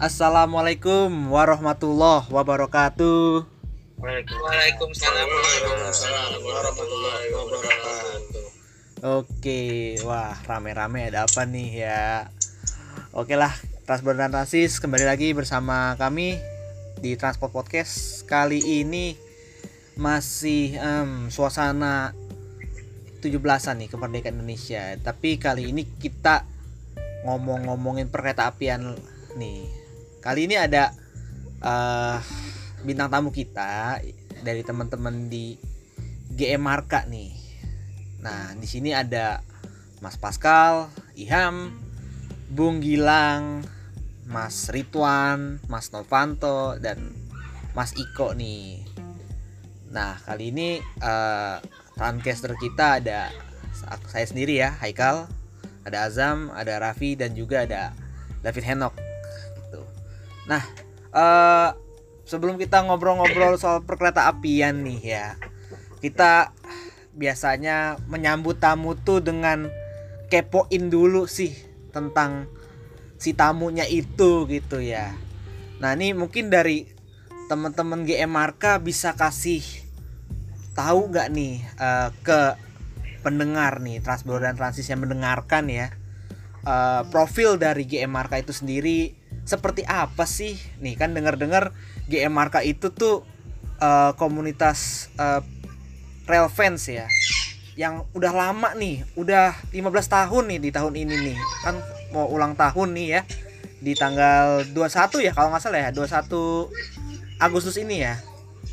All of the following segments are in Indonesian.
Assalamualaikum warahmatullahi wabarakatuh. Waalaikumsalam warahmatullahi wabarakatuh. Oke, wah rame-rame ada apa nih ya? Oke lah, Transport dan Transis kembali lagi bersama kami di Transport Podcast. Kali ini masih suasana 17-an nih kemerdekaan Indonesia. Tapi kali ini kita ngomongin perkereta apian nih. Kali ini ada bintang tamu kita dari teman-teman di GM Marka nih. Nah, di sini ada Mas Pascal, Iham, Bung Gilang, Mas Ridwan, Mas Novanto, dan Mas Iko nih. Nah, kali ini Trancaster kita ada saya sendiri ya, Haikal, ada Azam, ada Raffi, dan juga ada David Henok gitu. Nah, sebelum kita ngobrol-ngobrol soal perkereta apian nih ya, kita biasanya menyambut tamu tuh dengan kepoin dulu sih tentang si tamunya itu gitu ya. Nah, ini mungkin dari teman-teman GM Marka bisa kasih tahu nggak nih ke pendengar nih Transbro dan Transis yang mendengarkan ya, profil dari GM Marka itu sendiri seperti apa sih? Nih kan dengar-dengar GM Marka itu tuh komunitas rail fans ya, yang udah lama nih, udah 15 tahun nih di tahun ini nih. Kan mau ulang tahun nih ya, di tanggal 21 ya kalau nggak salah ya, 21 Agustus ini ya.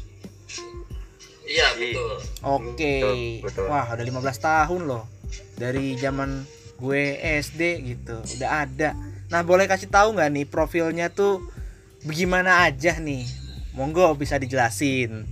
Iya, betul. Oke. Betul. Wah, udah 15 tahun loh. Dari zaman gue SD gitu, udah ada. Nah, boleh kasih tahu nggak nih profilnya tuh bagaimana aja nih? Monggo bisa dijelasin.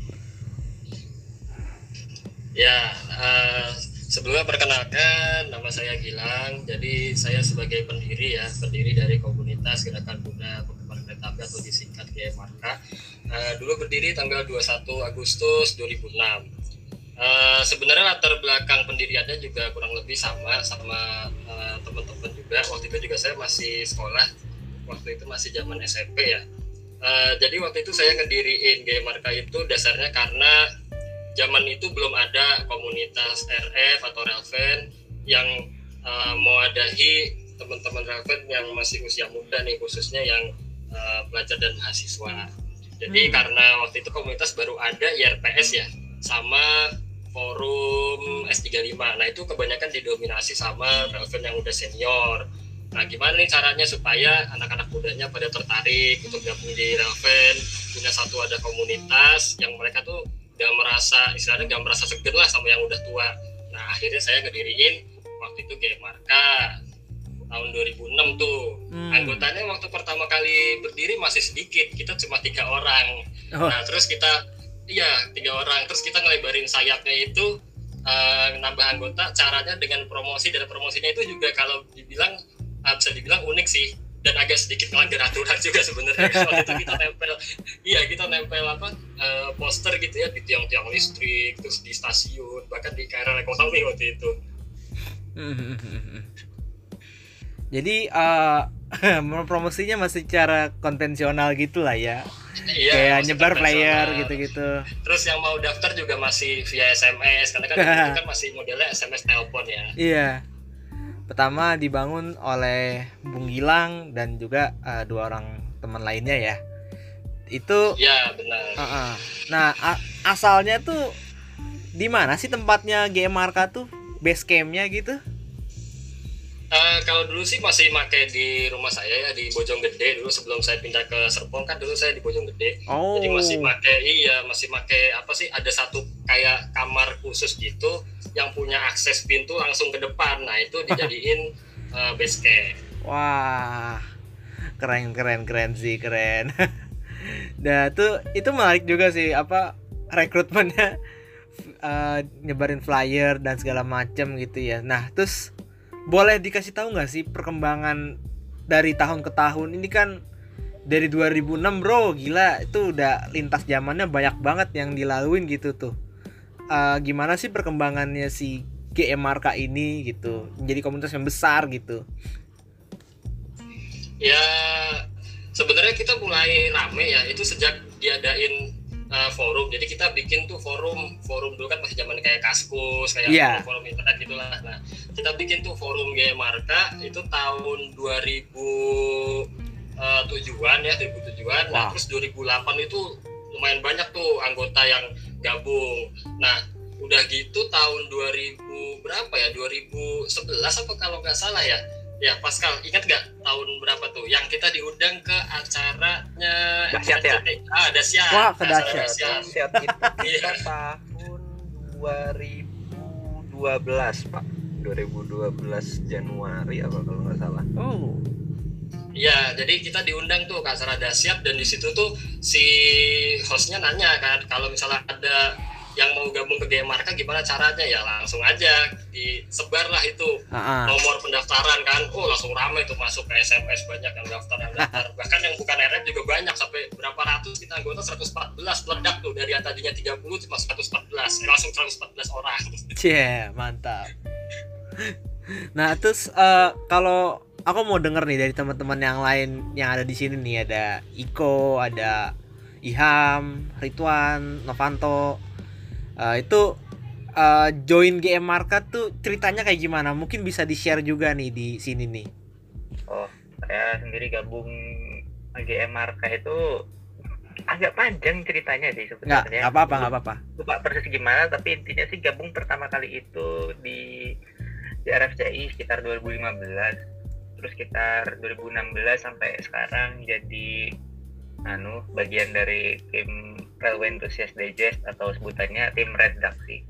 Ya, sebelumnya perkenalkan, nama saya Gilang. Jadi saya sebagai pendiri dari komunitas Gerakan Muda Penggemar Kereta Api atau disingkat GM Marka. Dulu berdiri tanggal 21 Agustus 2006. Sebenarnya latar belakang pendiriannya juga kurang lebih sama teman-teman juga. Waktu itu juga saya masih sekolah. Waktu itu masih zaman SMP ya. Jadi waktu itu saya ngediriin GM Marka itu dasarnya karena zaman itu belum ada komunitas RF atau Railvan yang mewadahi teman-teman Railvan yang masih usia muda nih, khususnya yang pelajar dan mahasiswa. Jadi karena waktu itu komunitas baru ada IRPS ya, sama forum S35. Nah itu kebanyakan didominasi sama Railvan yang udah senior. Nah gimana nih caranya supaya anak-anak mudanya pada tertarik untuk gabung di Railvan, punya satu ada komunitas yang mereka tuh gak merasa segan lah sama yang udah tua. Nah akhirnya saya ngediriin waktu itu GM Marka tahun 2006 tuh. Anggotanya waktu pertama kali berdiri masih sedikit, kita cuma 3 orang. Nah terus kita 3 orang, terus kita ngelebarin sayapnya itu, nambah anggota. Caranya dengan promosi, dan promosinya itu juga kalau dibilang bisa dibilang unik sih, dan agak sedikit melanggar aturan juga sebenarnya. Waktu itu kita nempel poster gitu ya di tiang-tiang listrik, terus di stasiun, bahkan di KRL ekonomi waktu itu. Jadi promosinya masih cara konvensional gitu lah ya. Iya, kayak nyebar flyer gitu-gitu. Terus yang mau daftar juga masih via SMS, karena kan itu kan masih modelnya SMS telepon ya. Iya. Pertama dibangun oleh Bung Gilang dan juga 2 orang teman lainnya ya. Itu ya benar. Nah, asalnya tuh di mana sih tempatnya GM Marka tuh? Base campnya gitu? Kalau dulu sih masih pakai di rumah saya ya, di Bojonggede dulu sebelum saya pindah ke Serpong. Kan dulu saya di Bojonggede. Jadi masih pakai apa sih, ada satu kayak kamar khusus gitu yang punya akses pintu langsung ke depan. Nah itu dijadiin base camp. Wah, keren sih, keren. Nah itu menarik juga sih, apa rekrutmennya, nyebarin flyer dan segala macam gitu ya. Nah terus boleh dikasih tahu nggak sih perkembangan dari tahun ke tahun ini? Kan dari 2006 bro, gila, itu udah lintas zamannya banyak banget yang dilaluin gitu tuh. Gimana sih perkembangannya si GM Marka ini gitu menjadi komunitas yang besar gitu? Ya sebenarnya kita mulai rame ya itu sejak diadain forum. Jadi kita bikin tuh forum dulu kan masih zaman kayak Kaskus, kayak forum internet gitulah. Nah, kita bikin tuh forum Game Marka itu tahun 2007-an ya, 2007-an. Nah, terus 2008 itu lumayan banyak tuh anggota yang gabung. Nah, udah gitu tahun 2000 berapa ya? 2011 apa kalau nggak salah ya? Ya, Pascal, ingat nggak tahun berapa tuh yang kita diundang ke acaranya Dahsyat ya? Dahsyat. Wah, ke Dahsyat. Dahsyat itu kita tahun 2012, Pak. 2012 Januari apa kalau nggak salah. Oh. Iya, jadi kita diundang tuh ke acara Dahsyat dan di situ tuh si hostnya nanya kan kalau misalnya ada yang mau gabung ke Game Marka gimana caranya, ya langsung aja disebar lah itu nomor pendaftaran kan. Oh, langsung ramai tuh, masuk ke SMS banyak yang daftar. Bahkan yang bukan RF juga banyak, sampai berapa ratus, kita anggota 114 meledak tuh, dari yang tadinya 30 cuma 114, langsung 114 orang. Mantap. Nah, terus kalau aku mau denger nih dari teman-teman yang lain yang ada di sini nih, ada Iko, ada Iham, Ridwan, Novanto. Itu join GM Marka tuh ceritanya kayak gimana? Mungkin bisa di-share juga nih di sini nih. Oh, saya sendiri gabung GM Marka itu agak panjang ceritanya sih sebenarnya. Nggak apa-apa. Lupa persis gimana, tapi intinya sih gabung pertama kali itu di RFCI sekitar 2015. Terus sekitar 2016 sampai sekarang jadi bagian dari tim Railway Enthusiast Digest atau sebutannya tim redaksi.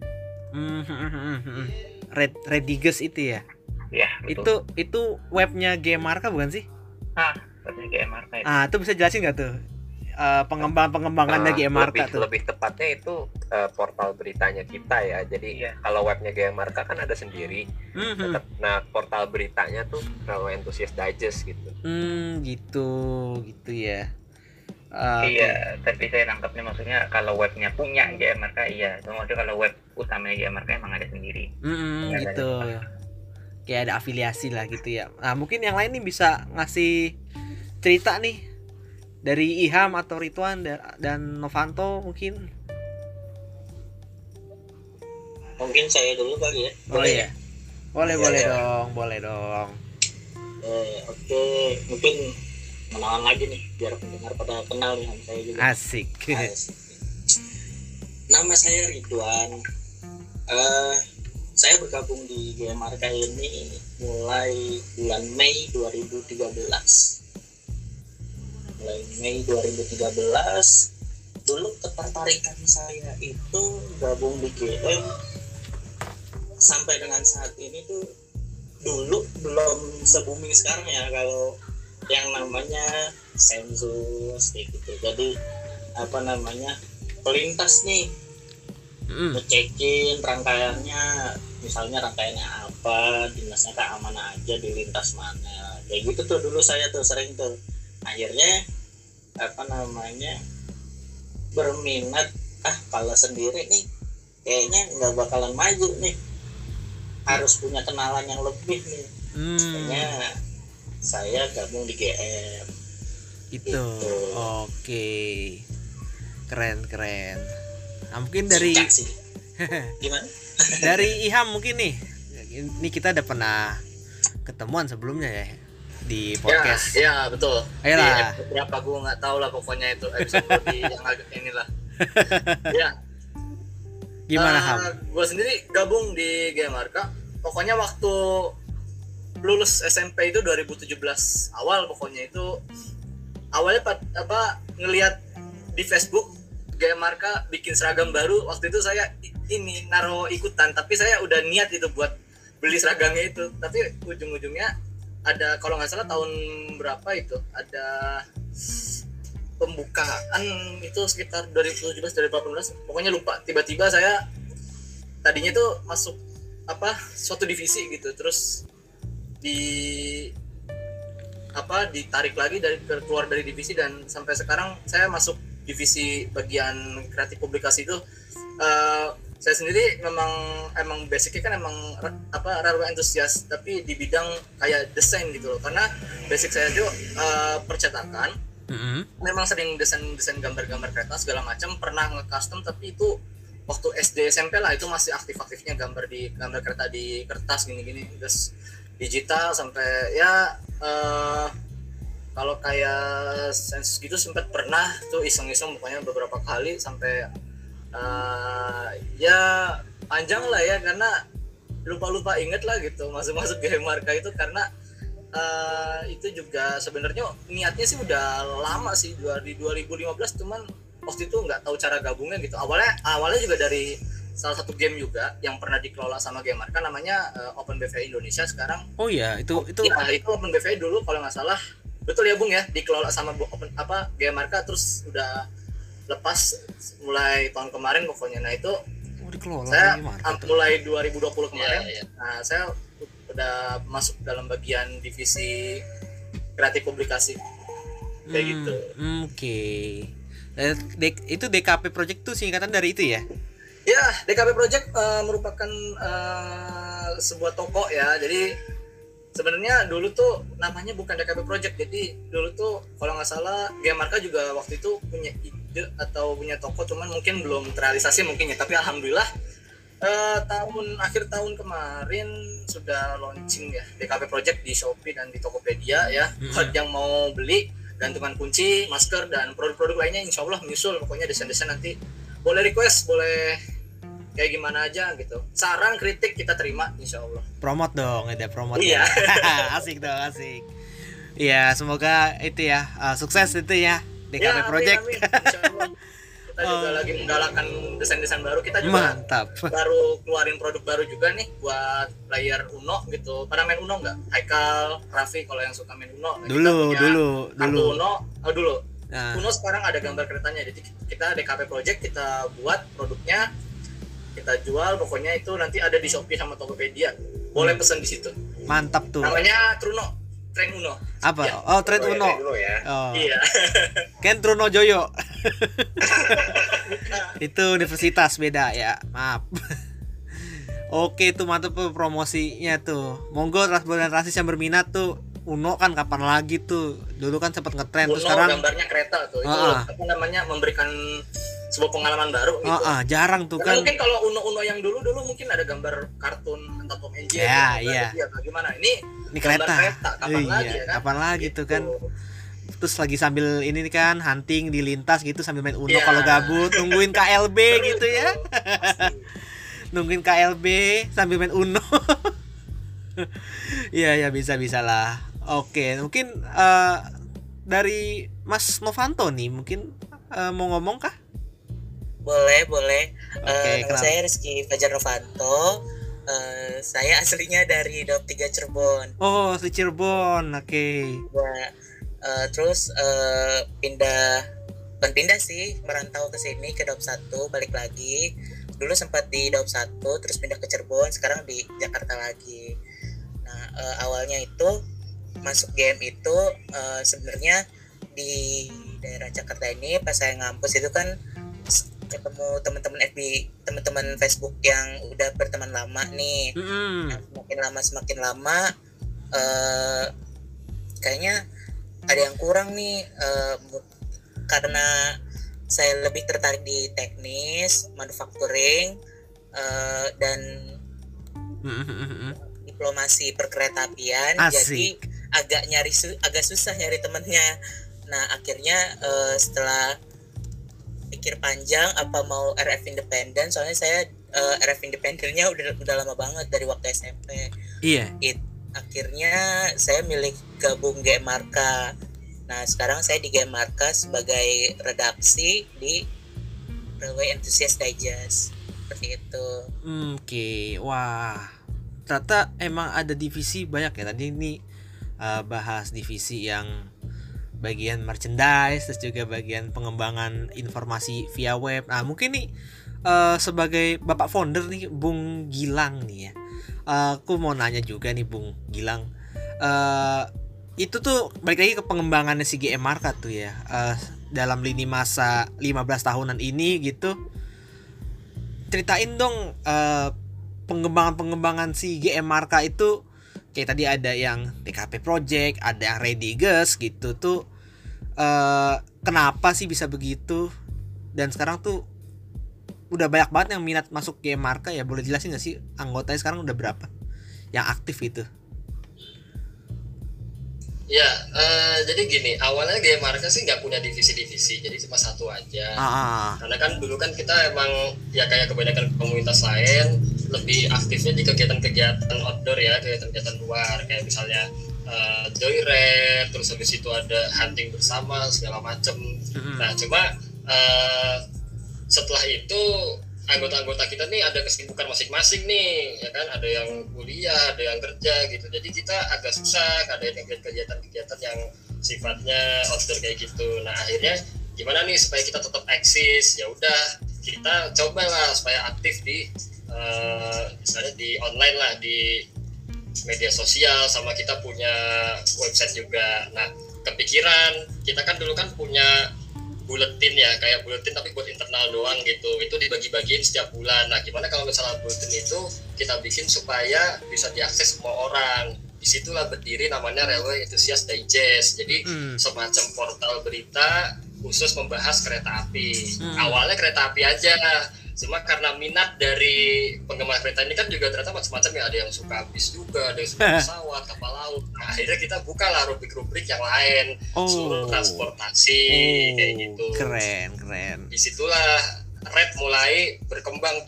Rediges itu ya? Ya, betul. Itu webnya Game Marka bukan sih? Webnya Game Marka itu. Itu bisa jelasin nggak tuh pengembangannya Game Marka tuh? Lebih tepatnya itu portal beritanya kita ya. Jadi kalau webnya Game Marka kan ada sendiri. Nah, portal beritanya tuh Railway Enthusiast Digest gitu. Gitu ya. Iya, tapi saya nangkapnya maksudnya kalau webnya punya GM Marka iya, cuma kalau web utamanya GM Marka emang ada sendiri. Gitu. Kayak ada afiliasi lah gitu ya. Nah, mungkin yang lain nih bisa ngasih cerita nih dari Iham atau Ridwan dan Novanto mungkin. Mungkin saya dulu kali ya. Iya. Boleh dong. Oke, mungkin kenalan lagi nih biar pendengar pada kenal nih sama saya juga. Asik. Nama saya Ridwan. Saya bergabung di GM Marka ini mulai bulan Mei 2013. Dulu ketertarikan saya itu gabung di GM sampai dengan saat ini tuh, dulu belum se-booming sekarang ya kalau yang namanya sensus gitu. Jadi pelintas nih, ngecekin rangkaiannya, misalnya rangkaiannya apa, dinasnya keamanan aja di lintas mana, kayak gitu tuh dulu saya tuh sering tuh. Akhirnya berminat, kalau sendiri nih kayaknya nggak bakalan maju nih, harus punya kenalan yang lebih nih. Makanya saya gabung di GM gitu. Oke, keren. Nah, mungkin dari gimana? Dari Iham mungkin nih, ini kita udah pernah ketemuan sebelumnya ya di podcast. Ya betul. Ayolah. Berapa gue nggak tahu lah, pokoknya itu episode di yang agak inilah. Ya. Gimana Ham? Gue sendiri gabung di GM Marka. Pokoknya waktu lulus SMP itu 2017 awal, pokoknya itu awalnya ngelihat di Facebook GM Marka bikin seragam baru. Waktu itu saya naruh ikutan, tapi saya udah niat itu buat beli seragamnya itu. Tapi ujung-ujungnya ada, kalau nggak salah tahun berapa itu, ada pembukaan itu sekitar 2017-2018, pokoknya lupa. Tiba-tiba saya tadinya tuh masuk suatu divisi gitu, terus ditarik lagi keluar dari divisi, dan sampai sekarang saya masuk divisi bagian kreatif publikasi itu. Saya sendiri emang basicnya kan railway enthusiast, tapi di bidang kayak desain gitu loh, karena basic saya itu percetakan, memang sering desain gambar-gambar kereta segala macam, pernah nge-custom, tapi itu waktu SD SMP lah, itu masih aktif-aktifnya gambar kereta di kertas gini-gini, terus digital sampai ya kalau kayak sensus gitu sempat pernah tuh iseng-iseng pokoknya beberapa kali sampai ya panjang lah ya, karena lupa inget lah gitu masuk game marka itu, karena itu juga sebenarnya niatnya sih udah lama sih, di 2015, cuman waktu itu nggak tahu cara gabungnya gitu. Awalnya juga dari salah satu game juga yang pernah dikelola sama Game Marka, namanya Open BVI Indonesia sekarang. Oh iya, itu ya, itu Open BVI dulu kalau nggak salah, betul ya Bung ya, dikelola sama Game Marka, terus udah lepas mulai tahun kemarin pokoknya. Nah itu dikelola saya Marka, mulai 2020 kemarin. Iya. Nah saya udah masuk dalam bagian divisi kreatif publikasi kayak gitu. Oke. Itu DKP Project tuh singkatan dari itu ya? Ya, DKP Project merupakan sebuah toko ya. Jadi sebenarnya dulu tuh namanya bukan DKP Project. Jadi dulu tuh kalau nggak salah Game Marka juga waktu itu punya ide atau punya toko, cuman mungkin belum terrealisasi mungkin ya. Tapi alhamdulillah akhir tahun kemarin sudah launching ya DKP Project di Shopee dan di Tokopedia ya. Buat yang mau beli gantungan kunci, masker, dan produk-produk lainnya insya Allah menyusul. Pokoknya desain-desain nanti boleh request, boleh kayak gimana aja gitu. Saran, kritik kita terima insya Allah. Promote dong, ada promote. Iya. Asik dong, asik. Iya, semoga itu ya sukses itu ya DKP Project. Amin. Insya Allah. Kita juga lagi menggalakkan desain-desain baru. Kita juga mantap. Baru keluarin produk baru juga nih buat player Uno gitu. Pada main Uno nggak? Haikal, Raffi kalau yang suka main Uno. Dulu. Uno, dulu. Nah. Uno sekarang ada gambar keretanya. Jadi kita DKP Project, kita buat produknya, kita jual. Pokoknya itu nanti ada di Shopee sama Tokopedia. Boleh pesan di situ. Mantap tuh. Namanya Truno. Tren Uno. Apa? Ya. Oh, Tren Uno. Ya. Oh. Iya. Ken Truno Joyo. Itu universitas beda ya. Maaf. Oke, itu mantap tuh promosinya tuh. Monggo Rasis yang berminat tuh. Uno kan kapan lagi tuh? Dulu kan sempat ngetren tuh, sekarang gambarnya kereta tuh. Itu apa namanya, memberikan sebuah pengalaman baru gitu. Jarang tuh kan. Mungkin kalau Uno yang dulu mungkin ada gambar kartun atau Tom and Jerry. Iya. Bagaimana? Ini kereta. Kapan lagi ya kan? Kapan lagi gitu. Tuh kan. Terus lagi sambil ini kan hunting di lintas gitu sambil main Uno kalau gabut, nungguin KLB gitu ya. Nungguin KLB sambil main Uno. Iya bisa lah. Oke, mungkin dari Mas Novanto nih mungkin mau ngomong kah? Boleh. Oke, nama saya Rizky Fajar Novanto. Saya aslinya dari Daup 3 Cirebon. Oh, di Cirebon. Oke. Terus pindah sih, merantau ke sini ke Daup 1, balik lagi. Dulu sempat di Daup 1, terus pindah ke Cirebon, sekarang di Jakarta lagi. Nah, awalnya itu masuk game itu sebenarnya di daerah Jakarta ini pas saya ngampus itu kan ketemu teman-teman FB, teman-teman Facebook yang udah berteman lama nih. Nah, semakin lama kayaknya ada yang kurang nih, karena saya lebih tertarik di teknis, manufacturing, dan diplomasi perkeretaapian. Jadi agak susah nyari temennya. Nah akhirnya setelah pikir panjang apa mau RF independen, soalnya saya RF independennya udah lama banget dari waktu SMP. Iya. Akhirnya saya milih gabung Game Marka. Nah sekarang saya di Game Marka sebagai redaksi di Railway Enthusiast Digest, seperti itu. Oke. Wah, ternyata emang ada divisi banyak ya. Tadi ini bahas divisi yang bagian merchandise, terus juga bagian pengembangan informasi via web. Nah mungkin nih sebagai bapak founder nih Bung Gilang nih ya, aku mau nanya juga nih Bung Gilang, itu tuh balik lagi ke pengembangannya si GM Marka tuh ya, dalam lini masa 15 tahunan ini gitu. Ceritain dong pengembangan si GM Marka itu. Kayak tadi ada yang DKP Project, ada yang Ready Gus gitu tuh. kenapa sih bisa begitu, dan sekarang tuh udah banyak banget yang minat masuk game Marka ya. Boleh jelasin nggak sih anggotanya sekarang udah berapa yang aktif itu? Ya, jadi gini, awalnya Game Marka sih nggak punya divisi-divisi, jadi cuma satu aja. Karena kan dulu kan kita emang ya kayak kebanyakan komunitas lain lebih aktifnya di kegiatan-kegiatan outdoor ya, kegiatan-kegiatan luar, kayak misalnya joyride, terus habis itu ada hunting bersama segala macem. Nah, cuma setelah itu anggota-anggota kita nih ada kesibukan masing-masing nih, ya kan, ada yang kuliah, ada yang kerja gitu, jadi kita agak susah ada yang kegiatan-kegiatan yang sifatnya outdoor kayak gitu. Nah, akhirnya gimana nih supaya kita tetap eksis? Ya udah, kita cobalah supaya aktif di misalnya di online lah, di media sosial, sama kita punya website juga. Nah, kepikiran kita kan dulu kan punya buletin ya, kayak buletin tapi buat internal doang gitu, itu dibagi-bagiin setiap bulan. Nah, gimana kalau misalnya buletin itu kita bikin supaya bisa diakses semua orang? Disitulah berdiri namanya Railway Enthusiast Digest, jadi semacam portal berita khusus membahas kereta api. Awalnya kereta api aja, cuma karena minat dari penggemar kereta ini kan juga ternyata macam-macam ya, ada yang suka bis juga, ada yang suka pesawat, kapal laut. Nah, akhirnya kita bukalah rubrik-rubrik yang lain, seluruh transportasi kayak gitu. Keren. Disitulah Red mulai berkembang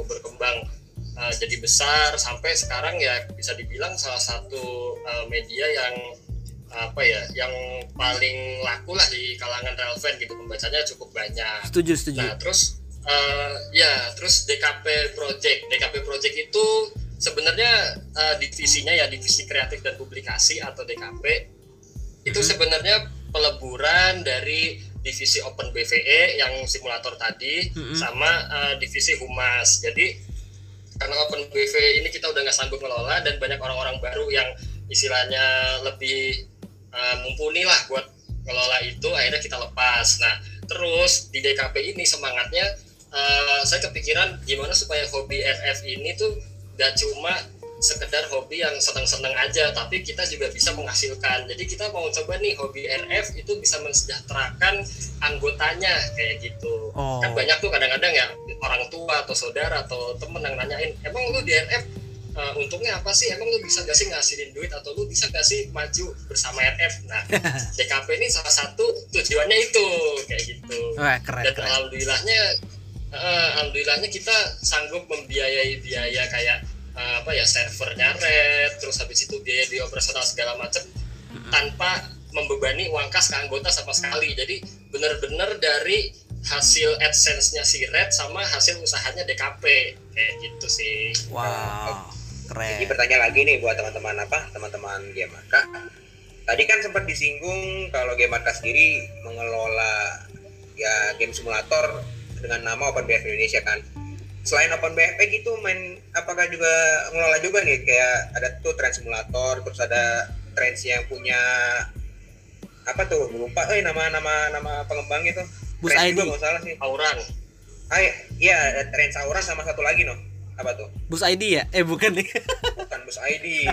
jadi besar sampai sekarang ya bisa dibilang salah satu media yang yang paling laku lah di kalangan rail fan gitu, pembacanya cukup banyak. Setuju. Nah, terus terus DKP Project itu sebenarnya divisinya ya divisi kreatif dan publikasi atau DKP itu sebenarnya peleburan dari divisi Open BVE yang simulator tadi sama divisi Humas. Jadi karena Open BVE ini kita udah nggak sanggup ngelola dan banyak orang-orang baru yang istilahnya lebih mumpuni lah buat ngelola itu, akhirnya kita lepas. Nah, terus di DKP ini semangatnya saya kepikiran gimana supaya hobi RF ini tuh gak cuma sekedar hobi yang seneng-seneng aja, tapi kita juga bisa menghasilkan. Jadi kita mau coba nih hobi RF itu bisa mensejahterakan anggotanya kayak gitu. Kan banyak tuh kadang-kadang ya orang tua atau saudara atau temen yang nanyain, emang lu di RF untungnya apa sih? Emang lu bisa gak sih ngasilin duit, atau lu bisa gak sih maju bersama RF? Nah, DKP ini salah satu tujuannya itu kayak gitu. Keren. Dan alhamdulillahnya kita sanggup membiayai biaya kayak servernya Red, terus habis itu biaya operasional segala macam tanpa membebani uang kas ke anggota sama sekali. Jadi benar-benar dari hasil AdSense-nya si Red sama hasil usahanya DKP kayak gitu sih. Wow, keren. Jadi bertanya lagi nih buat teman-teman Game Marka. Tadi kan sempat disinggung kalau Game Marka sendiri mengelola ya game simulator dengan nama Open BF Indonesia kan. Selain Open BF gitu, apakah juga ngelola juga nih, kayak ada tuh Trans Simulator, terus ada Trans yang punya apa tuh, lupa nama pengembang itu. Bus ID juga nggak salah sih. Auran. Iya, ada Trans Auran sama satu lagi apa tuh? Bus ID ya? Bukan nih. Bukan Bus ID.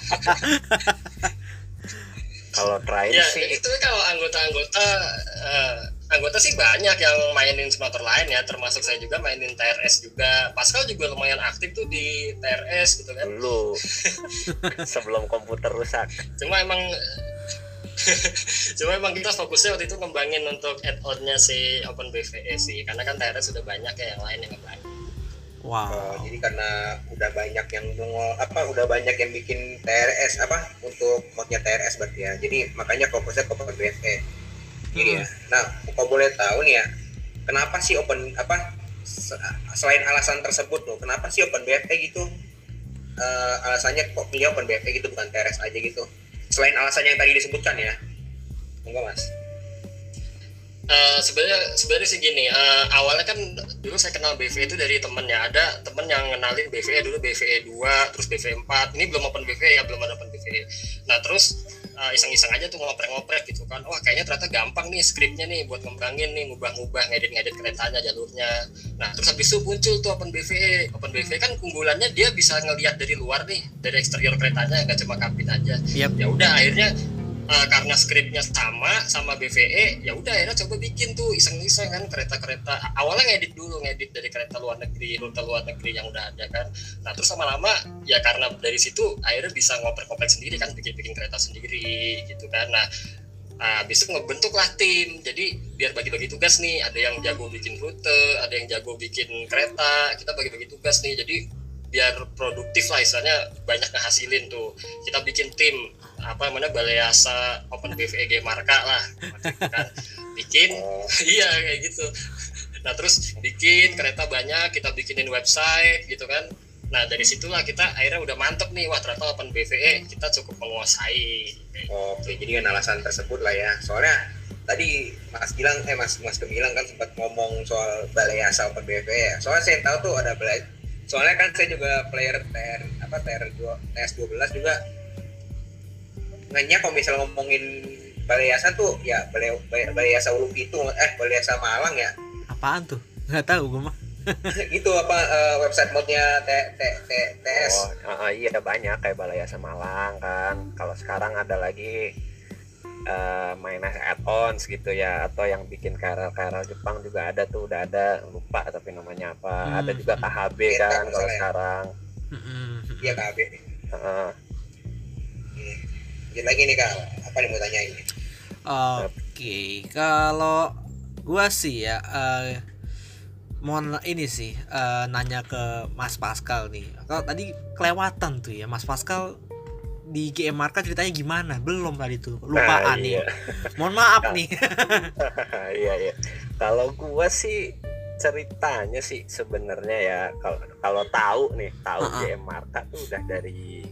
Kalau Trans ya, sih itu kalau anggota sih banyak yang mainin simulator lain ya, termasuk saya juga mainin TRS juga. Pascal juga lumayan aktif tuh di TRS gitu kan. Dulu sebelum komputer rusak. Cuma emang kita fokusnya waktu itu ngembangin untuk add-on-nya si Open BVE sih, karena kan TRS sudah banyak ya yang lain yang ngembangin. Wow. Jadi karena udah banyak yang bikin TRS untuk modnya TRS berarti ya. Jadi makanya fokusnya ke Open BVE. Gini ya. Nah, kalau boleh tahu nih ya, kenapa sih selain alasan tersebut kenapa sih Open BFE gitu? Alasannya kok pilih Open BFE gitu, bukan TRS aja gitu? Selain alasan yang tadi disebutkan ya. Enggak, Mas. Sebenarnya sih gini, awalnya kan dulu saya kenal BVE itu dari temen ya. Ada temen yang ngenalin BVE dulu, BVE 2, terus BVE 4. Ini belum Open BVE ya, belum ada Open BVE. Nah, terus iseng-iseng aja tuh ngoprek-ngoprek gitu kan. Wah, kayaknya ternyata gampang nih skripnya nih buat ngembangin nih, ngubah-ngubah, ngedit keretanya, jalurnya. Nah, terus habis itu muncul tuh Open BVE. Open BVE kan keunggulannya dia bisa ngelihat dari luar nih, dari eksterior keretanya, nggak cuma kabin aja. Yep. Ya udah, akhirnya karena skripnya sama BVE, ya udah akhirnya coba bikin tuh iseng-iseng kan kereta-kereta. Awalnya ngedit dari kereta luar negeri, rute luar negeri yang udah ada kan. Nah terus lama-lama ya karena dari situ akhirnya bisa ngoper-ngoper sendiri kan, bikin kereta sendiri gitu kan. Nah habis itu ngebentuklah tim. Jadi biar bagi-bagi tugas nih, ada yang jago bikin rute, ada yang jago bikin kereta, kita bagi-bagi tugas nih. Jadi biar produktif lah, istilahnya banyak ngehasilin tuh. Kita bikin tim Balai Asa Open BVE Game Marka lah kan. Bikin iya kayak gitu. Nah terus bikin kereta banyak, kita bikinin website gitu kan. Nah dari situlah kita akhirnya udah mantep nih, wah ternyata Open BVE kita cukup menguasai. Oke, jadi dengan alasan tersebut lah ya. Soalnya tadi Mas Gemilang kan sempat ngomong soal Balai Asa Open BVE ya. Soalnya saya tahu tuh ada balai. Soalnya kan saya juga player TS12 juga. Nanya kalau misalnya ngomongin Balai Asa tuh ya Balai Asa Ulu Pitung, Balai Asa Malang ya. Apaan tuh? Nggak tahu gue mah. Itu website modnya TS. Iya ada banyak kayak Balai Asa Malang kan. Kalau sekarang ada lagi mainan add-ons gitu ya, atau yang bikin KRL Jepang juga ada tuh, udah ada, lupa tapi namanya apa. Ada juga KHB kan kalau sekarang. Iya KHB. Lanjut lagi nih Kak, apa yang mau tanyain? Oke, kalau gua sih ya mau ini sih nanya ke Mas Pascal nih. Kalau tadi kelewatan tuh ya Mas Pascal di GM Marka ceritanya gimana? Belum tadi tuh, lupaan nih. Mohon maaf nih. Iya. Kalau gua sih ceritanya sih sebenarnya ya, kalau tahu GM Marka tuh udah dari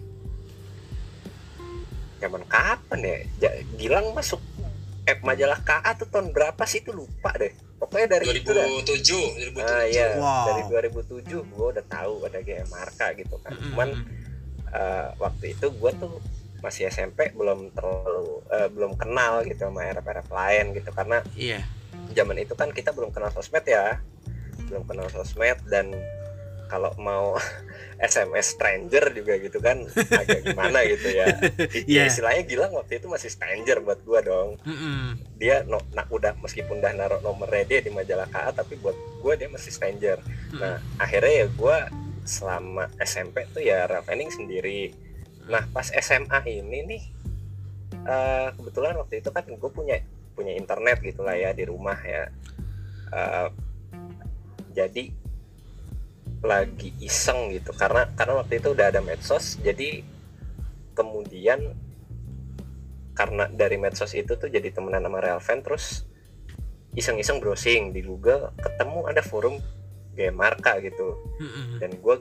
zaman kapan ya? Gilang masuk majalah KA tuh tahun berapa sih, itu lupa deh. Pokoknya dari 2007. Iya, dari 2007 gue udah tahu ada GM Marka gitu kan. Cuman waktu itu gue tuh masih SMP, belum kenal gitu sama RP lain gitu, karena zaman itu kan kita belum kenal sosmed ya, dan kalau mau SMS stranger juga gitu kan agak gimana gitu ya. Istilahnya Gilang waktu itu masih stranger buat gua dong. Dia udah meskipun udah naruh nomornya dia di majalah KA, tapi buat gua dia masih stranger. Nah akhirnya ya gua selama SMP tuh ya revening sendiri. Nah pas SMA ini nih kebetulan waktu itu kan gue punya internet gitulah ya di rumah ya. Jadi lagi iseng gitu, karena waktu itu udah ada medsos. Jadi kemudian karena dari medsos itu tuh jadi temenan sama Relven, terus iseng-iseng browsing di Google, ketemu ada forum GM Marka gitu. Dan gue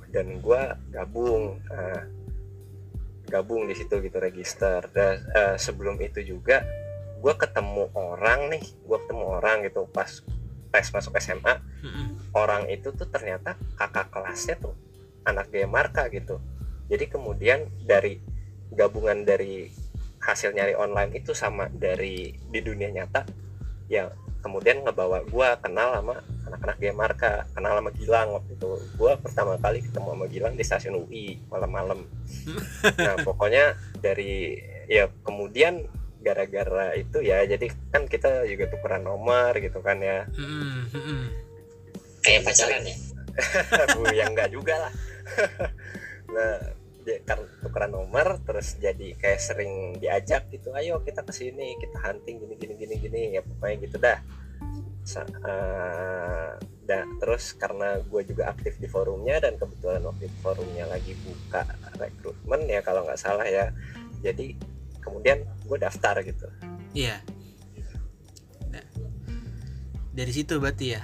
gabung di situ gitu, register. Dan sebelum itu juga gue ketemu orang gitu pas masuk SMA. Orang itu tuh ternyata kakak kelasnya tuh anak GM Marka gitu. Jadi kemudian dari gabungan dari hasil nyari online itu sama dari di dunia nyata ya, kemudian ngebawa gue kenal sama anak-anak GM Marka, kenal sama Gilang. Waktu itu gue pertama kali ketemu sama Gilang di stasiun UI malam-malam. Nah pokoknya dari ya kemudian gara-gara itu ya, jadi kan kita juga tukeran nomor gitu kan ya. Kayak pacaran ya? Ya enggak juga lah. Nah karena tukeran nomor terus jadi kayak sering diajak gitu, ayo kita kesini, kita hunting gini ya, pokoknya gitu dah. Terus karena gue juga aktif di forumnya, dan kebetulan waktu itu forumnya lagi buka rekrutmen ya kalau nggak salah ya, jadi kemudian gue daftar gitu. Iya. Dari situ berarti ya.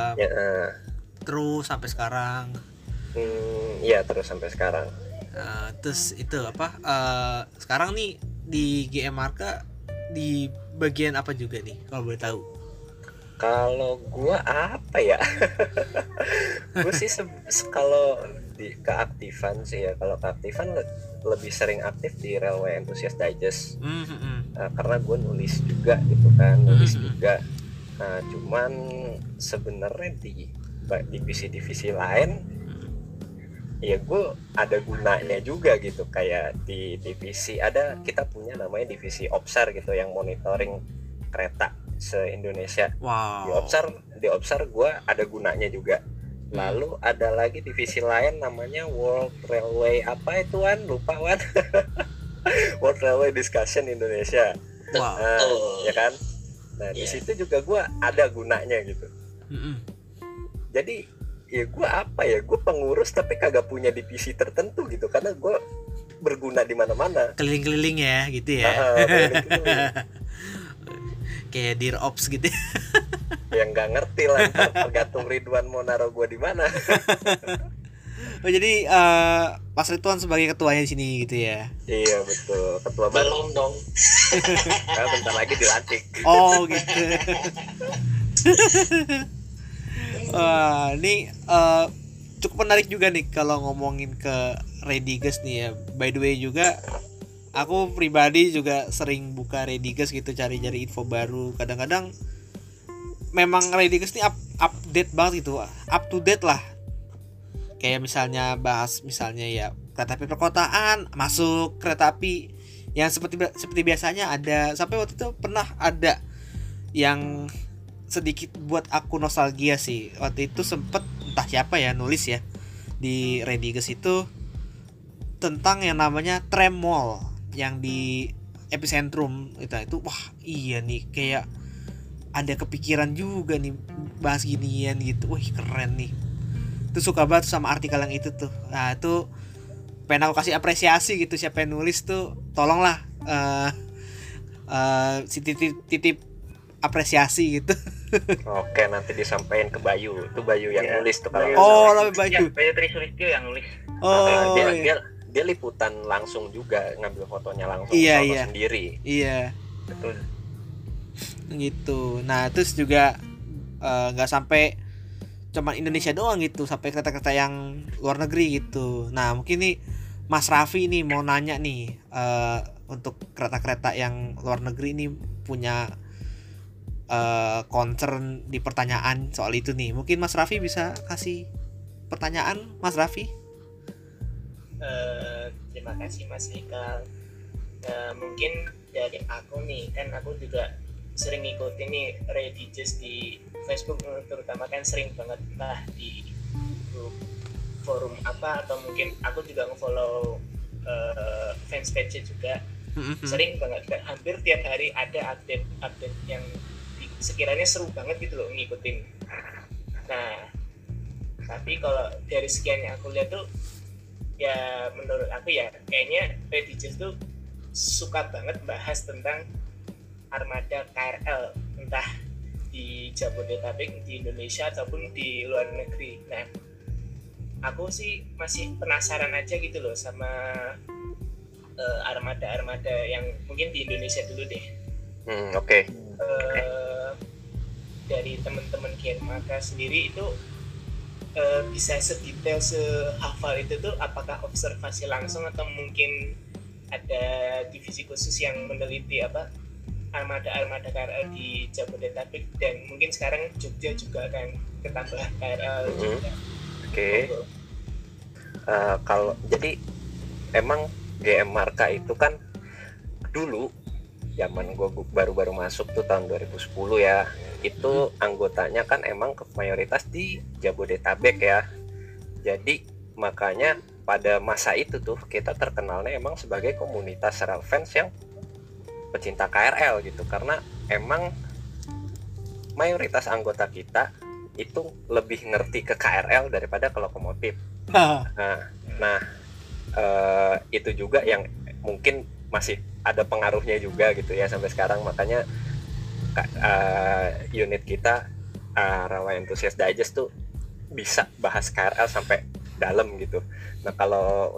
Terus sampai sekarang. Iya terus sampai sekarang. Terus itu apa? Sekarang nih di GM Marka di bagian apa juga nih kalau boleh tahu? Kalau gue apa ya? Gue sih kalau di keaktifan sih ya. Kalau keaktifan lebih sering aktif di Railway Enthusiast Digest. Karena gue nulis juga gitu kan, juga. Cuman sebenarnya di divisi-divisi lain ya gue ada gunanya juga gitu. Kayak di divisi ada, kita punya namanya divisi Obsar gitu yang monitoring kereta se-Indonesia. Wow. Di Obsar gue ada gunanya juga. Lalu ada lagi divisi lain namanya World Railway apa itu Wan, lupa Wan. World Railway Discussion Indonesia. Wow. Ya kan. Nah di situ juga gue ada gunanya gitu. Jadi ya gue apa ya, gue pengurus tapi kagak punya divisi tertentu gitu, karena gue berguna di mana-mana. Keliling-keliling ya gitu ya. Keliling-keliling. Kayak Dear Ops gitu. Yang nggak ngerti lah, tergantung Ridwan mau naruh gue di mana. Oh jadi Mas Ridwan sebagai ketuanya di sini gitu ya. Iya betul, ketua baru. Belum dong. Nah, bentar lagi dilantik. Oh gitu. Ini cukup menarik juga nih kalau ngomongin ke Rediges nih ya. By the way juga aku pribadi juga sering buka Rediges gitu, cari-cari info baru. Kadang-kadang memang Rediges nih update banget gitu, up to date lah. Kayak misalnya bahas misalnya ya kereta api perkotaan, masuk kereta api yang seperti biasanya ada. Sampai waktu itu pernah ada yang sedikit buat aku nostalgia sih. Waktu itu sempet entah siapa ya nulis ya di Rediges itu tentang yang namanya tram mall yang di Epicentrum itu. Wah iya nih, kayak ada kepikiran juga nih bahas ginian gitu. Wih keren nih. Itu suka banget sama artikel yang itu tuh. Nah itu pengen aku kasih apresiasi gitu, siapa yang nulis tuh tolonglah titip apresiasi gitu. Oke, nanti disampaikan ke Bayu. Itu Bayu yang nulis tuh kalau. Namanya Bayu. Bayu Trisulistyo yang nulis. Dia liputan langsung juga, ngambil fotonya langsung sendiri. Iya. Betul. Gitu. Nah terus juga nggak sampai cuman Indonesia doang gitu, sampai kereta-kereta yang luar negeri gitu. Nah mungkin nih Mas Raffi nih mau nanya nih, untuk kereta-kereta yang luar negeri ini punya concern di pertanyaan soal itu nih. Mungkin Mas Raffi bisa kasih pertanyaan, Mas Raffi? Terima kasih Mas Haikal. Mungkin dari aku nih, kan aku juga sering ngikutin nih Rediges di Facebook, terutama kan sering banget lah di grup forum apa, atau mungkin aku juga nge-follow fanspage juga. Sering banget, hampir tiap hari ada update yang sekiranya seru banget gitu loh ngikutin. Nah tapi kalau dari sekian yang aku lihat tuh ya menurut aku ya kayaknya Rediges tuh suka banget bahas tentang armada KRL, entah di Jabodetabek, di Indonesia ataupun di luar negeri. Nah aku sih masih penasaran aja gitu loh sama armada-armada yang mungkin di Indonesia dulu deh. Oke. Dari teman-teman GMARKA sendiri itu bisa sedetail sehafal itu tuh, apakah observasi langsung atau mungkin ada divisi khusus yang meneliti armada KRL di Jabodetabek, dan mungkin sekarang Jogja juga akan ketambah KRL juga. Oke. Kalau jadi emang GMARKA itu kan dulu zaman gue baru masuk tuh tahun 2010 ya, itu anggotanya kan emang mayoritas di Jabodetabek ya. Jadi makanya pada masa itu tuh kita terkenalnya emang sebagai komunitas rail fans yang pecinta KRL gitu, karena emang mayoritas anggota kita itu lebih ngerti ke KRL daripada ke lokomotif. Nah, itu juga yang mungkin masih ada pengaruhnya juga gitu ya sampai sekarang. Makanya unit kita Railway Enthusiast Digest tuh bisa bahas KRL sampai dalam gitu. Nah kalau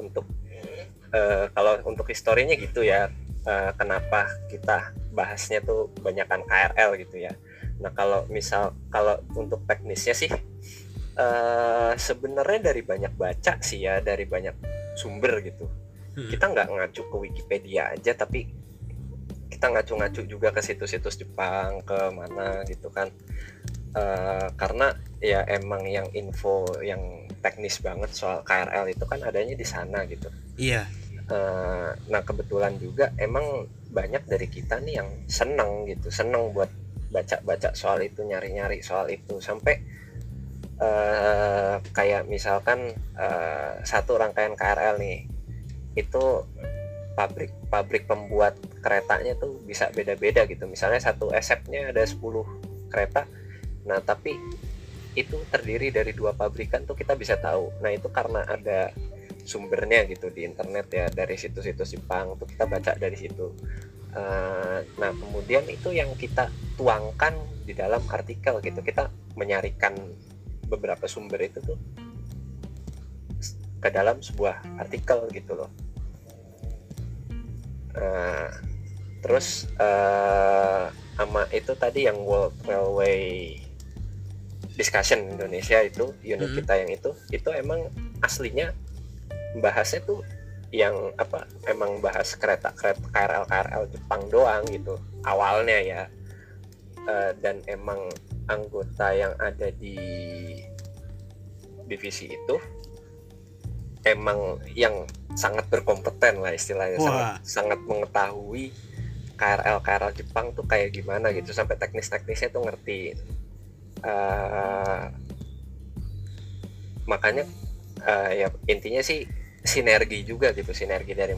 untuk historinya gitu ya, kenapa kita bahasnya tuh banyakan KRL gitu ya. Nah kalau untuk teknisnya sih sebenarnya dari banyak baca sih ya, dari banyak sumber gitu. Kita nggak ngacu ke Wikipedia aja, tapi kita ngacu-ngacu juga ke situs-situs Jepang, ke mana gitu kan. Karena ya emang yang info yang teknis banget soal KRL itu kan adanya di sana gitu. Iya. Nah kebetulan juga emang banyak dari kita nih yang seneng buat baca soal itu, nyari soal itu, sampai kayak misalkan satu rangkaian KRL nih itu pabrik pembuat keretanya tuh bisa beda-beda gitu. Misalnya satu SF-nya ada 10 kereta, nah tapi itu terdiri dari 2 pabrikan tuh kita bisa tahu. Nah itu karena ada sumbernya gitu di internet ya, dari situs-situs Jepang tuh kita baca dari situ. Nah kemudian itu yang kita tuangkan di dalam artikel gitu, kita menyarikan beberapa sumber itu tuh ke dalam sebuah artikel gitu loh. Terus sama itu tadi yang World Railway Discussion Indonesia itu unit kita yang itu emang aslinya bahasnya tuh yang apa, emang bahas kereta KRL Jepang doang gitu awalnya ya. Dan emang anggota yang ada di divisi itu emang yang sangat berkompeten lah istilahnya, sangat mengetahui KRL Jepang tuh kayak gimana gitu, sampai teknisnya tuh ngerti. Makanya ya intinya sih sinergi juga gitu, sinergi dari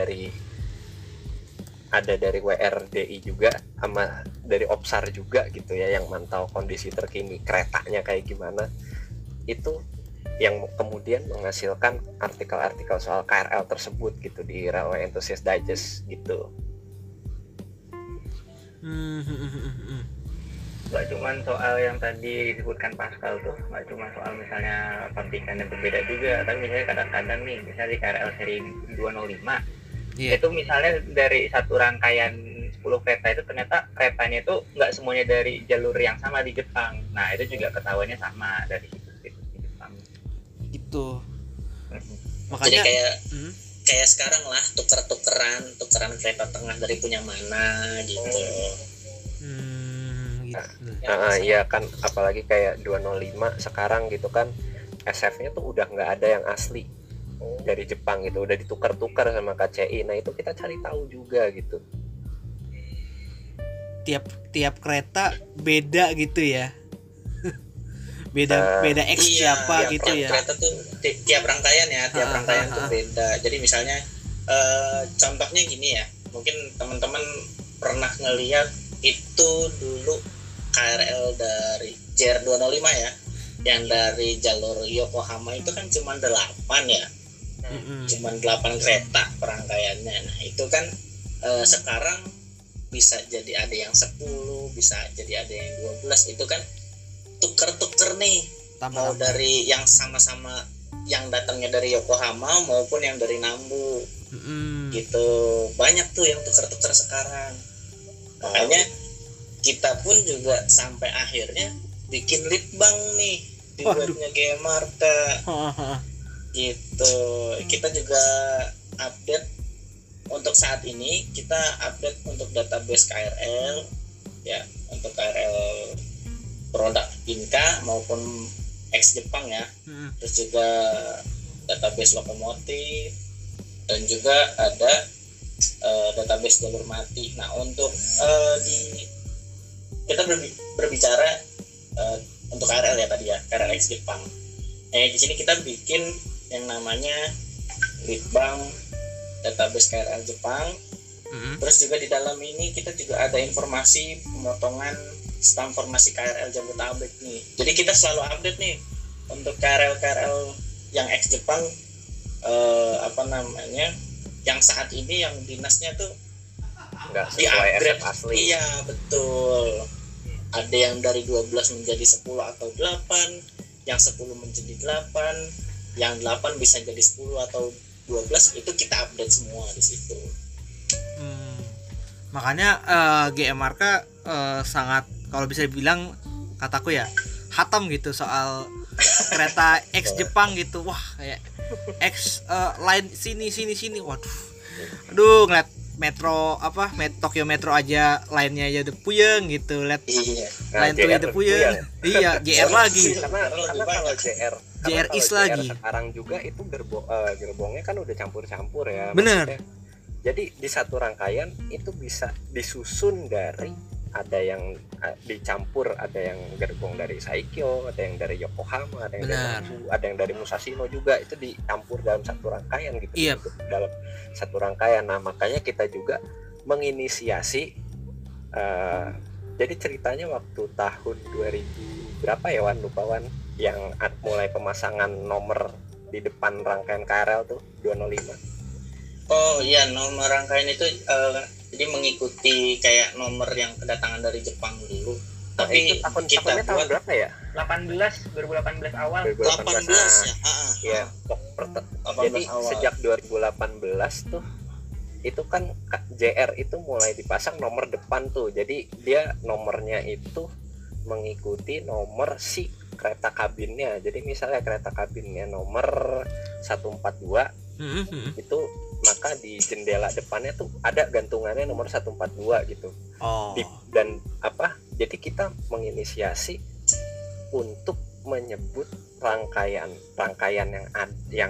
WRDI juga sama dari Opsar juga gitu ya, yang mantau kondisi terkini keretanya kayak gimana, itu yang kemudian menghasilkan artikel-artikel soal KRL tersebut gitu di Railway Enthusiast Digest gitu. Nggak cuma soal yang tadi disebutkan Pascal tuh, nggak cuma soal misalnya pabrikannya berbeda juga, tapi misalnya kadang-kadang nih, misalnya di KRL seri 205 itu misalnya dari satu rangkaian 10 kereta itu ternyata keretanya itu nggak semuanya dari jalur yang sama di Jepang. Nah itu juga ketahuannya sama dari situs di Jepang gitu. Makanya jadi kayak sekarang lah tukeran kereta tengah dari punya mana gitu. Iya kan, apalagi kayak 205 sekarang gitu kan, SF-nya tuh udah nggak ada yang asli dari Jepang gitu, udah ditukar-tukar sama KCI. Nah itu kita cari tahu juga gitu. Tiap kereta beda gitu ya. beda X siapa gitu ya. Kereta tuh tiap rangkaian ya, rangkaian tuh beda. Jadi misalnya contohnya gini ya, mungkin teman-teman pernah ngelihat itu dulu KRL dari JR205 ya, yang dari jalur Yokohama itu kan cuma 8 ya, cuma 8 kereta perangkaiannya. Nah itu kan sekarang bisa jadi ada yang 10, bisa jadi ada yang 12, itu kan tuker nih, mau dari yang sama-sama yang datangnya dari Yokohama maupun yang dari Nambu gitu, banyak tuh yang tuker sekarang. Makanya kita pun juga sampai akhirnya bikin litbang nih di webnya GM Marka gitu. Kita juga update untuk saat ini, kita update untuk database KRL ya, untuk KRL produk Inka maupun ex Jepang ya, terus juga database lokomotif, dan juga ada database jalur mati. Nah untuk kita berbicara untuk KRL ya tadi ya, KRL X Jepang. Di sini kita bikin yang namanya litbang database KRL Jepang. Terus juga di dalam ini kita juga ada informasi pemotongan stamp formasi KRL Jabodetabek nih. Jadi kita selalu update nih untuk KRL yang X Jepang, yang saat ini yang dinasnya tuh nggak sesuai SF asli. Iya betul. Ada yang dari 12 menjadi 10 atau 8, yang 10 menjadi 8, yang 8 bisa jadi 10 atau 12, itu kita update semua di situ. Makanya GM Marka sangat, kalau bisa dibilang kataku ya, hatam gitu soal kereta X Jepang gitu. Wah kayak X line sini. Waduh ngeliat Tokyo Metro aja lainnya aja udah puyeng gitu. Lihat Iya. lain tuh udah puyeng. Iya, JR lagi. Karena kalau JR East lagi. Sekarang juga itu gerbongnya kan udah campur-campur ya. Bener. Maksudnya. Jadi di satu rangkaian itu bisa disusun dari ada yang dicampur, ada yang gerbong dari Saikyo, ada yang dari Yokohama, ada yang dari Matsu, ada yang dari Musashino juga, itu dicampur dalam satu rangkaian gitu. Iya. Dalam satu rangkaian. Nah, makanya kita juga menginisiasi jadi ceritanya waktu tahun 2000 berapa ya Wan, lupa Wan, yang mulai pemasangan nomor di depan rangkaian KRL tuh 205. Oh iya, nomor rangkaian itu jadi mengikuti kayak nomor yang kedatangan dari Jepang dulu. Nah, Tapi itu tahunnya kita tahun buat berapa ya? 2018 awal. 18 ya. Iya. Jadi 18 awal. sejak 2018 tuh itu kan JR itu mulai dipasang nomor depan tuh. Jadi dia nomornya itu mengikuti nomor si kereta kabinnya. Jadi misalnya kereta kabinnya nomor 142 itu, maka di jendela depannya tuh ada gantungannya nomor 142 gitu. Dan jadi kita menginisiasi untuk menyebut rangkaian yang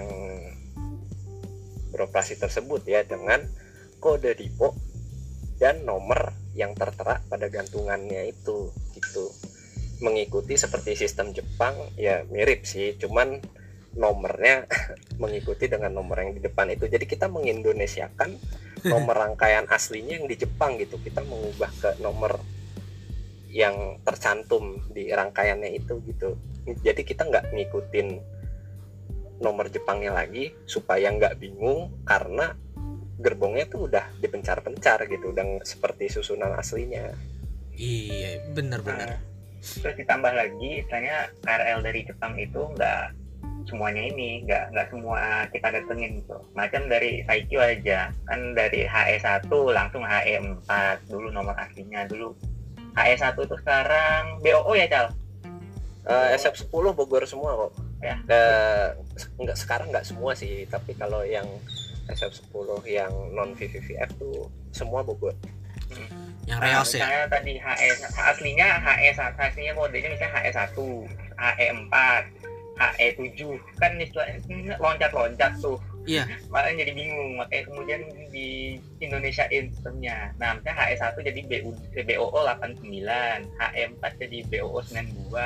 beroperasi tersebut ya dengan kode dipo dan nomor yang tertera pada gantungannya itu gitu. Mengikuti seperti sistem Jepang ya, mirip sih, cuman nomornya mengikuti dengan nomor yang di depan itu. Jadi kita mengindonesiakan nomor rangkaian aslinya yang di Jepang gitu, kita mengubah ke nomor yang tercantum di rangkaiannya itu gitu. Jadi kita nggak ngikutin nomor Jepangnya lagi supaya nggak bingung, karena gerbongnya tuh udah dipencar-pencar gitu, udah seperti susunan aslinya. Iya, benar-benar. Terus ditambah lagi, istilahnya KRL dari Jepang itu nggak semuanya ini, nggak semua kita datengin gitu. Macam dari Saikyo aja, kan dari HE1 langsung HE4 dulu nomor aslinya dulu. HE1 itu sekarang BOO ya, Cal? SF10 Bogor semua kok. Ya. Sekarang nggak semua sih, tapi kalau yang SF10 yang non VVVF tuh semua Bogor. Yang Reos ya. Misalnya tadi aslinya HE1 kodenya misalnya HE1, HE4, HE7 kan istilahnya loncat-loncat tuh. Iya. Makanya jadi bingung, makanya kemudian di Indonesiain sistemnya. Nah, misalnya HE1 jadi BOO 89, HE4 jadi BOO 92,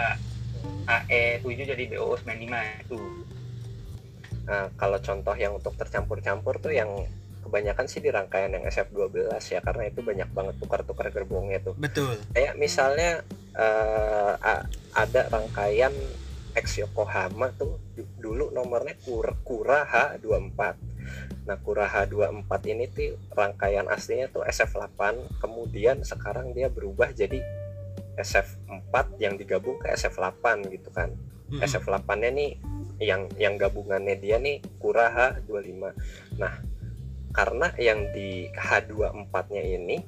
HE7 jadi BOO 95 itu. Nah, kalau contoh yang untuk tercampur-campur tuh yang kebanyakan sih di rangkaian yang SF12 ya, karena itu banyak banget tukar-tukar gerbongnya tuh. Betul. Kayak misalnya ada rangkaian X Yokohama tuh dulu nomornya Kura H24. Nah, Kura H24 ini tuh rangkaian aslinya tuh SF8, kemudian sekarang dia berubah jadi SF4 yang digabung ke SF8 gitu kan. SF8-nya nih yang gabungannya dia nih Kura H25. Nah, karena yang di H24-nya ini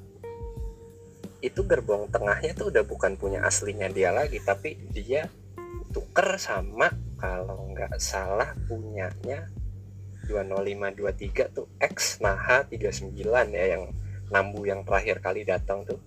itu gerbong tengahnya tuh udah bukan punya aslinya dia lagi, tapi dia tuker sama, kalau nggak salah punyanya 20523 tuh X Naha 39 ya, yang Nambu yang terakhir kali datang tuh.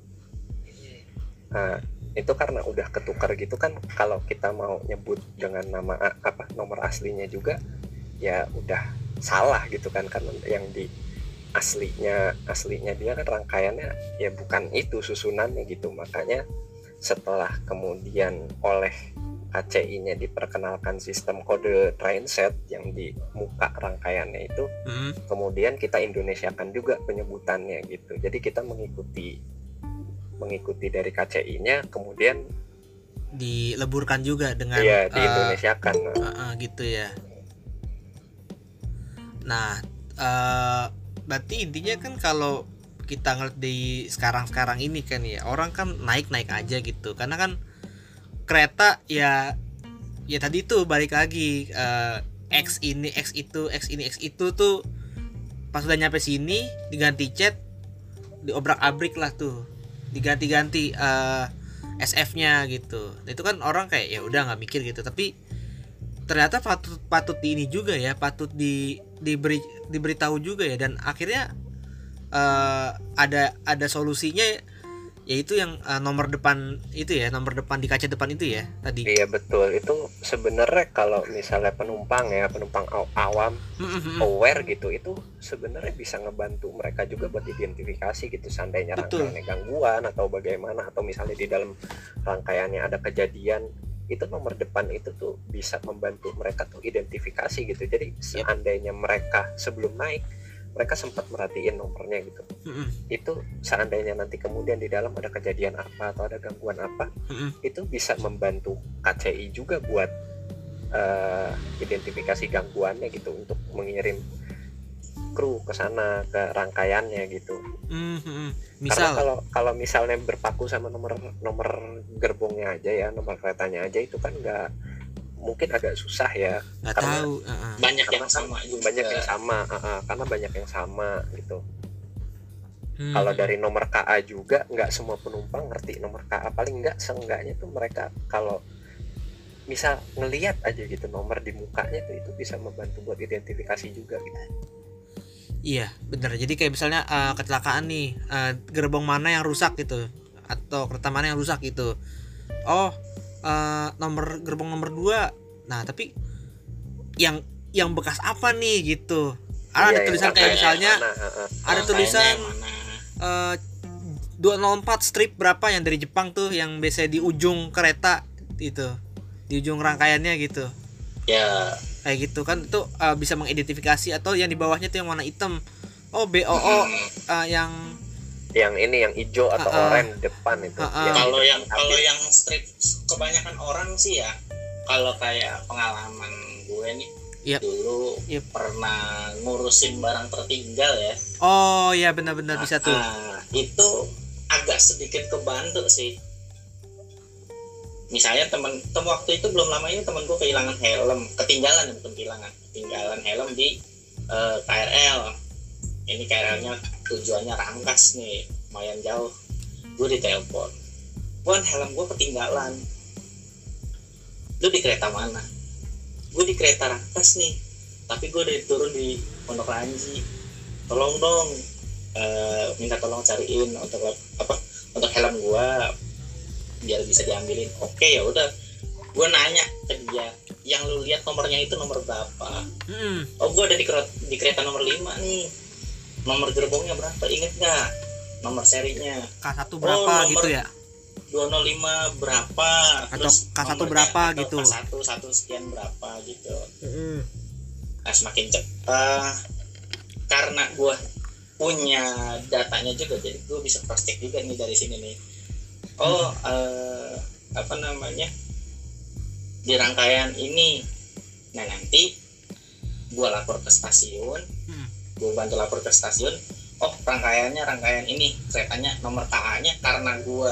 Nah, itu karena udah ketukar gitu kan, kalau kita mau nyebut dengan nama nomor aslinya juga ya udah salah gitu kan, karena yang di aslinya dia kan rangkaiannya ya bukan itu susunannya gitu. Makanya setelah kemudian oleh KCI-nya diperkenalkan sistem kode train set yang di muka rangkaiannya itu, kemudian kita Indonesiakan juga penyebutannya gitu. Jadi kita mengikuti dari KCI-nya, kemudian dileburkan juga dengan di Indonesiakan gitu ya. Nah, berarti intinya kan kalau kita ngeliat di sekarang ini kan ya, orang kan naik aja gitu, karena kan kereta ya tadi tuh balik lagi X ini X itu tuh pas udah nyampe sini diganti cat, diobrak-abrik lah tuh, diganti SF-nya gitu. Itu kan orang kayak ya udah nggak mikir gitu, tapi ternyata patut di ini juga ya, patut diberitahu juga ya, dan akhirnya ada solusinya, yaitu yang nomor depan itu ya, nomor depan di kaca depan itu ya tadi. Iya betul, itu sebenarnya kalau misalnya penumpang awam aware gitu, itu sebenarnya bisa ngebantu mereka juga buat identifikasi gitu, seandainya rangkaiannya gangguan atau bagaimana, atau misalnya di dalam rangkaiannya ada kejadian, itu nomor depan itu tuh bisa membantu mereka tuh identifikasi gitu. Jadi seandainya mereka sebelum naik mereka sempat merhatiin nomornya gitu, itu seandainya nanti kemudian di dalam ada kejadian apa atau ada gangguan apa, itu bisa membantu KCI juga buat identifikasi gangguannya gitu, untuk mengirim kru ke sana, ke rangkaiannya gitu. Misal karena kalau misalnya berpaku sama nomor gerbongnya aja ya, nomor keretanya aja, itu kan nggak, mungkin agak susah ya, nggak karena tahu. Banyak yang sama juga. Karena banyak yang sama gitu. Kalau dari nomor KA juga nggak semua penumpang ngerti nomor KA, paling nggak seenggaknya tuh mereka kalau misal ngelihat aja gitu nomor di mukanya tuh, itu bisa membantu buat identifikasi juga gitu. Iya bener, jadi kayak misalnya kecelakaan nih, gerbong mana yang rusak gitu, atau kereta mana yang rusak gitu, nomor gerbong nomor 2. Nah tapi yang bekas apa nih gitu, ada tulisan kayak misalnya ada tulisan 204 strip berapa yang dari Jepang tuh, yang biasa di ujung kereta itu, di ujung rangkaiannya gitu ya, kayak gitu kan, itu bisa mengidentifikasi. Atau yang di bawahnya tuh yang warna hitam, BOO yang ini yang hijau atau oranye depan itu. Kalau yang strip kebanyakan orang sih ya, kalau kayak pengalaman gue nih, dulu pernah ngurusin barang tertinggal ya. Oh ya benar-benar bisa tuh. Itu agak sedikit kebantu sih. Misalnya temen waktu itu belum lama ini temen gue kehilangan helm, ketinggalan helm di KRL. Ini KRL-nya tujuannya Rangkas nih, lumayan jauh. Gue ditelepon, "Wan, helm gue ketinggalan. Lu di kereta mana?" "Gue di kereta Rangkas nih, tapi gue udah turun di Pondok Ranji. Tolong dong, minta tolong cariin untuk helm gue biar bisa diambilin." Oke, ya udah. Gue nanya ke dia, "Yang lu lihat nomornya itu nomor berapa?" "Oh, gue ada di kereta nomor 5 nih." "Nomor gerbongnya berapa? Ingat nggak nomor serinya?" K1 berapa gitu ya? 205 berapa? Atau Terus K1 berapa gitu? K1 sekian berapa gitu. Nah, semakin cepat karena gue punya datanya juga, jadi gue bisa cross check juga nih dari sini nih. Di rangkaian ini. Nah, nanti gue lapor ke stasiun, gue bantu lapor ke stasiun. Rangkaian ini, keretanya nomor KA-nya, karena gue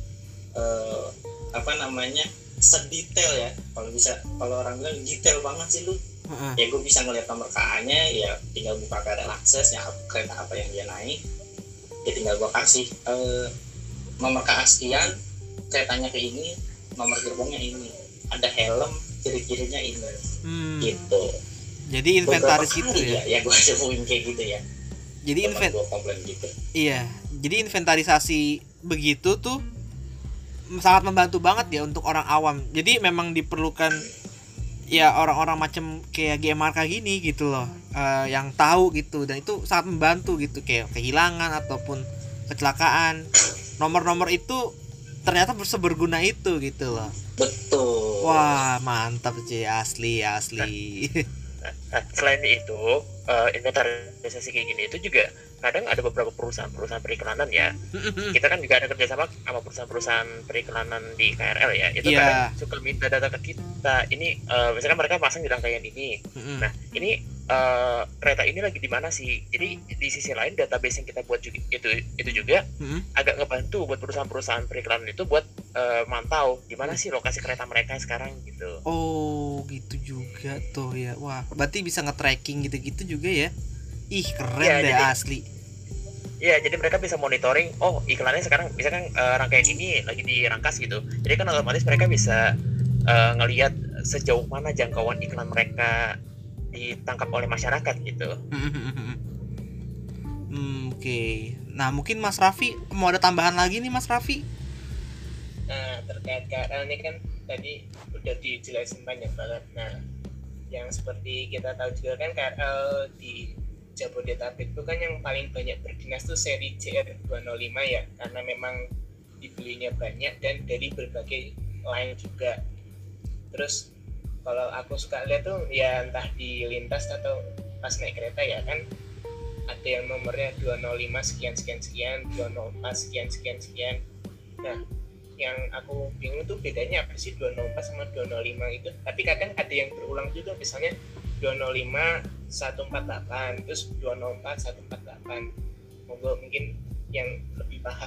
sedetail ya, kalau orang bilang detail banget sih lu. Ya gue bisa ngeliat nomor KA-nya, ya tinggal buka KRL akses, ya kereta apa yang dia naik, ya tinggal gue kasih nomor KA sekian, keretanya ke ini, nomor gerbongnya ini, ada helm, ciri-cirinya ini, gitu. Jadi inventaris gitu ya? Ya gue cobain kayak gitu ya. Jadi gitu. Iya, jadi inventarisasi begitu tuh sangat membantu banget ya untuk orang awam. Jadi memang diperlukan ya orang-orang macam kayak GMRK gini gitu loh, yang tahu gitu, dan itu sangat membantu gitu, kayak kehilangan ataupun kecelakaan. Nomor-nomor itu ternyata seberguna itu gitu loh. Betul. Wah, mantap sih, asli. Selain itu, inventarisasi kayak gini itu juga kadang ada beberapa perusahaan periklanan ya. Kita kan juga ada kerjasama sama perusahaan periklanan di KRL ya. Itu kadang suka minta data ke kita. Ini misalkan mereka pasang di rangkaian ini. Nah, ini kereta ini lagi di mana sih? Jadi di sisi lain database yang kita buat juga, itu juga agak ngebantu buat perusahaan periklanan itu buat mantau di mana sih lokasi kereta mereka sekarang gitu. Oh, gitu juga tuh ya. Wah, berarti bisa nge-tracking gitu-gitu juga ya. Ih, keren ya, deh, jadi, asli. Iya, jadi mereka bisa monitoring, iklannya sekarang misalkan rangkaian ini lagi di Rangkas gitu. Jadi kan otomatis mereka bisa ngelihat sejauh mana jangkauan iklan mereka ditangkap oleh masyarakat gitu. Oke. Nah, mungkin Mas Raffi mau ada tambahan lagi nih Mas Raffi. Nah, terkait KRL ini kan tadi udah dijelasin banyak banget. Nah, yang seperti kita tahu juga kan KRL di Jabodetabek itu kan yang paling banyak berdinas tuh seri JR205 ya, karena memang dibelinya banyak dan dari berbagai line juga. Terus kalau aku suka lihat tuh ya entah di lintas atau pas naik kereta ya kan, ada yang nomornya 205 sekian sekian sekian, 204 sekian sekian sekian. Nah, yang aku bingung tuh bedanya apa sih 204 sama 205 itu. Tapi kadang ada yang berulang juga, misalnya 205 148 terus 204 148. Moga mungkin yang lebih paham.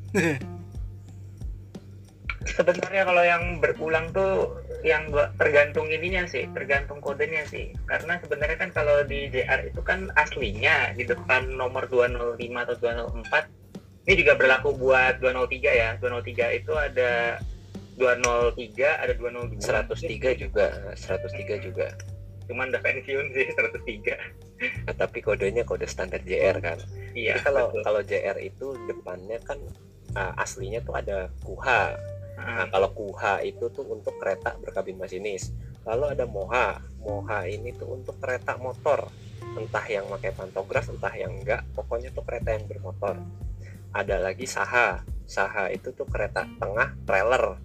Sebenarnya kalau yang berulang tuh yang tergantung ininya sih, tergantung kodenya sih. Karena sebenarnya kan kalau di JR itu kan aslinya di depan nomor 205 atau 204. Ini juga berlaku buat 203 ya. 203 itu ada 203, ada 202. 103 juga, 103 juga. Cuman udah pensiun sih 103. Nah, tapi kodenya kode standar JR kan. Iya. Jadi kalau JR itu depannya kan aslinya tuh ada KUHA. Nah, kalau KUHA itu tuh untuk kereta berkabin masinis. Lalu ada MOHA. MOHA ini tuh untuk kereta motor. Entah yang pakai pantograf, entah yang enggak. Pokoknya tuh kereta yang bermotor. Ada lagi SAHA. SAHA itu tuh kereta tengah trailer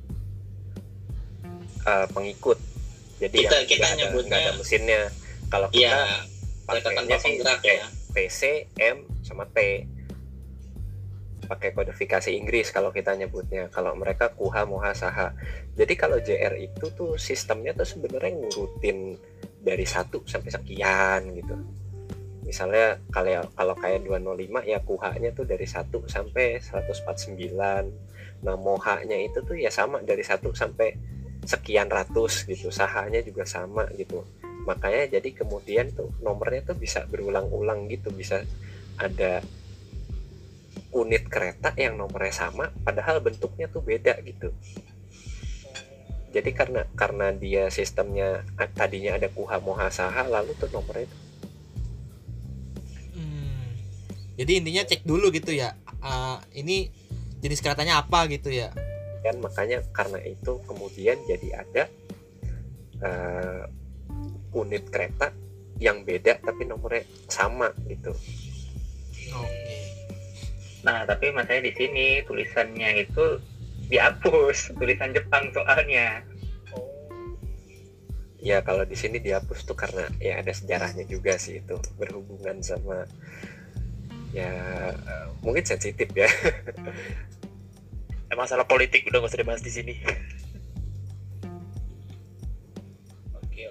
pengikut. Jadi kita yang nyebutnya nggak ada mesinnya. Kalau kita kereta tanpa pakainya sih penggerak ya. PC, M, sama T. Pakai kodifikasi Inggris kalau kita nyebutnya. Kalau mereka KUHA, MOHA, SAHA. Jadi kalau JR itu tuh sistemnya tuh sebenarnya ngurutin dari 1 sampai sekian gitu. Misalnya kalau kayak 205 ya KUHA-nya tuh dari 1 sampai 149. Nah, MOHA-nya itu tuh ya sama dari 1 sampai sekian ratus gitu. SAHA-nya juga sama gitu. Makanya jadi kemudian tuh nomornya tuh bisa berulang-ulang gitu, bisa ada unit kereta yang nomornya sama padahal bentuknya tuh beda gitu. Jadi karena dia sistemnya tadinya ada KUHA, MOHA, SAHA, lalu tuh nomornya itu. Jadi intinya cek dulu gitu ya. Ini jenis keretanya apa gitu ya. Kan makanya karena itu kemudian jadi ada unit kereta yang beda tapi nomornya sama gitu. Oke. Nah, tapi masalahnya di sini tulisannya itu dihapus, tulisan Jepang soalnya. Ya kalau di sini dihapus tuh karena ya ada sejarahnya juga sih, itu berhubungan sama ya mungkin sensitif ya. Masalah politik udah nggak usah dibahas di sini. Oke.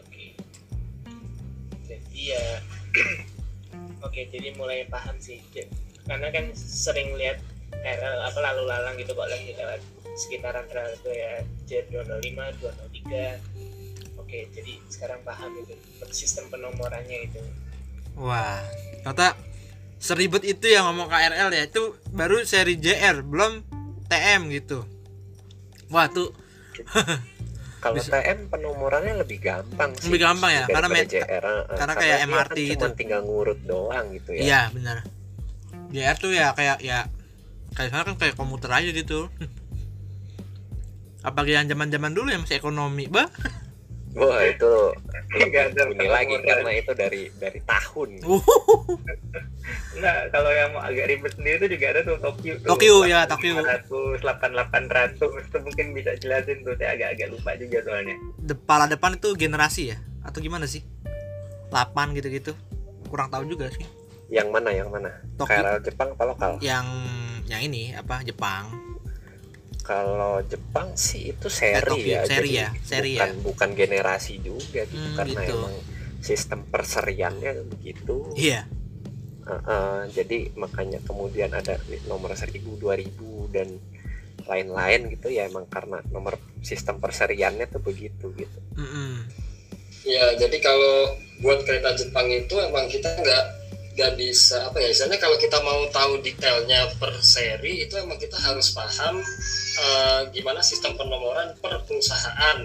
Jadi ya oke, jadi mulai paham sih. Karena kan sering lihat KRL lalu lalang gitu kok lagi lewat sekitaran rel itu ya J205, 203. Oke, jadi sekarang paham itu sistem penomorannya itu. Wah, ternyata seribet itu yang ngomong KRL ya. Itu baru seri JR, belum TM gitu. Wah tuh. Kalau TM penomorannya lebih gampang sih. Lebih gampang ya, karena JR, karena kayak MRT kan gitu. Cuma tinggal ngurut doang gitu ya. Iya benar. JR tuh ya kayak sana kan kayak komuter aja gitu. Apalagi yang zaman-zaman dulu yang masih ekonomi, bah. Wah itu Nggak ada ini lagi komuter. karena itu dari tahun. Enggak, kalau yang mau agak ribet sendiri itu juga ada tuh Tokyo tuh. Tokyo ya, Tokyo. 8800 itu mungkin bisa jelasin tuh, saya agak lupa juga soalnya. Kepala depan itu generasi ya atau gimana sih? 8 gitu-gitu. Kurang tahu juga sih. Yang mana? Tokyo. KRL Jepang apa lokal? Yang ini apa Jepang? Kalau Jepang sih itu seri Tokyo, ya. seri Jadi ya, seri ya. bukan generasi juga gitu, karena gitu. emang sistem perseriannya begitu. Iya. Jadi makanya kemudian ada nomor 1000, 2000 dan lain-lain gitu ya, emang karena nomor sistem perseriannya tuh begitu gitu. Ya, jadi kalau buat kereta Jepang itu emang kita nggak bisa apa ya, misalnya kalau kita mau tahu detailnya per seri itu emang kita harus paham gimana sistem penomoran per perusahaan.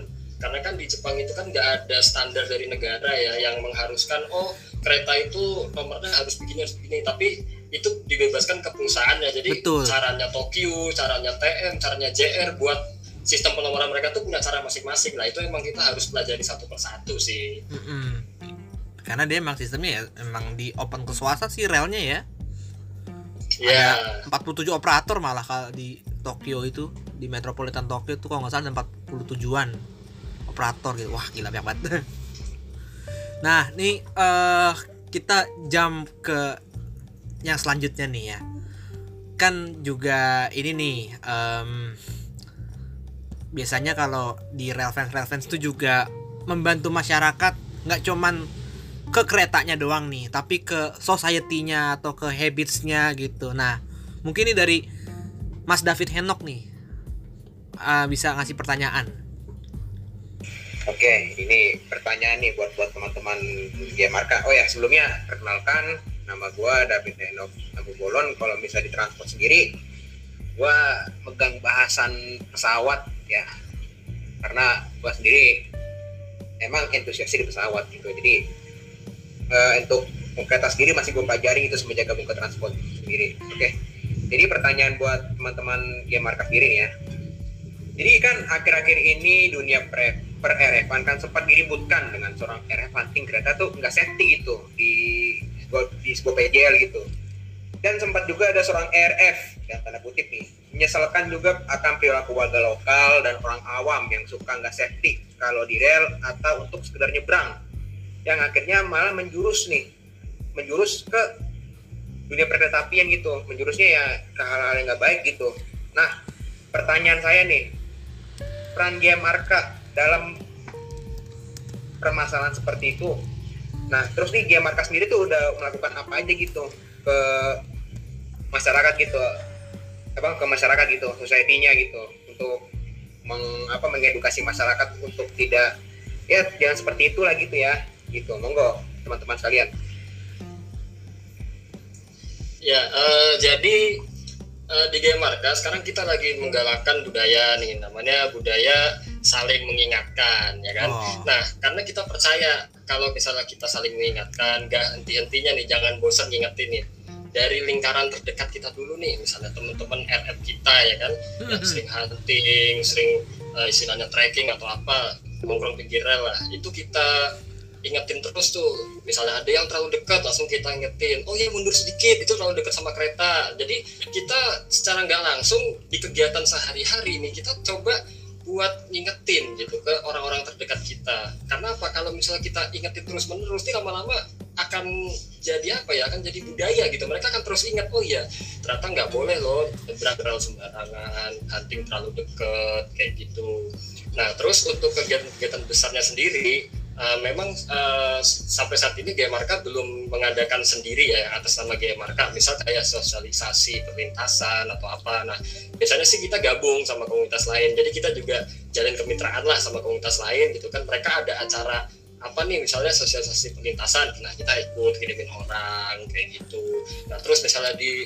karena kan di Jepang itu kan nggak ada standar dari negara ya yang mengharuskan kereta itu nomornya harus begini, tapi itu dibebaskan ke perusahaannya. Jadi Betul. caranya Tokyo, caranya TM, caranya JR buat sistem penomoran mereka tuh punya cara masing-masing. Nah itu emang kita harus pelajari satu persatu sih. Karena dia emang sistemnya ya emang di open ke swasta sih relnya ya. Iya. Ada 47 operator malah kalau di Tokyo itu, di Metropolitan Tokyo tuh kalau nggak salah ada 47-an operator gitu. Wah gila banyak banget. Nah nih kita jump ke yang selanjutnya nih ya. Kan juga ini nih biasanya kalau di rail fans itu juga membantu masyarakat nggak cuman ke keretanya doang nih, tapi ke society-nya atau ke habits-nya gitu. Nah, mungkin ini dari Mas David Henok nih bisa ngasih pertanyaan. Oke, ini pertanyaan nih buat teman-teman GMRK. Oh ya, sebelumnya perkenalkan, nama gue David Henok Abu Bolon. Kalau misalnya di transport sendiri, gue megang bahasan pesawat ya, karena gue sendiri emang entusiasnya di pesawat gitu. Jadi untuk kereta sendiri masih gue pelajari itu semenjak gabung ke transport sendiri. Oke, jadi pertanyaan buat teman-teman GMRK sendiri ya. Jadi kan akhir-akhir ini dunia per-RF-an kan sempat diributkan dengan seorang RF hunting kereta tuh nggak safety gitu di sebuah PJL gitu. Dan sempat juga ada seorang RF yang tanda kutip nih menyesalkan juga akan perilaku warga lokal dan orang awam yang suka nggak safety kalau di rel atau untuk sekedar nyebrang, yang akhirnya malah menjurus ke dunia perkeretaapian gitu, menjurusnya ya ke hal-hal yang nggak baik gitu. Nah, pertanyaan saya nih, peran GMRK dalam permasalahan seperti itu. Nah, terus nih GMRK sendiri tuh udah melakukan apa aja gitu ke masyarakat gitu, ke masyarakat gitu, society-nya gitu, untuk mengedukasi masyarakat untuk tidak ya jangan seperti itulah gitu ya, gitu. Monggo teman-teman sekalian. Ya, jadi di GMRK sekarang kita lagi menggalakkan budaya nih, namanya budaya saling mengingatkan, ya kan? Nah, karena kita percaya kalau misalnya kita saling mengingatkan, gak henti-hentinya nih, jangan bosan ngingetin nih. Dari lingkaran terdekat kita dulu nih, misalnya teman-teman RF kita ya kan, yang sering hunting, sering istilahnya trekking atau apa, nongkrong pinggir rel lah, itu kita ingetin terus tuh. Misalnya ada yang terlalu dekat, langsung kita ingetin, oh ya mundur sedikit, itu terlalu dekat sama kereta. Jadi kita secara nggak langsung di kegiatan sehari-hari nih, kita coba buat ngingetin gitu ke orang-orang terdekat kita. Karena apa? Kalau misalnya kita ingetin terus-menerus, ini lama-lama akan jadi apa ya? Akan jadi budaya gitu. Mereka akan terus ingat, oh iya, ternyata nggak boleh loh nyebrang rel sembarangan, hunting terlalu deket, kayak gitu. Nah, terus untuk kegiatan-kegiatan besarnya sendiri, memang sampai saat ini GMRK belum mengadakan sendiri ya atas nama GMRK, misal kayak sosialisasi perlintasan atau apa. Nah, biasanya sih kita gabung sama komunitas lain, jadi kita juga jalin kemitraan lah sama komunitas lain gitu kan. Mereka ada acara apa nih, misalnya sosialisasi perlintasan, nah kita ikut kirimin orang kayak gitu. Nah, terus misalnya di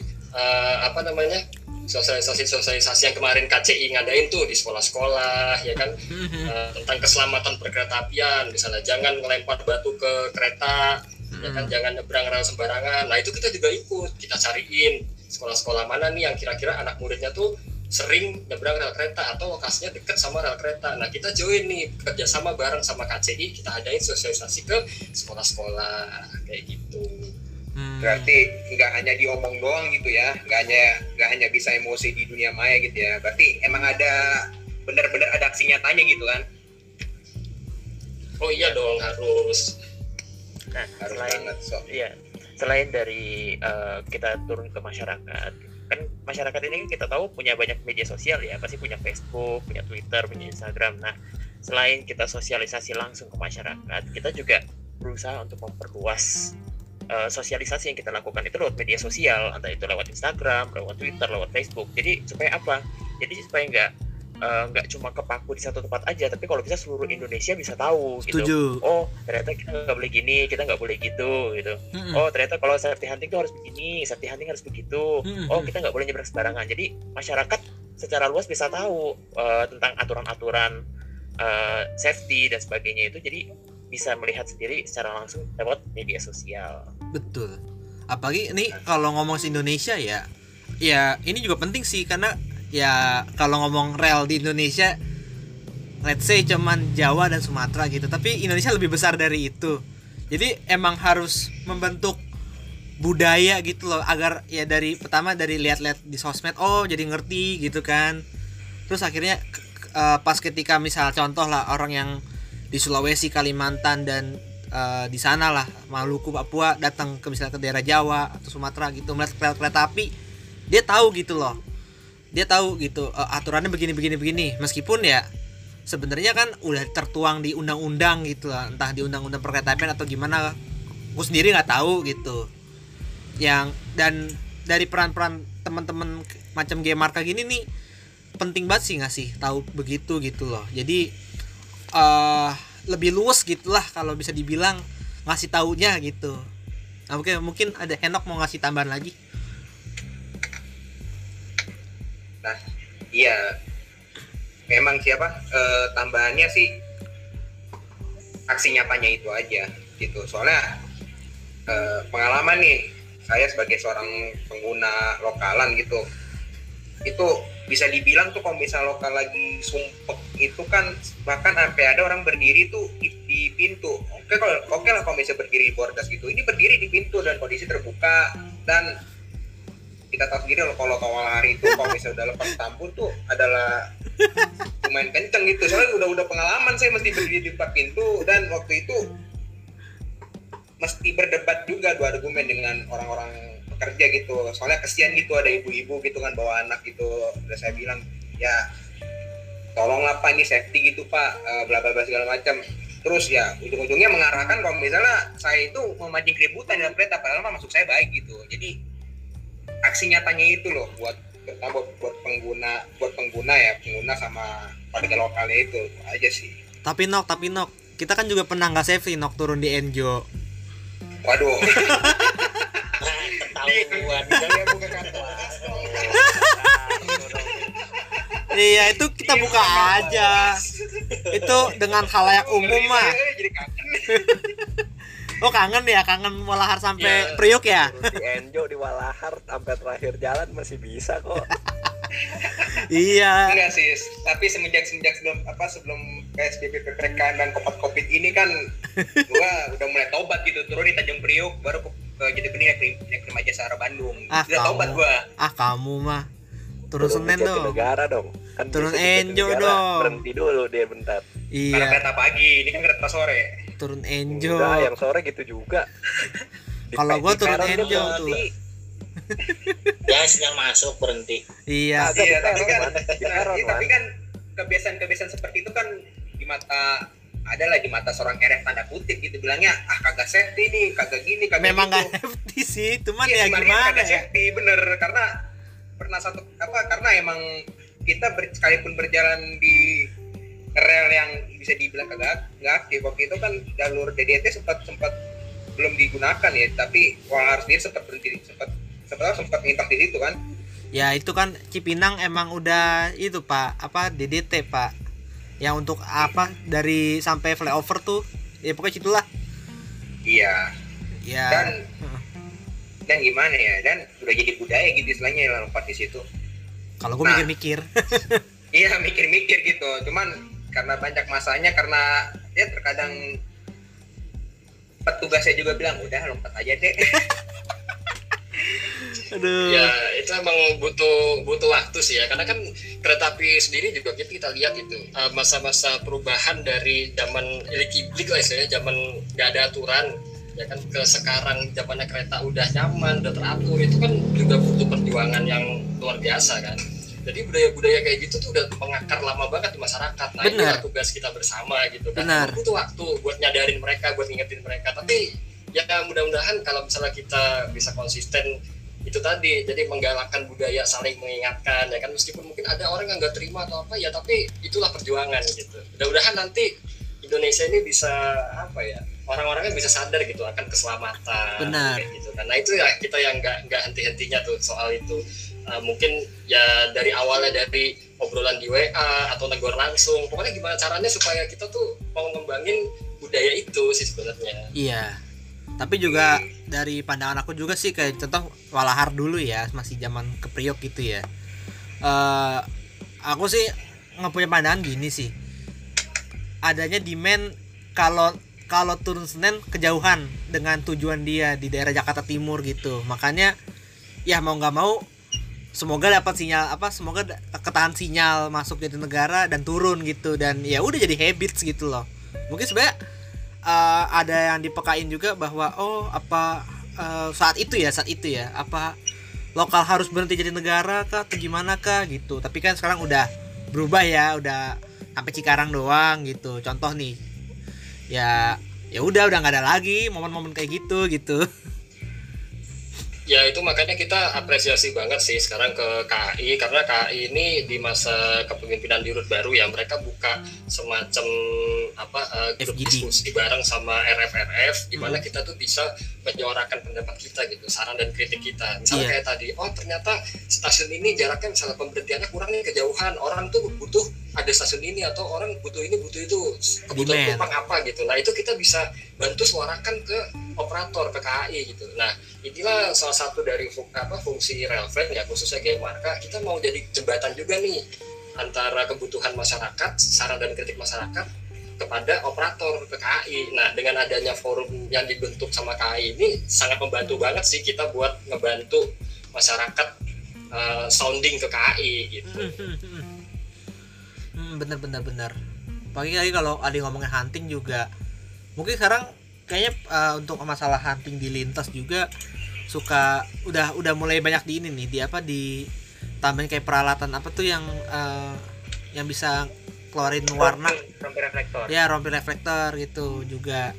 sosialisasi yang kemarin KCI ngadain tuh di sekolah-sekolah ya kan, tentang keselamatan perkeretaapian, misalnya jangan ngelempar batu ke kereta ya kan, jangan nyebrang rel sembarangan. Nah itu kita juga ikut, kita cariin sekolah-sekolah mana nih yang kira-kira anak muridnya tuh sering nyebrang rel kereta atau lokasinya deket sama rel kereta. Nah kita join nih, kerjasama bareng sama KCI, kita adain sosialisasi ke sekolah-sekolah kayak gitu. Berarti nggak hanya diomong doang gitu ya, nggak hanya bisa emosi di dunia maya gitu ya. Berarti emang ada benar-benar ada aksi nyatanya gitu kan? Oh iya dong, harus. Nah, Harus selain banget, so. iya, selain dari kita turun ke masyarakat, kan masyarakat ini kita tahu punya banyak media sosial ya, pasti punya Facebook, punya Twitter, punya Instagram. Nah, selain kita sosialisasi langsung ke masyarakat, kita juga berusaha untuk memperluas sosialisasi yang kita lakukan itu lewat media sosial, entah itu lewat Instagram, lewat Twitter, lewat Facebook. Jadi supaya apa? Jadi supaya nggak cuma kepaku di satu tempat aja, tapi kalau bisa seluruh Indonesia bisa tahu. Setuju. Gitu. Oh ternyata kita nggak boleh gini, kita nggak boleh gitu. Oh ternyata kalau safety hunting itu harus begini, safety hunting harus begitu. Oh kita nggak boleh nyebrang sembarangan. Jadi masyarakat secara luas bisa tahu tentang aturan-aturan safety dan sebagainya itu, jadi bisa melihat sendiri secara langsung lewat media sosial. Betul. Apalagi ini kalau ngomong Indonesia ya ini juga penting sih, karena ya kalau ngomong rel di Indonesia let's say cuman Jawa dan Sumatera gitu, tapi Indonesia lebih besar dari itu. Jadi emang harus membentuk budaya gitu loh, agar ya pertama dari lihat-lihat di sosmed, oh jadi ngerti gitu kan. Terus akhirnya pas ketika misal contoh lah orang yang di Sulawesi, Kalimantan dan di sana lah Maluku, Papua datang ke misalnya ke daerah Jawa atau Sumatera gitu, melihat kereta api, dia tahu gitu loh. Dia tahu gitu aturannya begini. Meskipun ya sebenarnya kan udah tertuang di undang-undang gitu lah, entah di undang-undang perkeretaapian atau gimana, gue sendiri nggak tahu gitu. Dan dari peran-peran teman-teman macam Game Marka gini nih penting banget sih ngasih tahu begitu gitu loh. Jadi lebih luas gitulah kalau bisa dibilang ngasih taunya gitu. Nah, mungkin ada Henok mau ngasih tambahan lagi. Nah, iya, memang tambahannya sih aksi nyatanya itu aja gitu. Soalnya pengalaman nih, saya sebagai seorang pengguna lokalan gitu, itu bisa dibilang tuh kalau misal lokal lagi sumpek itu kan bahkan sampai ada orang berdiri tuh di pintu. Oke lah kalau misalnya berdiri di bordas gitu, ini berdiri di pintu dan kondisi terbuka. Dan kita tahu sendiri kalau awal hari itu kalau misalnya udah lepas tampur tuh adalah lumayan kenceng gitu. Soalnya udah pengalaman saya mesti berdiri di depan pintu, dan waktu itu mesti berdebat juga dua argumen dengan orang-orang pekerja gitu. Soalnya kesian gitu, ada ibu-ibu gitu kan bawa anak gitu. Udah saya bilang ya tolonglah Pak, ini safety gitu Pak, bla bla bla segala macam. Terus ya ujung-ujungnya mengarahkan kalau misalnya saya itu memancing keributan dalam kereta, padahal mah maksud saya baik gitu. Jadi aksi nyatanya itu loh buat pengguna sama warga lokalnya itu aja sih. Tapi Nok, kita kan juga pernah nggak safety Nok turun di Enjo. Waduh. Iya, itu kita buka aja. Itu dengan khalayak umum mah. Oh kangen Walahar sampai Priuk ya? Di Enjo di Walahar sampai terakhir jalan masih bisa kok. Iya. Enggak sih, tapi semenjak sebelum PSBB PPKM dan Covid ini kan gua udah mulai tobat gitu, turun di Tanjung Priuk baru ke Jatibening naik Remaja Searah Bandung. Udah tobat gua. Kamu mah turun Senen dong. Negara dong. Kan turun Enjo dong. Berhenti dulu dia bentar. Iya. Karena kereta pagi, ini kan kereta sore. Turun Enjo. Enggak, yang sore gitu juga. Kalau gua turun Enjo tuh. Ya sinyal masuk berhenti. Iya. Tapi kan kebiasaan seperti itu kan di mata seorang erek tanda kutip gitu, bilangnya kagak safety nih, kagak gini, kagak memang gitu. Gak safety sih, cuman ya gimana kagak ya? Safety bener, karena karena emang kita sekalipun berjalan di rel yang bisa dibilang kagak aktif. Waktu itu kan jalur DDT sempat belum digunakan ya, tapi Walahar sendiri sempat berhenti, sempat minta di situ kan. Ya itu kan Cipinang emang udah itu Pak, DDT Pak. Yang untuk dari sampai flyover tuh, ya pokoknya itulah. Iya. Ya. Dan gimana ya? Dan udah jadi budaya gitu istilahnya lompat di situ. Kalau gue mikir-mikir. Iya mikir-mikir gitu. Cuman karena banyak masanya, karena ya terkadang petugasnya juga bilang udah lompat aja deh. Aduh. Ya itu emang butuh waktu sih ya, karena kan kereta api sendiri juga kita lihat itu masa-masa perubahan dari zaman ilik-iblik lah istilahnya, zaman nggak ada aturan ya kan, ke sekarang zamannya kereta udah nyaman, udah teratur, itu kan juga butuh perjuangan yang luar biasa kan. Jadi budaya-budaya kayak gitu tuh udah mengakar lama banget di masyarakat. Nah itu tugas kita bersama gitu kan. Butuh waktu buat nyadarin mereka, buat ngingetin mereka, tapi ya mudah-mudahan kalau misalnya kita bisa konsisten itu tadi, jadi menggalakkan budaya saling mengingatkan ya kan, meskipun mungkin ada orang yang nggak terima atau apa ya, tapi itulah perjuangan gitu. Mudah-mudahan nanti Indonesia ini bisa orang-orangnya bisa sadar gitu akan keselamatan kayak gitu kan. Nah itu ya kita yang nggak henti-hentinya tuh soal itu. mungkin ya dari awalnya dari obrolan di WA atau negor langsung, pokoknya gimana caranya supaya kita tuh mau ngembangin budaya itu sih sebenarnya. Iya. Tapi juga dari pandangan aku juga sih, kayak contoh Walahar dulu ya, masih zaman kepriok gitu ya. Aku sih ngepunya pandangan gini sih. Adanya demand kalau turun Senen kejauhan dengan tujuan dia di daerah Jakarta Timur gitu. Makanya ya mau nggak mau semoga dapat sinyal semoga ketahan sinyal masuk Jatinegara dan turun gitu, dan ya udah jadi habits gitu loh. Mungkin sebenarnya ada yang dipekain juga bahwa saat itu ya apa lokal harus berhenti jadi negara kah atau gimana kah gitu. Tapi kan sekarang udah berubah ya, udah sampai Cikarang doang gitu. Contoh nih, ya udah nggak ada lagi momen-momen kayak gitu. Ya itu makanya kita apresiasi banget sih sekarang ke KAI, karena KAI ini di masa kepemimpinan Dirut baru ya, mereka buka semacam grup diskusi bareng sama RF di mana kita tuh bisa menyuarakan pendapat kita gitu, saran dan kritik kita. Misalnya kayak tadi, ternyata stasiun ini jaraknya misalnya pemberhentiannya kurang nih, kejauhan, orang tuh butuh ada stasiun ini, atau orang butuh ini butuh itu, kebutuhan penumpang apa gitu. Nah itu kita bisa bantu suarakan ke operator, ke KAI gitu. Nah inilah salah satu dari fungsi Relven ya, khususnya Game Marka. Kita mau jadi jembatan juga nih antara kebutuhan masyarakat, saran dan kritik masyarakat kepada operator, ke KAI. Nah dengan adanya forum yang dibentuk sama KAI ini sangat membantu banget sih kita buat ngebantu masyarakat sounding ke KAI gitu. Bener. Pagi kalau ada ngomongin hunting juga, mungkin sekarang kayaknya untuk masalah hunting di lintas juga suka udah mulai banyak di ini nih, di tambahin kayak peralatan apa tuh yang bisa keluarin warna, rompi reflektor gitu juga,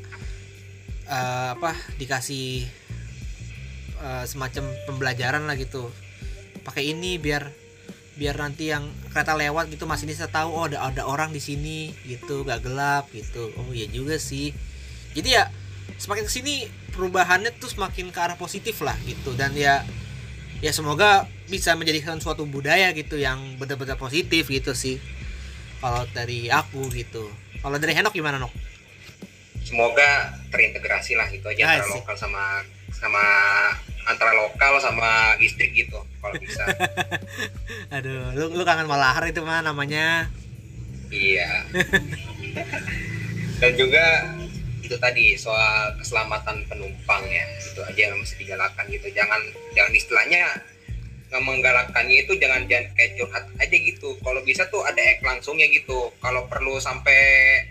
dikasih semacam pembelajaran lah gitu, pakai ini biar nanti yang kereta lewat gitu masinisnya tahu ada orang di sini gitu, gak gelap gitu. Oh iya juga sih. Jadi ya semakin kesini perubahannya tuh semakin ke arah positif lah gitu, dan ya semoga bisa menjadikan suatu budaya gitu yang benar-benar positif gitu sih kalau dari aku gitu. Kalau dari Henok gimana, Nok? Semoga terintegrasi lah gitu aja antara lokal sama antara lokal sama listrik gitu kalau bisa. Aduh, lu kangen Malahar itu mah namanya. Iya. Dan juga itu tadi soal keselamatan penumpang ya, itu aja yang mesti digalakkan gitu. Jangan istilahnya nggak menggalakkannya itu jangan kayak curhat aja gitu. Kalau bisa tuh ada langsungnya gitu. Kalau perlu sampai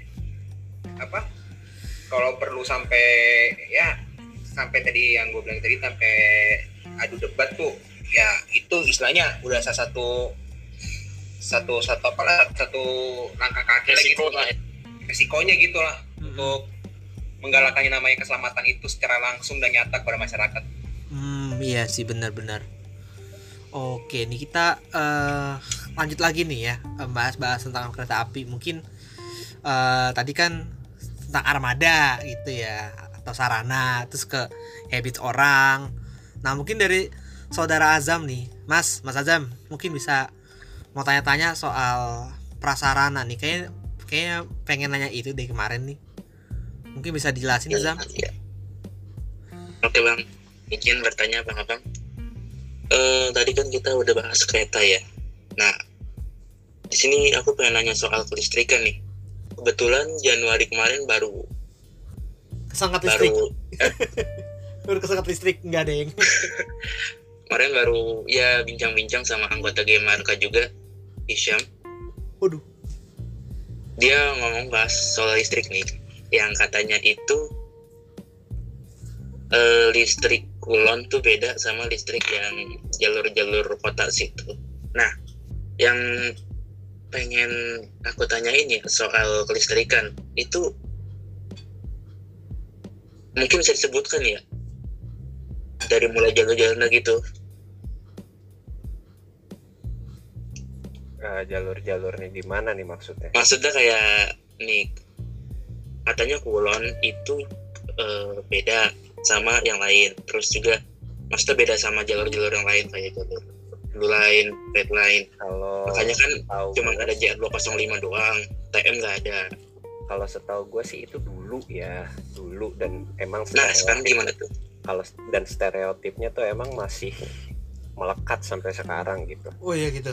sampai tadi yang gue bilang tadi, sampai adu debat tuh ya, itu istilahnya udah satu langkah kaki lah gitu, resikonya gitu lah untuk menggalakkannya namanya keselamatan itu secara langsung dan nyata kepada masyarakat. Iya sih, benar-benar. Oke, nih kita lanjut lagi nih ya, bahas tentang kereta api. Mungkin tadi kan tentang armada gitu ya, atau sarana, terus ke habit orang. Nah mungkin dari saudara Azam nih, Mas Azam mungkin bisa mau tanya-tanya soal prasarana nih. Kayaknya pengen nanya itu deh kemarin nih. Mungkin bisa dijelasin Azam? Ya. Oke Bang, izin bertanya Bang Abang. Tadi kan kita udah bahas kereta ya. Nah, di sini aku pengen nanya soal kelistrikan nih. Kebetulan Januari kemarin baru kesengat listrik. Baru kesengat listrik, enggak deng. Kemarin baru ya bincang-bincang sama anggota GMRK juga, Isyam. Waduh. Dia ngomong bahas soal listrik nih, yang katanya itu listrik Kulon tuh beda sama listrik yang jalur-jalur kota situ. Nah, yang pengen aku tanyain ya soal kelistrikan itu mungkin bisa disebutkan ya dari mulai jalur-jalurnya gitu. Jalur-jalurnya di mana nih maksudnya? Maksudnya kayak nih katanya Kulon itu beda sama yang lain, terus juga maksudnya beda sama jalur-jalur yang lain kayak jalur blue line, red line. Kalau Makanya kan setahu cuma gue ada sih- JR205 doang, TM nggak ada. kalau setahu gue sih itu dulu dan emang Nah sekarang gimana tuh? kalau dan stereotipnya tuh emang masih melekat sampai sekarang gitu. Oh iya gitu.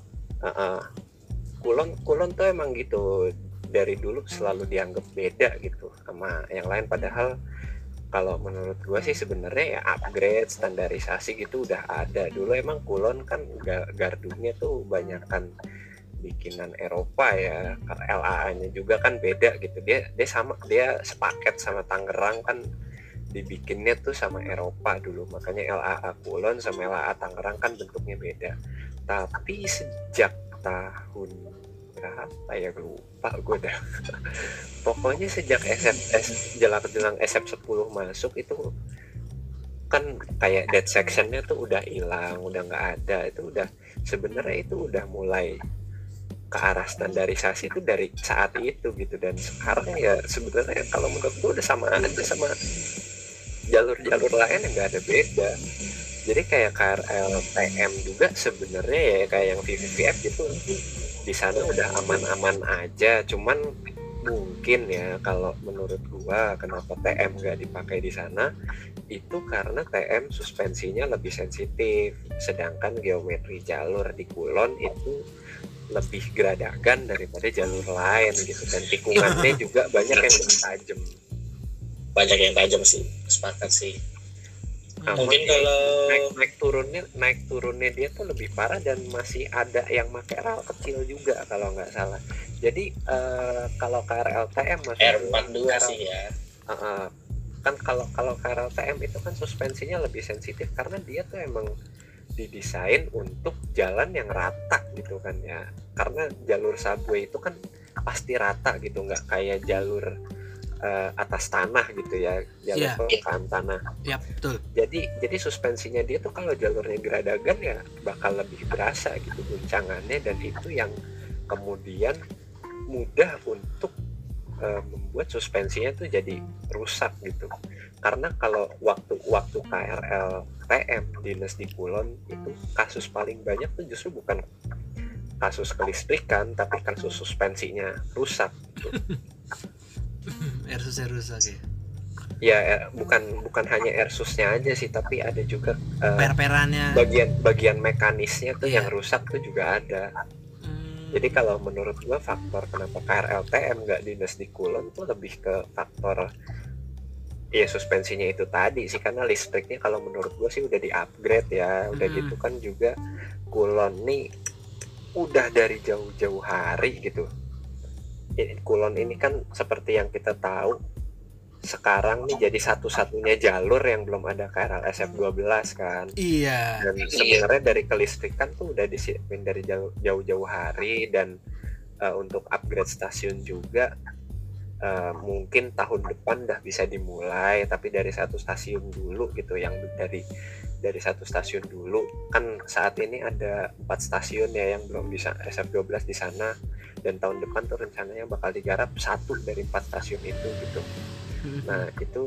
Kulon tuh emang gitu, dari dulu selalu dianggap beda gitu sama yang lain, padahal kalau menurut gue sih sebenarnya ya upgrade standarisasi gitu udah ada. Dulu emang Kulon kan gardunya tuh banyakan bikinan Eropa ya, LAA-nya juga kan beda gitu, dia sepaket sama Tangerang kan, dibikinnya tuh sama Eropa dulu, makanya LAA Kulon sama LAA Tangerang kan bentuknya beda. Tapi sejak tahun berapa ya, lupa gue dah. Pokoknya sejak jelang SF10 masuk itu kan kayak dead sectionnya tuh udah hilang, udah nggak ada. Itu udah sebenarnya itu udah mulai ke arah standarisasi itu dari saat itu gitu. Dan sekarang ya sebenarnya kalau menurut gue udah sama aja sama jalur-jalur lain yang nggak ada beda. Jadi kayak KRL TM juga sebenarnya ya kayak yang VVVF gitu, di sana udah aman-aman aja. Cuman mungkin ya kalau menurut gua kenapa TM nggak dipakai di sana itu karena TM suspensinya lebih sensitif, sedangkan geometri jalur di Kulon itu lebih geradagan daripada jalur lain gitu, dan tikungannya juga banyak yang lebih tajam. Banyak yang tajam sih, sepakat sih. Mungkin kalau naik turunnya dia tuh lebih parah, dan masih ada yang pakai rel kecil juga kalau nggak salah. Jadi kalau KRL TM R42 sih ya. Kan kalau KRL TM itu kan suspensinya lebih sensitif karena dia tuh emang didesain untuk jalan yang rata gitu kan ya. Karena jalur subway itu kan pasti rata gitu, nggak kayak jalur atas tanah gitu ya, jalur permukaan tanah. Iya, betul. Jadi suspensinya dia tuh kalau jalurnya geradagan ya bakal lebih berasa gitu guncangannya, dan itu yang kemudian mudah untuk membuat suspensinya tuh jadi rusak gitu. Karena kalau waktu KRL TM dinas di Kulon itu kasus paling banyak tuh justru bukan kasus kelistrikan, tapi kasus suspensinya rusak gitu. Airsusnya rusak ya. Ya bukan hanya airsusnya aja sih, tapi ada juga per-perannya, bagian mekanisnya tuh yang rusak tuh juga ada. Jadi kalau menurut gua faktor kenapa KRL TM nggak dinas di Kulon tuh lebih ke faktor ya suspensinya itu tadi sih, karena listriknya kalau menurut gua sih udah di-upgrade ya. Udah gitu kan juga Kulon nih udah dari jauh-jauh hari gitu. Kulon ini kan seperti yang kita tahu sekarang nih jadi satu-satunya jalur yang belum ada KRL SF12 kan. Iya. Dan sebenarnya dari kelistrikan tuh udah disiapin dari jauh-jauh hari, dan untuk upgrade stasiun juga mungkin tahun depan udah bisa dimulai, tapi dari satu stasiun dulu gitu, yang dari satu stasiun dulu. Kan saat ini ada 4 stasiun ya yang belum bisa SF12 di sana, dan tahun depan tuh rencananya bakal digarap 1 dari 4 stasiun itu gitu. Nah itu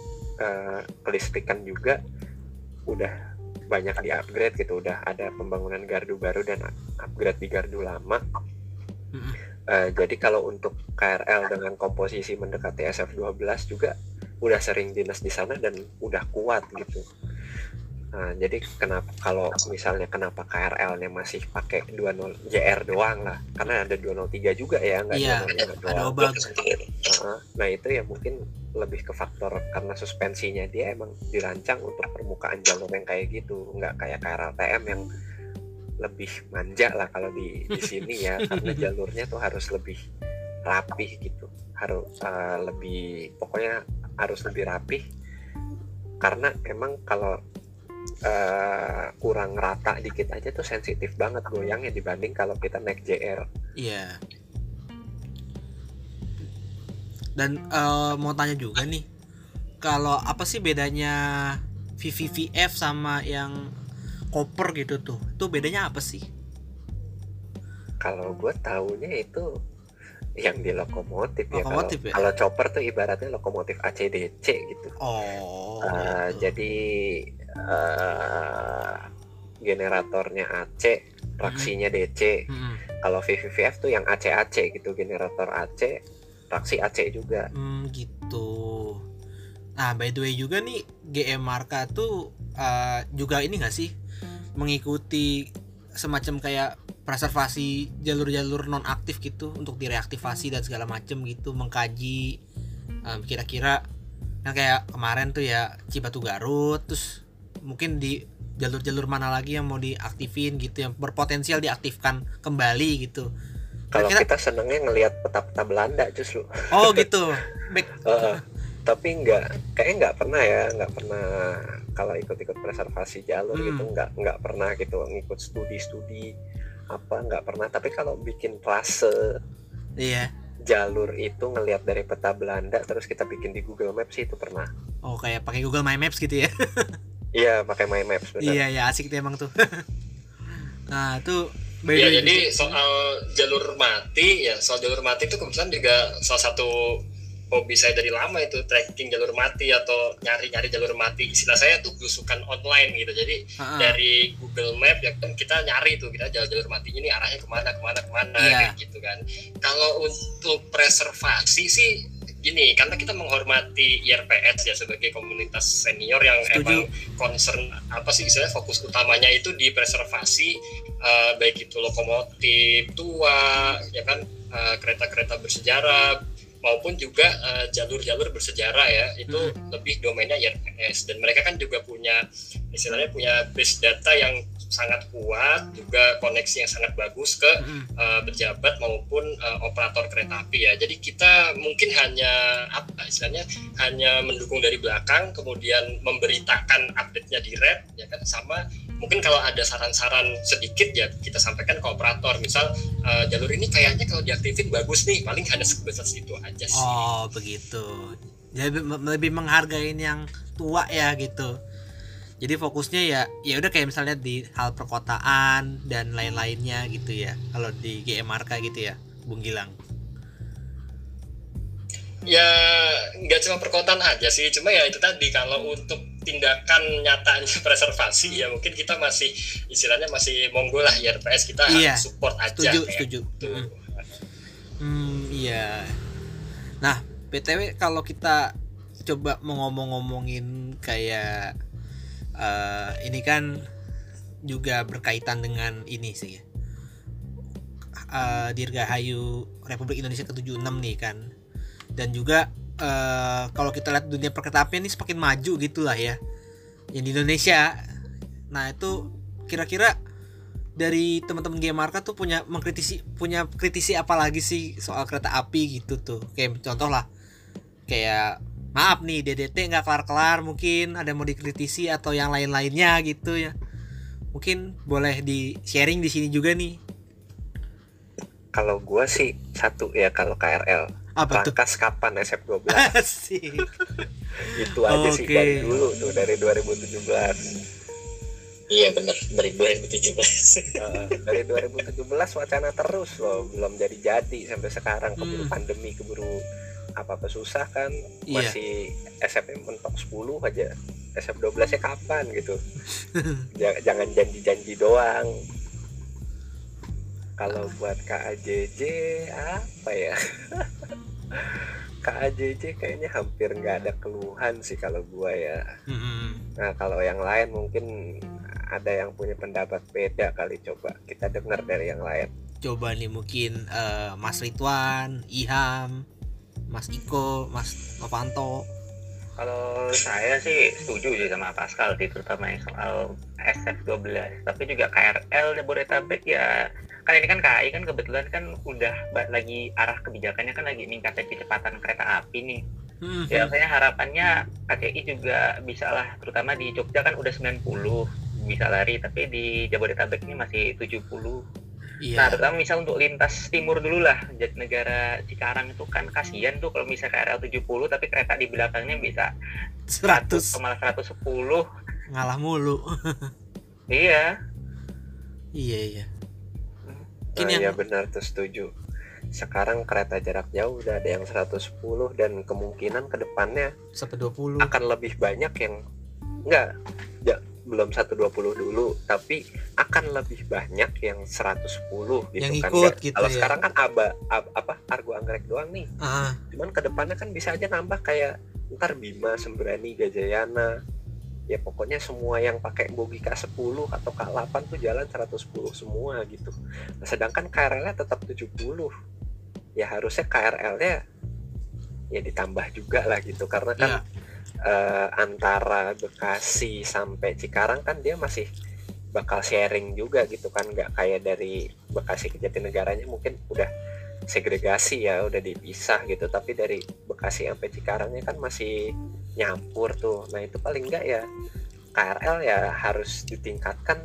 kelistrikan juga udah banyak di-upgrade gitu, udah ada pembangunan gardu baru dan upgrade di gardu lama. Jadi kalau untuk KRL dengan komposisi mendekati SF12 juga udah sering dinas di sana dan udah kuat gitu. Nah, jadi kalau misalnya kenapa KRL-nya masih pakai 20 JR doang lah, karena ada 203 juga ya, nggak 205 doang. Nah itu ya mungkin lebih ke faktor karena suspensinya dia emang dirancang untuk permukaan jalur yang kayak gitu, nggak kayak KRL TM yang lebih manja lah kalau di sini ya, karena jalurnya tuh harus lebih rapih gitu, harus pokoknya harus lebih rapih, karena emang kalau kurang rata dikit aja tuh sensitif banget goyangnya dibanding kalau kita naik JR. Iya. Dan mau tanya juga nih, kalau apa sih bedanya VVVF sama yang koper gitu tuh? Itu bedanya apa sih? Kalau gue taunya itu yang di lokomotif ya. Ya? Kalau chopper tuh ibaratnya lokomotif ACDC gitu. Oh. Jadi generatornya AC, traksinya DC. Kalau VVVF tuh yang AC gitu, generator AC, traksi AC juga. Gitu. Nah, by the way juga nih GM Marka tuh juga ini nggak sih mengikuti semacam kayak preservasi jalur-jalur non aktif gitu untuk direaktivasi dan segala macam gitu, mengkaji kira-kira yang kayak kemarin tuh ya Cibatu Garut, terus mungkin di jalur-jalur mana lagi yang mau diaktifin gitu, yang berpotensial diaktifkan kembali gitu. Kalau kita senengnya ngelihat peta-peta Belanda justru. Oh gitu. Tapi kayaknya nggak pernah kalau ikut-ikut preservasi jalur gitu nggak pernah gitu ngikut studi apa, nggak pernah. Tapi kalau bikin trase jalur itu ngelihat dari peta Belanda terus kita bikin di Google Maps sih itu pernah. Oh, kayak pakai Google My Maps gitu ya. Iya, pakai My Maps benar. Iya asik tuh emang tuh. Nah tuh ya, jadi soal jalur mati itu kebetulan juga salah satu hobi saya dari lama, itu tracking jalur mati atau nyari jalur mati. Istilah saya tuh belusukan online gitu. Jadi dari Google Map ya kan kita nyari tuh, kita jalur matinya ini arahnya kemana kayak gitu kan. Kalau untuk preservasi sih gini, karena kita menghormati IRPS ya sebagai komunitas senior yang emang concern apa sih istilahnya fokus utamanya itu di preservasi, baik itu lokomotif tua ya kan, kereta-kereta bersejarah maupun juga jalur-jalur bersejarah ya, itu lebih domainnya IRPS, dan mereka kan juga punya istilahnya punya base data yang sangat kuat, juga koneksi yang sangat bagus ke pejabat maupun operator kereta api ya. Jadi kita mungkin hanya hanya mendukung dari belakang, kemudian memberitakan update-nya di red ya kan, sama mungkin kalau ada saran-saran sedikit ya kita sampaikan ke operator, misal jalur ini kayaknya kalau diaktifin bagus nih, paling hanya sebatas itu aja sih. Oh begitu, jadi lebih menghargai yang tua ya gitu. Jadi fokusnya ya udah kayak misalnya di hal perkotaan dan lain-lainnya gitu ya, kalau di GM Marka gitu ya, Bung Gilang. Ya nggak cuma perkotaan aja sih, cuma ya itu tadi, kalau untuk tindakan nyatanya preservasi ya mungkin kita masih istilahnya masih monggo lah, IRPS kita support aja. Setuju. Iya. Nah BTW kalau kita coba ngomongin kayak ini kan juga berkaitan dengan ini sih, Dirgahayu Republik Indonesia ke-76 nih kan, dan juga kalau kita lihat dunia perkeretaapian ini semakin maju gitulah ya yang di Indonesia. Nah itu kira-kira dari teman-teman GM Marka tuh punya kritisi apa lagi sih soal kereta api gitu tuh, kayak contoh lah kayak maaf nih DDT nggak kelar-kelar, mungkin ada mau dikritisi atau yang lain-lainnya gitu ya, mungkin boleh di sharing di sini juga nih. Kalau gua sih satu ya, kalau KRL Rangkas kapan SF12 itu aja sih dari dulu tuh, dari 2017. Iya benar, dari 2017. Dari 2017 wacana terus loh, belum jadi sampai sekarang. Keburu pandemi, keburu apa susah kan, masih SF mentok 10 aja, SF12 nya kapan gitu. Jangan janji-janji doang. Kalau buat KAJJ apa ya? KAJJ kayaknya hampir nggak ada keluhan sih kalau gua ya. Nah kalau yang lain mungkin ada yang punya pendapat beda kali, coba kita dengar dari yang lain. Coba nih mungkin Mas Ridwan, Iham, Mas Iko, Mas Novanto. Kalau saya sih setuju sih sama Pascal, terutama yang soal SF12, tapi juga KRL Jabodetabek ya. Kan ini kan KAI kan kebetulan kan udah lagi arah kebijakannya kan lagi ningkatin kecepatan kereta api nih. Ya saya harapannya KCI juga bisa lah, terutama di Jogja kan udah 90 bisa lari, tapi di Jabodetabek ini masih 70. Nah terutama misal untuk lintas timur dulu lah, Jatinegara Cikarang itu kan kasihan tuh kalau misalnya KRL 70 tapi kereta di belakangnya bisa 100 malah 110, ngalah mulu. Iya. Iya benar tuh, setuju. Sekarang kereta jarak jauh udah ada yang 110, dan kemungkinan ke depannya 120 akan lebih banyak yang belum 120 dulu, tapi akan lebih banyak yang 110 gitu Yang kan. ikut Nggak- gitu kalau ya. sekarang kan Argo Anggrek doang nih. Cuman kedepannya kan bisa aja nambah kayak ntar Bima, Sembrani, Gajayana. Ya pokoknya semua yang pakai bogi K10 atau K8 tuh jalan 110 semua gitu. Nah, sedangkan KRL-nya tetap 70. Ya harusnya KRL-nya ya ditambah juga lah gitu, karena kan antara Bekasi sampai Cikarang kan dia masih bakal sharing juga gitu kan, nggak kayak dari Bekasi ke Jatinegaranya mungkin udah segregasi ya, udah dipisah gitu, tapi dari Bekasi sampai Cikarangnya kan masih nyampur tuh. Nah itu paling enggak ya KRL ya harus ditingkatkan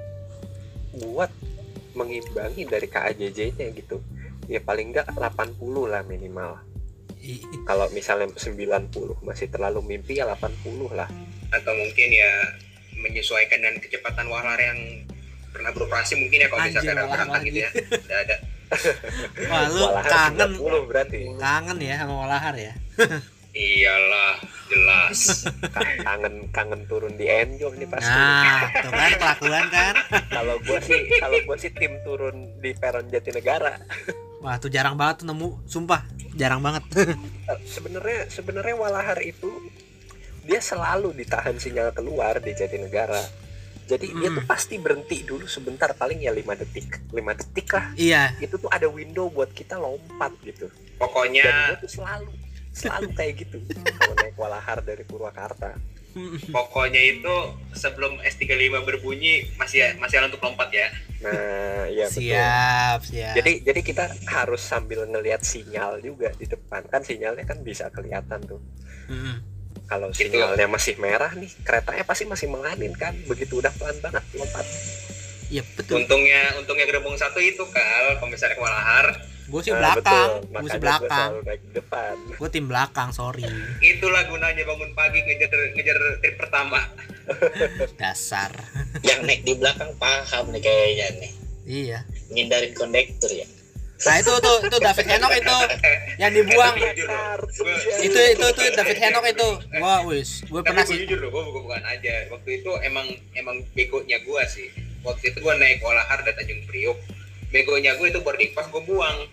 buat mengimbangi dari KAJJ-nya gitu. Ya paling enggak 80 lah minimal. Kalau misalnya 90 masih terlalu mimpi ya 80 lah. Atau mungkin ya menyesuaikan dengan kecepatan Walahar yang pernah beroperasi mungkin ya, kalau misalkan ada berangkat gitu ya. Udah ada. Wah, lu Walahar kangen 90 berarti. Kangen ya sama Walahar ya. Iyalah, jelas. kangen turun di Enjo ini pasti. Nah, tuh kan kelakuan kan. Kalau gua sih tim turun di peron Jatinegara. Wah, tuh jarang banget tuh nemu, sumpah, jarang banget. Sebenarnya Walahar itu dia selalu ditahan sinyal keluar di Jatinegara. Jadi dia tuh pasti berhenti dulu sebentar, paling ya 5 detik lah. Iya. Itu tuh ada window buat kita lompat gitu. Pokoknya Dan gua tuh selalu kayak gitu kalau naik Walahar dari Purwakarta. Pokoknya itu sebelum S35 berbunyi masih ada untuk lompat ya. Nah, iya betul. Siap. Jadi kita harus sambil ngelihat sinyal juga di depan. Kan sinyalnya kan bisa kelihatan tuh. Kalau sinyalnya masih merah nih, keretanya pasti masih menganin kan. Begitu udah pelan banget lompat. Iya betul. Untungnya gerbong 1 itu kalau misalnya ke Walahar, Gue sih belakang. Betul. Gue sih Makanya belakang. gua selalu naik di depan. Gue tim belakang, sorry. itulah gunanya bangun pagi ngejar trip pertama. Dasar. Yang naik di belakang paham nih kayaknya nih. Iya. Ngindarin kondektur ya. Nah itu David Henok itu yang dibuang. Itu David Henok itu. Wah, wis. Gue pernah Tapi sih. gue jujur loh, gue bukan aja. Waktu itu emang begonya gue sih. Waktu itu gue naik Walahar dari Tanjung Priok. Begonya gue itu boarding pass gue buang.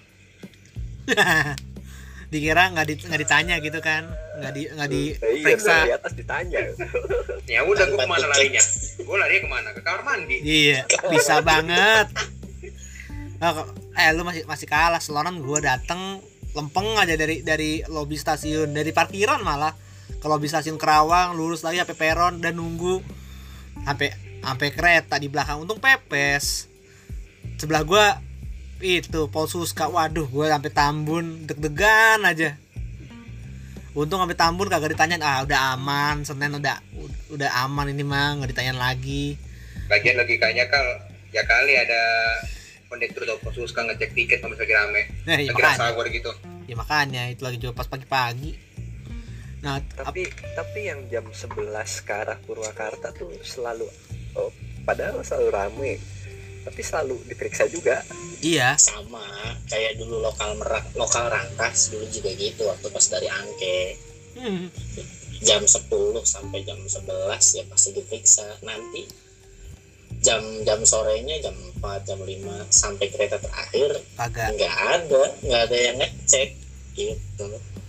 Dikira nggak ditanya gitu kan, nggak Iya, diperiksa. di atas ditanya. Ya udah, gue kemana larinya? Gue lari kemana? Ke kamar mandi. Iya, bisa banget. Lu masih kalah. Selonan gue dateng lempeng aja dari lobi stasiun, dari parkiran malah ke lobi stasiun Kerawang, lurus lagi sampai peron dan nunggu sampai kereta di belakang. Untung pepes. Sebelah gue itu Polsuska. Waduh, gue sampai Tambun deg-degan aja. Untung sampai Tambun kagak ditanyain. Udah aman, Senen udah aman ini mah, nggak ditanyain lagi. Lagian logikanya kali ada kondektur atau Polsuska ngecek tiket sama lagi rame. Iya, Lagi rasa gue gitu. Ya makanya itu lagi juga pas pagi-pagi. Nah, Tapi yang jam 11 ke arah Purwakarta tuh selalu padahal selalu rame. Tapi selalu diperiksa juga. iya. Sama kayak dulu lokal Rangkas dulu juga gitu, waktu pas dari Angke jam 10 sampai jam 11 ya pasti diperiksa. Nanti jam sorenya jam 4 jam 5 sampai kereta terakhir Kagak. nggak ada yang ngecek gitu.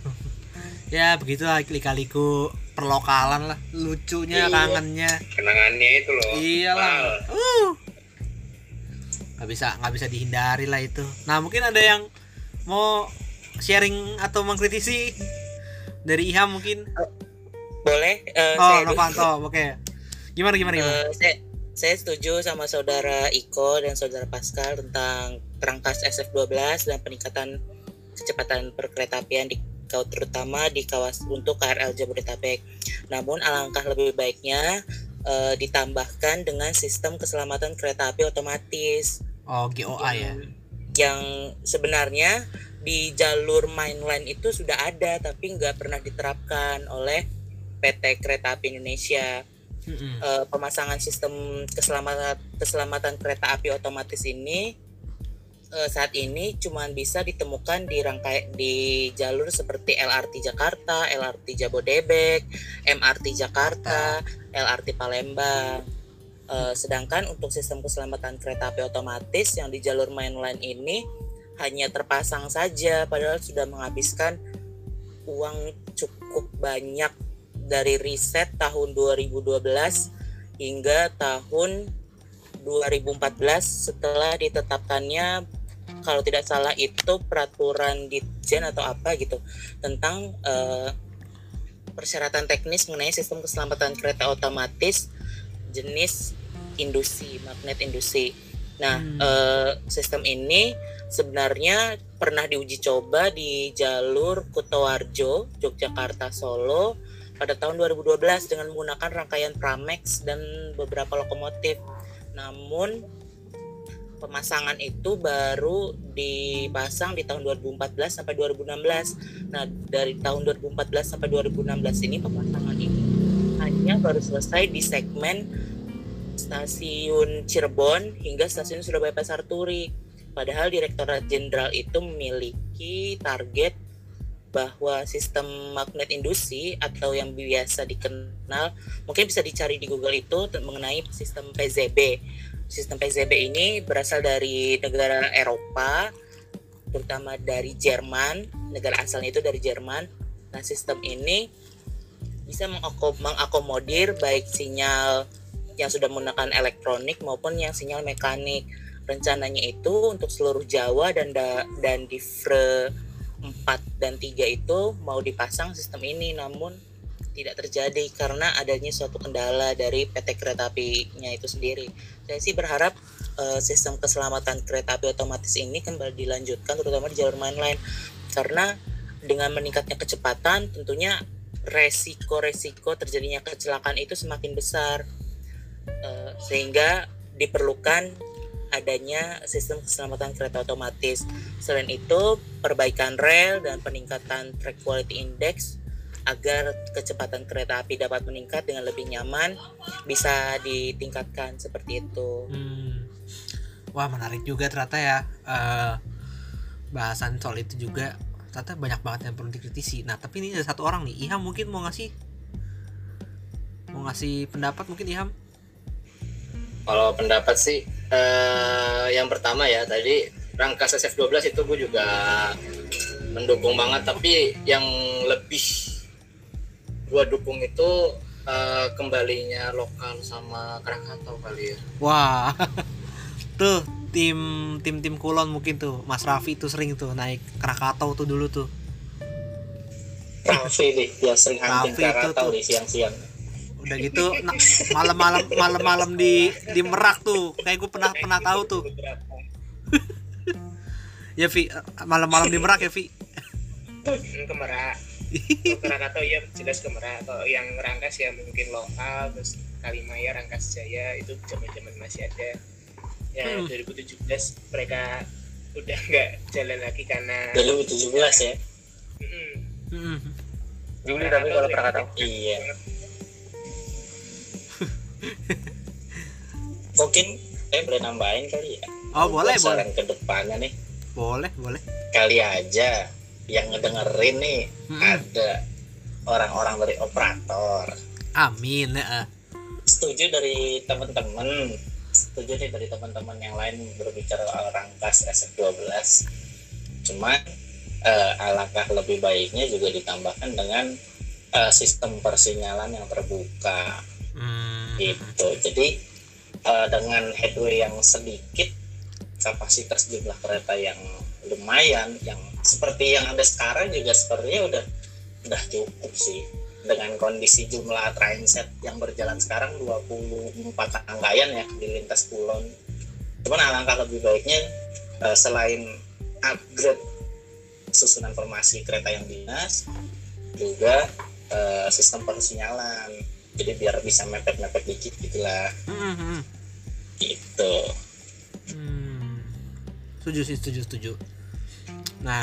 Ya begitulah lika-liku perlokalan lah, lucunya, Iya. kangennya. Kenangannya itu loh. Iyalah. Wow. Nggak bisa dihindari lah itu. Nah, mungkin ada yang mau sharing atau mengkritisi dari Iham mungkin. Boleh? Oh, Novanto. Oke. Gimana? Saya setuju sama saudara Iko dan saudara Pascal tentang Rangkas SF12 dan peningkatan kecepatan perkeretaapian terutama di kawasan untuk KRL Jabodetabek. Namun alangkah lebih baiknya ditambahkan dengan sistem keselamatan kereta api otomatis. Oh, GOA ya. Yang sebenarnya di jalur mainline itu sudah ada tapi nggak pernah diterapkan oleh PT Kereta Api Indonesia. Pemasangan sistem keselamatan kereta api otomatis ini saat ini cuma bisa ditemukan di jalur seperti LRT Jakarta, LRT Jabodebek, MRT Jakarta, LRT Palembang. Sedangkan untuk sistem keselamatan kereta api otomatis yang di jalur mainline ini hanya terpasang saja, padahal sudah menghabiskan uang cukup banyak dari riset tahun 2012 hingga tahun 2014 setelah ditetapkannya, kalau tidak salah itu peraturan Ditjen atau apa gitu tentang persyaratan teknis mengenai sistem keselamatan kereta otomatis jenis induksi, magnet induksi. Nah, sistem ini sebenarnya pernah diuji coba di jalur Kutoarjo, Yogyakarta, Solo pada tahun 2012 dengan menggunakan rangkaian Pramex dan beberapa lokomotif. Namun pemasangan itu baru dipasang di tahun 2014 sampai 2016. Nah, dari tahun 2014 sampai 2016 ini pemasangan ini hanya baru selesai di segmen stasiun Cirebon hingga stasiun Surabaya Pasar Turi. Padahal Direktorat Jenderal itu memiliki target bahwa sistem magnet induksi atau yang biasa dikenal, mungkin bisa dicari di Google itu mengenai sistem PZB. Sistem PZB ini berasal dari negara Eropa, terutama dari Jerman, negara asalnya itu dari Jerman. Nah, sistem ini bisa mengakomodir baik sinyal yang sudah menggunakan elektronik maupun yang sinyal mekanik. Rencananya itu untuk seluruh Jawa dan di FRE 4 dan 3 itu mau dipasang sistem ini, namun tidak terjadi karena adanya suatu kendala dari PT Kereta Apinya itu sendiri. Saya sih berharap sistem keselamatan kereta api otomatis ini kembali dilanjutkan terutama di jalur mainline, karena dengan meningkatnya kecepatan tentunya resiko terjadinya kecelakaan itu semakin besar, sehingga diperlukan adanya sistem keselamatan kereta otomatis. Selain itu, perbaikan rel dan peningkatan track quality index agar kecepatan kereta api dapat meningkat dengan lebih nyaman bisa ditingkatkan seperti itu. Wah, menarik juga ternyata ya, bahasan soal itu juga ternyata banyak banget yang perlu dikritisi. Nah, tapi ini ada satu orang nih, Iham mungkin mau ngasih pendapat mungkin, Iham. Kalau pendapat sih yang pertama ya tadi rangkas SF12 itu gue juga mendukung banget, tapi yang lebih gue dukung itu kembalinya lokal sama Krakatau kali ya. Wah, tuh tim Kulon mungkin tuh Mas Raffi tuh sering tuh naik Krakatau tuh dulu tuh. Raffi nih yang sering hunting Krakatau di siang-siang. Udah gitu malam-malam di Merak tuh kayak gue pernah tahu tuh. Ya Vi, malam-malam di Merak ya Vi. Ke Merak. Krakatau ya jelas ke Merak. Kalau yang Rangkas ya mungkin lokal, terus Kalimaya, Rangkas Jaya itu zaman masih ada. Ya 2017 mereka udah nggak jalan lagi karena 2017 ya. Juli tapi kalau Krakatau. Iya. Mungkin saya boleh nambahin kali ya. Oh, boleh. Saran ke depannya nih. Boleh. Kali aja yang ngedengerin nih ada orang-orang dari operator. Amin. Setuju dari teman-teman yang lain berbicara soal rangkas SF12. Cuman alangkah lebih baiknya juga ditambahkan dengan sistem persinyalan yang terbuka. Gitu. Jadi dengan headway yang sedikit, kapasitas jumlah kereta yang lumayan, yang seperti yang ada sekarang juga sepertinya udah cukup sih. Dengan kondisi jumlah trainset yang berjalan sekarang 24 rangkaian ya di lintas Kulon. Cuman alangkah lebih baiknya selain upgrade susunan formasi kereta yang dinas, juga sistem persinyalan. Jadi biar bisa mepet-mepet dikit gitu lah. Gitu. Setuju. Nah,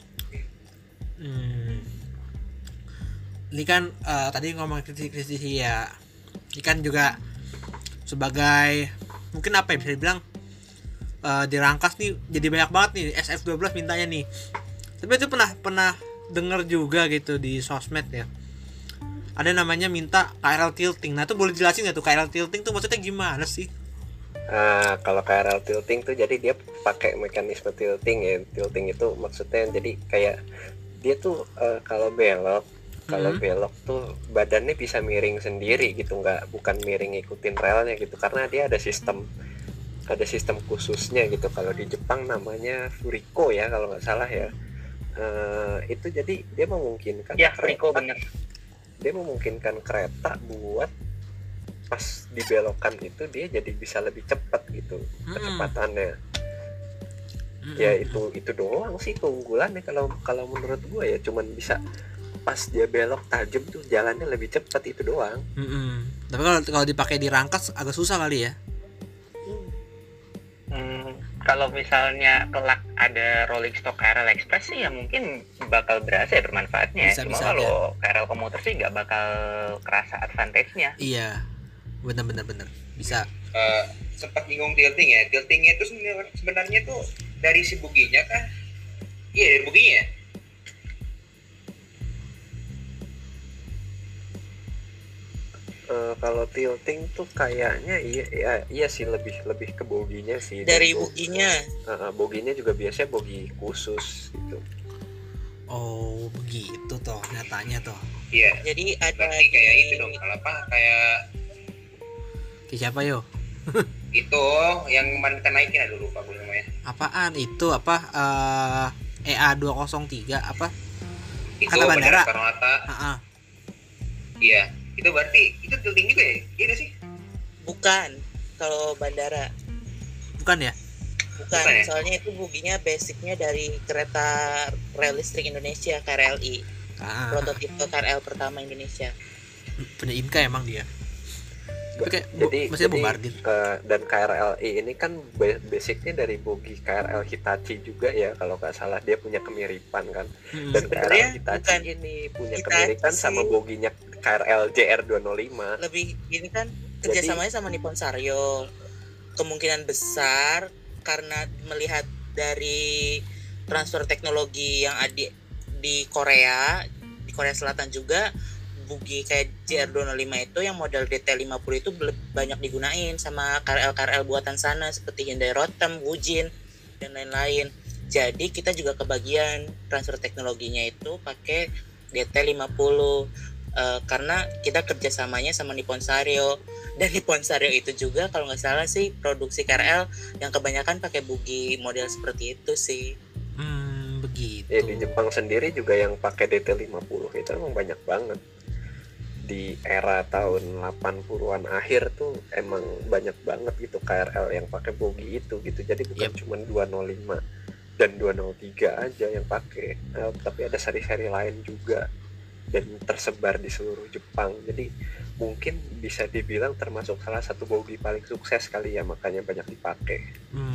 ini kan tadi ngomong kritisi ya. Ini kan juga sebagai mungkin apa ya bisa dibilang dirangkas nih jadi banyak banget nih SF12 mintanya nih. Tapi itu pernah denger juga gitu di sosmed ya. Ada namanya minta KRL tilting. Nah, itu boleh jelasin nggak tuh KRL tilting tuh maksudnya gimana sih? Kalau KRL tilting tuh jadi dia pakai mekanisme tilting ya. Tilting itu maksudnya jadi kayak dia tuh kalau belok tuh badannya bisa miring sendiri gitu, bukan miring ngikutin relnya gitu, karena dia ada sistem khususnya gitu. Kalau di Jepang namanya Furiko ya kalau nggak salah ya. Itu jadi dia memungkinkan Furiko bener. Dia memungkinkan kereta buat pas dibelokan itu dia jadi bisa lebih cepat gitu kecepatannya. Ya itu doang sih keunggulannya kalau menurut gua ya, cuman bisa pas dia belok tajam tuh jalannya lebih cepat, itu doang. Tapi kalau dipakai di rangkas agak susah kali ya. Kalau misalnya kelak ada rolling stock KRL Express sih ya mungkin bakal berasa ya bermanfaatnya. Cuma kalau KRL komuter sih nggak bakal kerasa advantage-nya. Iya, benar bisa. Sempat bingung tilting ya. Tiltingnya itu sebenarnya tuh dari si boginya kah? Iya, dari boginya ya. Kalau tilting tuh kayaknya iya sih lebih ke boginya sih. Dari boginya. Boginya juga biasanya bogi khusus gitu. Oh begitu toh nyatanya toh. Iya. Jadi ada berarti kayak itu dong, kayak siapa yo? Itu yang kemarin kita naikin, aduh lupa gue namanya. Apaan itu EA203 apa? Itu Kata bandara. Iya. Itu berarti itu tilting juga ya? Iya gak sih? Bukan, kalau bandara. Bukan ya? Bukan ya? Soalnya itu boginya basicnya dari kereta rel listrik Indonesia, KRLI. Prototipe KRL pertama Indonesia. Punya Inka emang dia. Jadi bombardir. Dan KRLI ini kan basicnya dari bogi KRL Hitachi juga ya kalau nggak salah, dia punya kemiripan kan. Dan KRL Hitachi ini punya kemiripan sama boginya KRL JR205. Lebih gini kan kerjasamanya sama Nippon Sanyo. Kemungkinan besar karena melihat dari transfer teknologi yang ada di Korea Selatan juga, bogi kayak JR205 itu yang model DT50 itu banyak digunain sama KRL buatan sana seperti Hyundai Rotem, Wujin dan lain-lain. Jadi kita juga kebagian transfer teknologinya itu pakai DT50 karena kita kerjasamanya sama Nippon Sanyo. Dan Nippon Sanyo itu juga kalau nggak salah sih produksi KRL yang kebanyakan pakai bogi model seperti itu sih. Begitu. Ya di Jepang sendiri juga yang pakai DT50 itu emang banyak banget. Di era tahun 80-an akhir tuh emang banyak banget gitu KRL yang pakai bogi itu gitu. Jadi bukan cuma 205 dan 203 aja yang pakai, tapi ada seri-seri lain juga dan tersebar di seluruh Jepang. Jadi mungkin bisa dibilang termasuk salah satu bogi paling sukses kali ya, makanya banyak dipakai.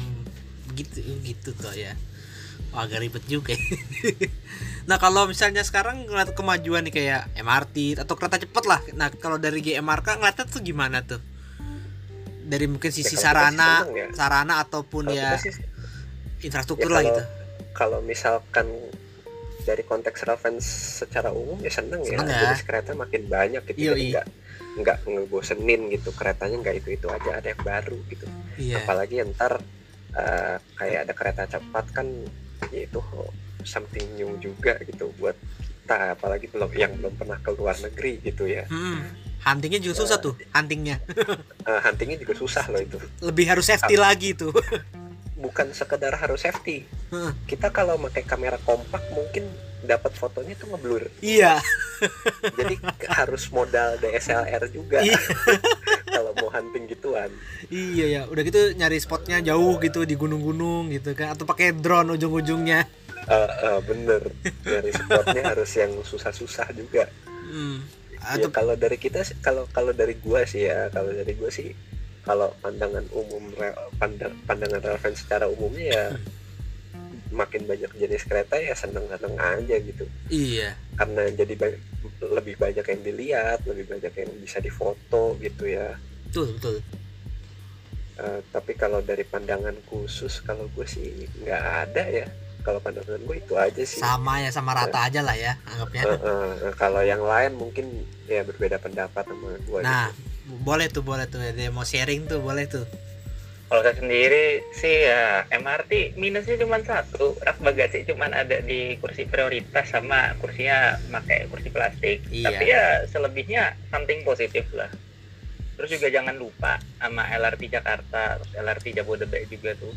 Gitu tuh ya. Agak ribet juga. Nah kalau misalnya sekarang ngeliat kemajuan nih kayak MRT atau kereta cepat lah. Nah kalau dari GMRK ngeliatnya tuh gimana tuh? Dari mungkin sisi sarana ataupun ya infrastruktur lah gitu. Kalau misalkan dari konteks relevance secara umum ya seneng ya. Jenis kereta makin banyak gitu. Jadi nggak ngebosenin gitu, keretanya nggak itu aja, ada yang baru gitu. Apalagi ntar kayak ada kereta cepat kan, yaitu something new juga gitu buat kita, apalagi yang belum pernah ke luar negeri gitu ya. Huntingnya juga susah tuh, huntingnya juga susah loh itu. Lebih harus safety lagi tuh. Bukan sekedar harus safety, kita kalau pakai kamera kompak mungkin dapat fotonya tuh ngeblur. Iya. Jadi harus modal DSLR juga. Kalau mau hunting gituan. Iya ya, udah gitu nyari spotnya jauh gitu di gunung-gunung gitu kan, atau pakai drone ujung-ujungnya. Bener, nyari spotnya harus yang susah-susah juga. Ya, kalau dari kita, kalau dari gua sih ya, kalau pandangan pandangan relevan secara umumnya ya, makin banyak jenis kereta ya seneng-seneng aja gitu. Iya. Karena jadi lebih banyak yang dilihat, lebih banyak yang bisa difoto gitu ya. Betul. Tapi kalau dari pandangan khusus, kalau gue sih nggak ada ya. Kalau pandangan gue itu aja sih. Sama ya, sama rata aja lah ya anggapnya. Kalau yang lain mungkin ya berbeda pendapat sama gue. Nah, gitu. boleh tuh dia mau sharing tuh, boleh tuh. Kalau saya sendiri sih ya MRT minusnya cuma satu, rak bagasi cuma ada di kursi prioritas sama kursinya pakai kursi plastik. Iya. Tapi ya selebihnya something positif lah. Terus juga jangan lupa sama LRT Jakarta, terus LRT Jabodebek juga tuh.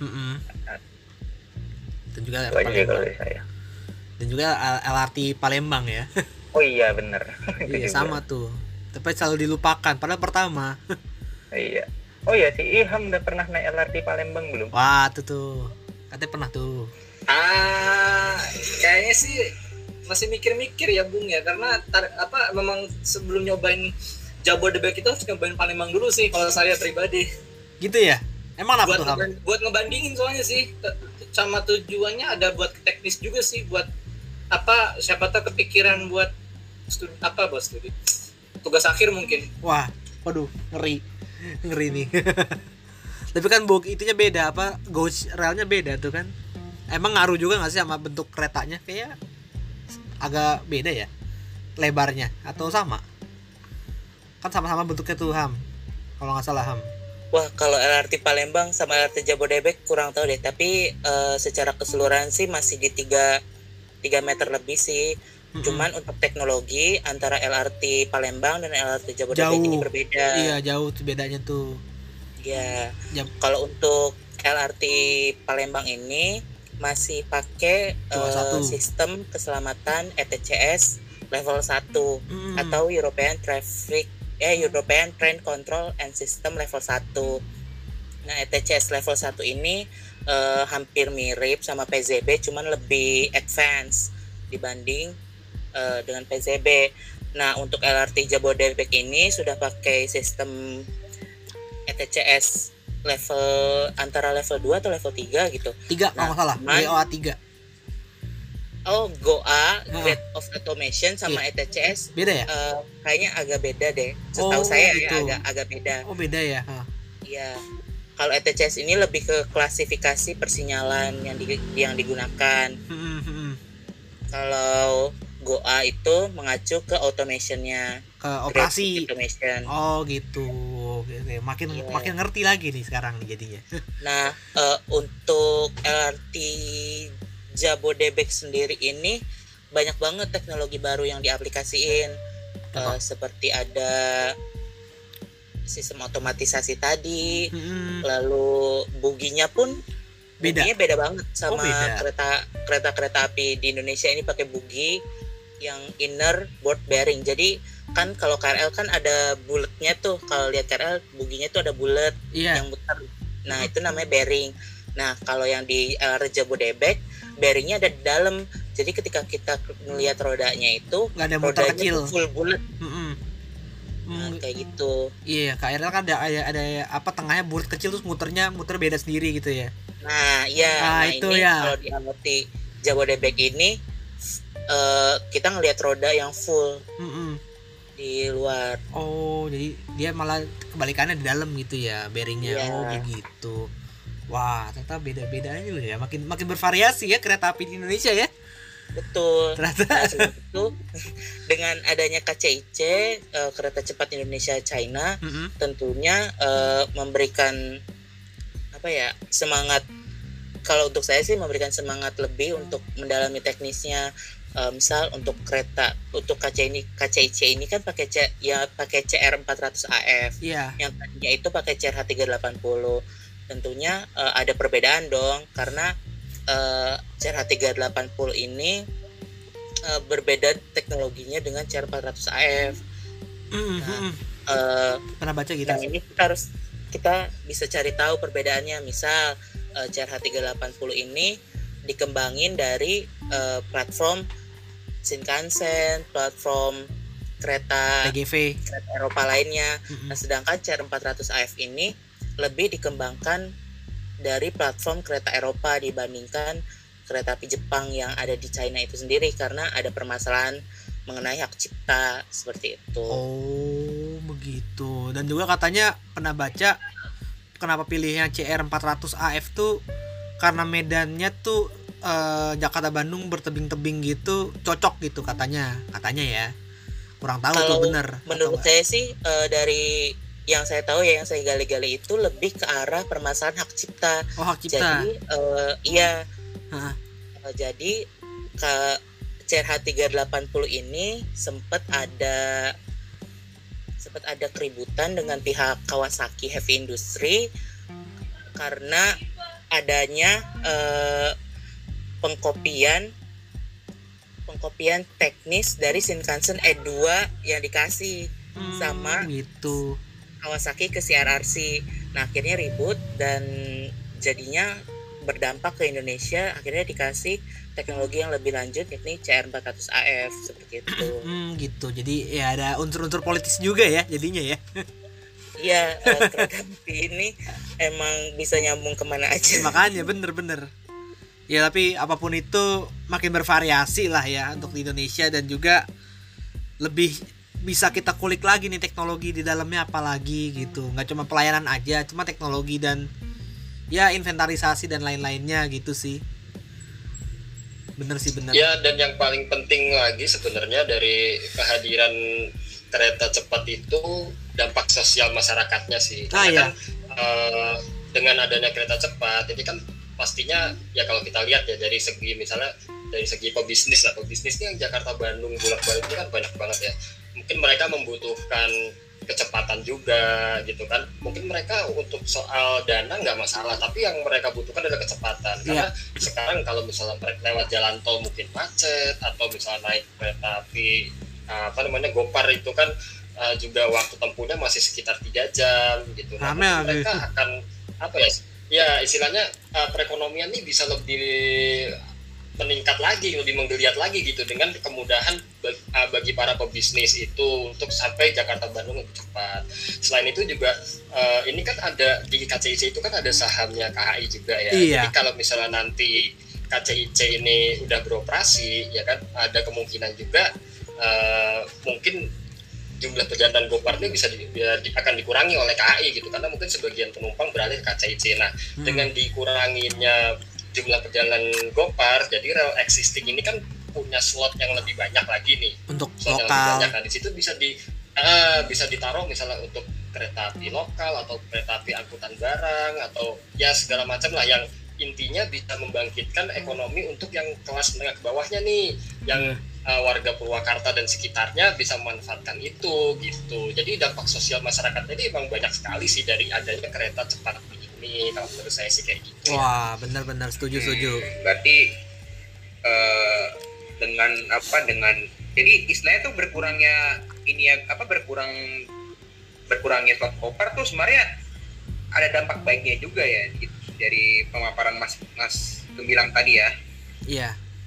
Dan juga Itu aja sih kalau Palembang. dari saya. Dan juga LRT Palembang ya. Oh iya bener. Itu Iya juga. sama tuh. Tapi selalu dilupakan padahal pertama. Iya. Oh iya si Iham udah pernah naik LRT Palembang belum? Wah, tuh. Katanya pernah tuh. Kayaknya sih masih mikir-mikir ya Bung ya, karena memang sebelum nyobain Jabodebek itu harus nyobain Palembang dulu sih kalau saya pribadi. Gitu ya? Emang apa tuh, Ham? Buat ngebandingin soalnya sih, sama tujuannya ada buat teknis juga sih, buat siapa tahu kepikiran buat studi tugas akhir mungkin. Wah, waduh, ngeri nih. Tapi kan itunya beda, gauge relnya beda tuh kan. Emang ngaruh juga nggak sih sama bentuk keretanya? Kayak agak beda ya lebarnya, atau sama? Kan sama-sama bentuknya tuh, Ham, kalau nggak salah, Ham. Wah, kalau LRT Palembang sama LRT Jabodebek kurang tahu deh, tapi secara keseluruhan sih masih di 3 meter lebih sih. Cuman untuk teknologi antara LRT Palembang dan LRT Jabodebek ini berbeda. Iya, jauh tuh bedanya tuh. Iya. Kalau untuk LRT Palembang ini masih pakai sistem keselamatan ETCS level 1 atau European Train Control and System level 1. Nah, ETCS level 1 ini hampir mirip sama PZB, cuman lebih advance dibanding dengan PZB. Nah, untuk LRT Jabodebek ini sudah pakai sistem ETCS antara level 2 atau level 3 gitu. 3 kalau nggak salah, GOA 3. Oh, GOA, Grade of Automation sama ETCS beda ya? Kayaknya agak beda deh. Setahu saya gitu. ya agak beda. Oh, beda ya? Iya. Kalau ETCS ini lebih ke klasifikasi persinyalan yang digunakan. Kalau GOA itu mengacu ke automationnya, ke operasi. Automation. Oh gitu. Makin ngerti lagi nih sekarang nih jadinya. Nah, untuk LRT Jabodebek sendiri ini banyak banget teknologi baru yang diaplikasiin, seperti ada sistem otomatisasi tadi, lalu buginya pun beda banget sama kereta api di Indonesia ini pakai bugi yang inner board bearing. Jadi kan kalau KRL kan ada buletnya tuh, kalau lihat KRL buginya tuh ada bulet yang muter. Nah, itu namanya bearing. Nah, kalau yang di LRT Jabodebek bearingnya ada di dalam. Jadi ketika kita melihat rodanya itu nggak ada muter kecil, full bulet. Nah, kayak gitu. Iya, KRL kan ada tengahnya bulet kecil, terus muter beda sendiri gitu ya. Nah, iya. Itu ini ya. kalau di LRT Jabodebek ini kita ngelihat roda yang full di luar. Oh, jadi dia malah kebalikannya di dalam gitu ya bearingnya. Oh, begitu. Wah, ternyata beda-bedanya loh ya. Makin bervariasi ya kereta api di Indonesia ya. Betul. Ternyata. Nah, itu dengan adanya KCIC, Kereta Cepat Indonesia China, tentunya memberikan semangat. Kalau untuk saya sih memberikan semangat lebih untuk mendalami teknisnya. Misal untuk KCIC ini kan pakai CR400 AF. Yang tadinya itu pakai CRH380. Tentunya ada perbedaan dong, karena CRH380 ini berbeda teknologinya dengan CR400 AF. Pernah baca gitu. Nah, ini kita bisa cari tahu perbedaannya. Misal CRH380 ini dikembangin dari platform Shinkansen, platform kereta Eropa lainnya. Nah, sedangkan CR400 AF ini lebih dikembangkan dari platform kereta Eropa dibandingkan kereta api Jepang yang ada di China itu sendiri, karena ada permasalahan mengenai hak cipta seperti itu. Oh, begitu. Dan juga katanya pernah baca kenapa pilihnya CR 400 AF tuh karena medannya tuh Jakarta Bandung bertebing-tebing gitu, cocok gitu katanya ya. Kurang tahu Kalau tuh bener. menurut saya sih dari yang saya tahu ya, yang saya gali-gali itu lebih ke arah permasalahan hak cipta. Oh, hak cipta. Jadi iya. Hah. Jadi ke CRH 380 ini sempat ada keributan dengan pihak Kawasaki Heavy Industry karena adanya pengkopian teknis dari Shinkansen E2 yang dikasih sama gitu Kawasaki ke CRRC. Nah, akhirnya ribut dan jadinya berdampak ke Indonesia, akhirnya dikasih teknologi yang lebih lanjut yakni CR400 AF seperti itu. Gitu. Jadi ya ada unsur-unsur politis juga ya jadinya ya. Iya, kereta api ini emang bisa nyambung kemana aja. Makanya bener-bener. Ya tapi apapun itu makin bervariasi lah ya untuk di Indonesia, dan juga lebih bisa kita kulik lagi nih teknologi di dalamnya apalagi gitu. Nggak cuma pelayanan aja, cuma teknologi dan ya inventarisasi dan lain-lainnya gitu sih. Bener sih, bener. Ya, dan yang paling penting lagi sebenarnya dari kehadiran kereta cepat itu dampak sosial masyarakatnya sih. Karena kan dengan adanya kereta cepat ini kan pastinya ya kalau kita lihat ya dari segi misalnya dari segi pebisnis lah, pebisnis yang Jakarta Bandung bolak-balik ini kan banyak banget ya. Mungkin mereka membutuhkan kecepatan juga gitu kan. Mungkin mereka untuk soal dana nggak masalah, tapi yang mereka butuhkan adalah kecepatan. Karena sekarang kalau misalnya lewat jalan tol mungkin macet, atau misalnya naik kereta api Gopar itu kan juga waktu tempuhnya masih sekitar 3 jam gitu. Nah, mereka akan ya istilahnya perekonomian ini bisa lebih meningkat lagi, lebih menggeliat lagi gitu dengan kemudahan bagi para pebisnis itu untuk sampai Jakarta Bandung lebih cepat. Selain itu juga ini kan ada di KCIC itu kan ada sahamnya KHI juga ya. Jadi kalau misalnya nanti KCIC ini udah beroperasi ya kan, ada kemungkinan juga mungkin jumlah perjalanan Gopar ini akan dikurangi oleh KAI gitu, karena mungkin sebagian penumpang beralih ke KCIC. Nah, dengan dikuranginya jumlah perjalanan Gopar, jadi rel existing ini kan punya slot yang lebih banyak lagi nih untuk slot lokal. Nah, di situ bisa ditaruh misalnya untuk kereta api lokal atau kereta api angkutan barang atau ya segala macam lah, yang intinya bisa membangkitkan ekonomi untuk yang kelas menengah ke bawahnya nih, yang warga Purwakarta dan sekitarnya bisa memanfaatkan itu gitu. Jadi dampak sosial masyarakat ini emang banyak sekali sih dari adanya kereta cepat ini, kalau menurut saya sih kayak gitu. Wah, benar-benar setuju. Berarti dengan jadi istilahnya tuh berkurangnya berkurangnya slot Gopar tuh sebenarnya ada dampak baiknya juga ya gitu, dari pemaparan Mas Gemilang tadi ya. Iya.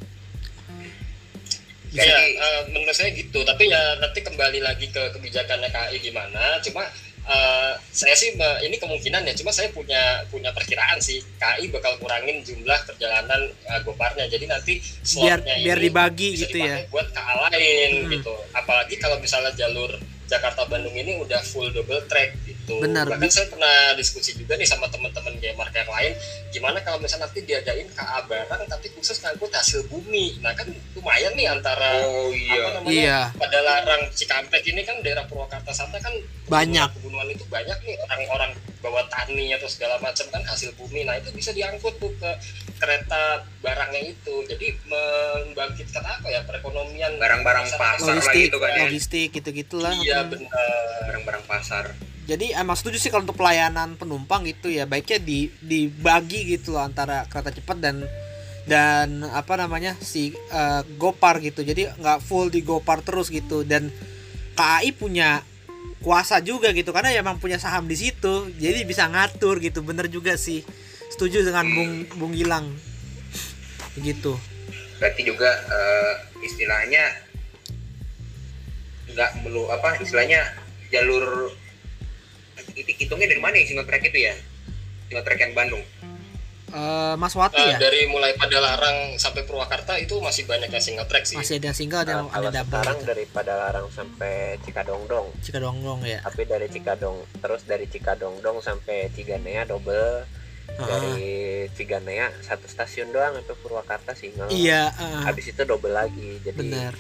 Menurut saya gitu, tapi ya nanti kembali lagi ke kebijakannya KAI gimana. Cuma saya sih ini kemungkinan ya, cuma saya punya perkiraan sih KAI bakal kurangin jumlah perjalanan Goparnya, jadi nanti slotnya biar dibagi bisa gitu ya buat KA lain gitu. Apalagi kalau misalnya jalur Jakarta Bandung ini udah full double track gitu. Benar. Bahkan saya pernah diskusi juga nih sama teman-teman GMRK yang lain, gimana kalau misalnya nanti diadain KA barang tapi khusus ngangkut hasil bumi. Nah kan lumayan nih antara pada Larang Cikampek ini kan daerah Purwakarta sana kan banyak pegunungan itu banyak nih orang-orang bawa tani atau segala macam kan hasil bumi. Nah itu bisa diangkut tuh ke kereta barangnya itu, jadi membangkitkan perekonomian barang-barang pasar lah gitu kan ya. Logistik gitu-gitulah. Iya benar, barang-barang pasar. Jadi emang setuju sih kalau untuk pelayanan penumpang gitu ya, baiknya dibagi gitu loh antara kereta cepat dan si Gopar gitu. Jadi nggak full di Gopar terus gitu, dan KAI punya kuasa juga gitu karena ya emang punya saham di situ, jadi bisa ngatur gitu. Bener juga sih, setuju dengan Bung Gilang begitu. Berarti juga istilahnya nggak perlu istilahnya jalur hitungnya dari mana ya single track itu ya, single track yang Bandung Mas Wati ya? Dari mulai Padalarang sampai Purwakarta itu masih banyak yang single track sih. Masih ada single, ada Kalau double. sekarang Gitu. dari Padalarang sampai Cikadongdong. Cikadongdong ya. Tapi dari Cikadongdong sampai Ciganea double. Dari Ciganea satu stasiun doang itu Purwakarta single. Iya. Habis itu double lagi. Jadi Bener.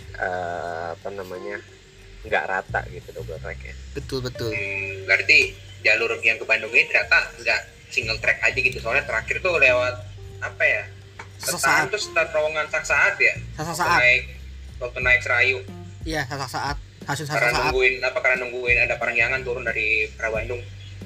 nggak rata gitu double tracknya. Betul. Berarti jalur yang ke Bandung ini ternyata nggak single track aja gitu, soalnya terakhir tuh lewat apa ya, Sasaat. terus terowongan Saksaat ya, Sasaat. waktu naik Serayu, Iya, saat. Hasil karena saat. nungguin ada Parahyangan turun dari Pra Bandung.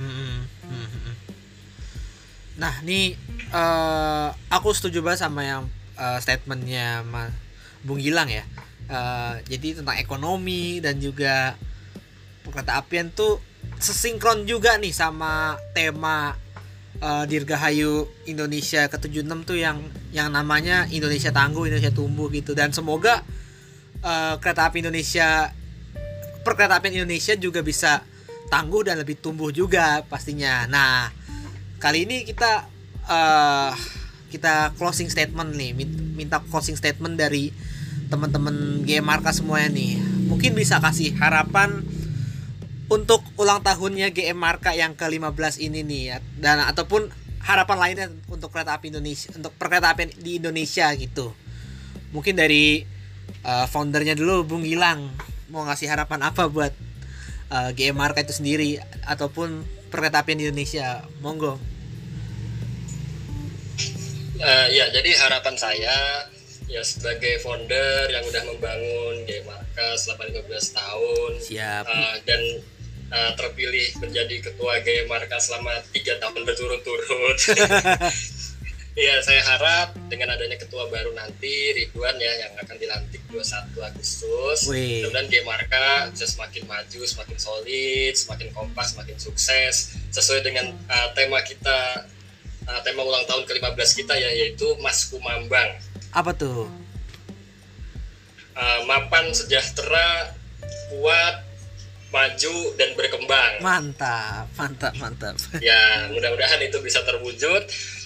Nah, nih aku setuju banget sama yang statementnya Mas Bung Gilang ya. Jadi tentang ekonomi dan juga perkereta apian tuh sesinkron juga nih sama tema Dirgahayu Indonesia ke-76 tuh yang namanya Indonesia Tangguh, Indonesia Tumbuh gitu. Dan semoga perkereta apian Indonesia juga bisa tangguh dan lebih tumbuh juga pastinya. Nah, kali ini kita closing statement nih, minta closing statement dari teman-teman GMRK semuanya nih. Mungkin bisa kasih harapan untuk ulang tahunnya GMRK yang ke-15 ini nih ya, dan ataupun harapan lainnya untuk kereta api Indonesia, untuk perkereta apian di Indonesia gitu. Mungkin dari foundernya dulu, Bung Gilang, mau ngasih harapan apa buat GMRK itu sendiri ataupun perkereta apian di Indonesia, monggo. Ya, jadi harapan saya ya sebagai founder yang udah membangun GMRK selama 15 tahun. Siap. Dan terpilih menjadi ketua GMRK selama 3 tahun berturut-turut. Ya, saya harap dengan adanya ketua baru nanti, Ridwan ya, yang akan dilantik 21 Agustus, kemudian GMRK bisa semakin maju, semakin solid, semakin kompak, semakin sukses, sesuai dengan tema kita, tema ulang tahun ke-15 kita ya, yaitu Mas Kumambang. Apa tuh? Mapan, sejahtera, kuat, maju, dan berkembang. Mantap. Ya, mudah-mudahan itu bisa terwujud.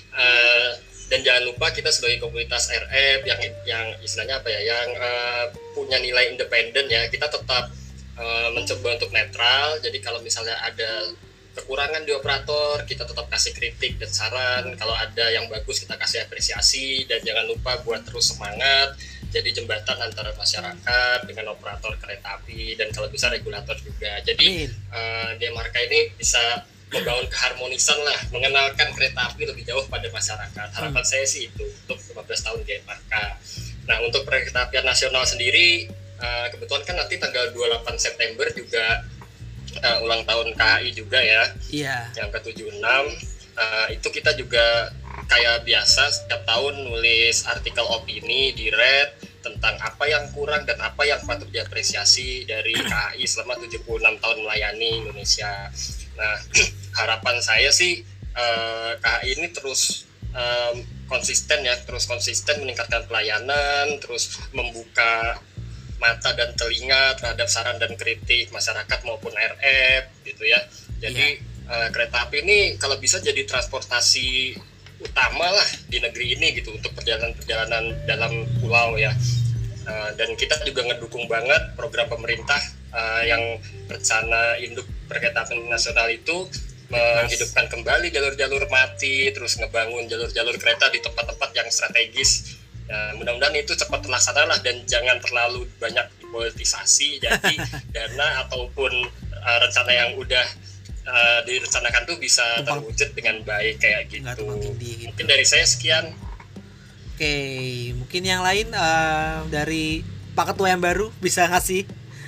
Dan jangan lupa kita sebagai komunitas RF yang istilahnya apa ya, yang punya nilai independen ya, kita tetap mencoba untuk netral. Jadi kalau misalnya ada kekurangan di operator, kita tetap kasih kritik dan saran. Kalau ada yang bagus, kita kasih apresiasi. Dan jangan lupa buat terus semangat jadi jembatan antara masyarakat dengan operator kereta api dan kalau bisa regulator juga. Jadi GMRK ini bisa membangun keharmonisan lah, mengenalkan kereta api lebih jauh pada masyarakat. Harapan saya sih itu untuk 15 tahun GMRK. Nah, untuk kereta apian nasional sendiri, kebetulan kan nanti tanggal 28 September juga ulang tahun KAI juga ya. Iya. Yang ke-76. Itu kita juga kayak biasa setiap tahun nulis artikel opini di Red tentang apa yang kurang dan apa yang patut diapresiasi dari KAI selama 76 tahun melayani Indonesia. Nah, harapan saya sih KAI ini terus konsisten meningkatkan pelayanan, terus membuka mata dan telinga terhadap saran dan kritik masyarakat maupun RF gitu ya. Jadi kereta api ini kalau bisa jadi transportasi utama lah di negeri ini gitu untuk perjalanan dalam pulau ya. Dan kita juga ngedukung banget program pemerintah yang rencana induk perkereta apian nasional itu menghidupkan kembali jalur-jalur mati, terus ngebangun jalur-jalur kereta di tempat-tempat yang strategis. Mudah-mudahan itu cepat terlaksana lah dan jangan terlalu banyak dipolitisasi. Jadi dana ataupun rencana yang udah direncanakan tuh bisa terwujud dengan baik kayak gitu. Mungkin dari saya sekian. Oke, mungkin yang lain dari Pak Ketua yang baru bisa ngasih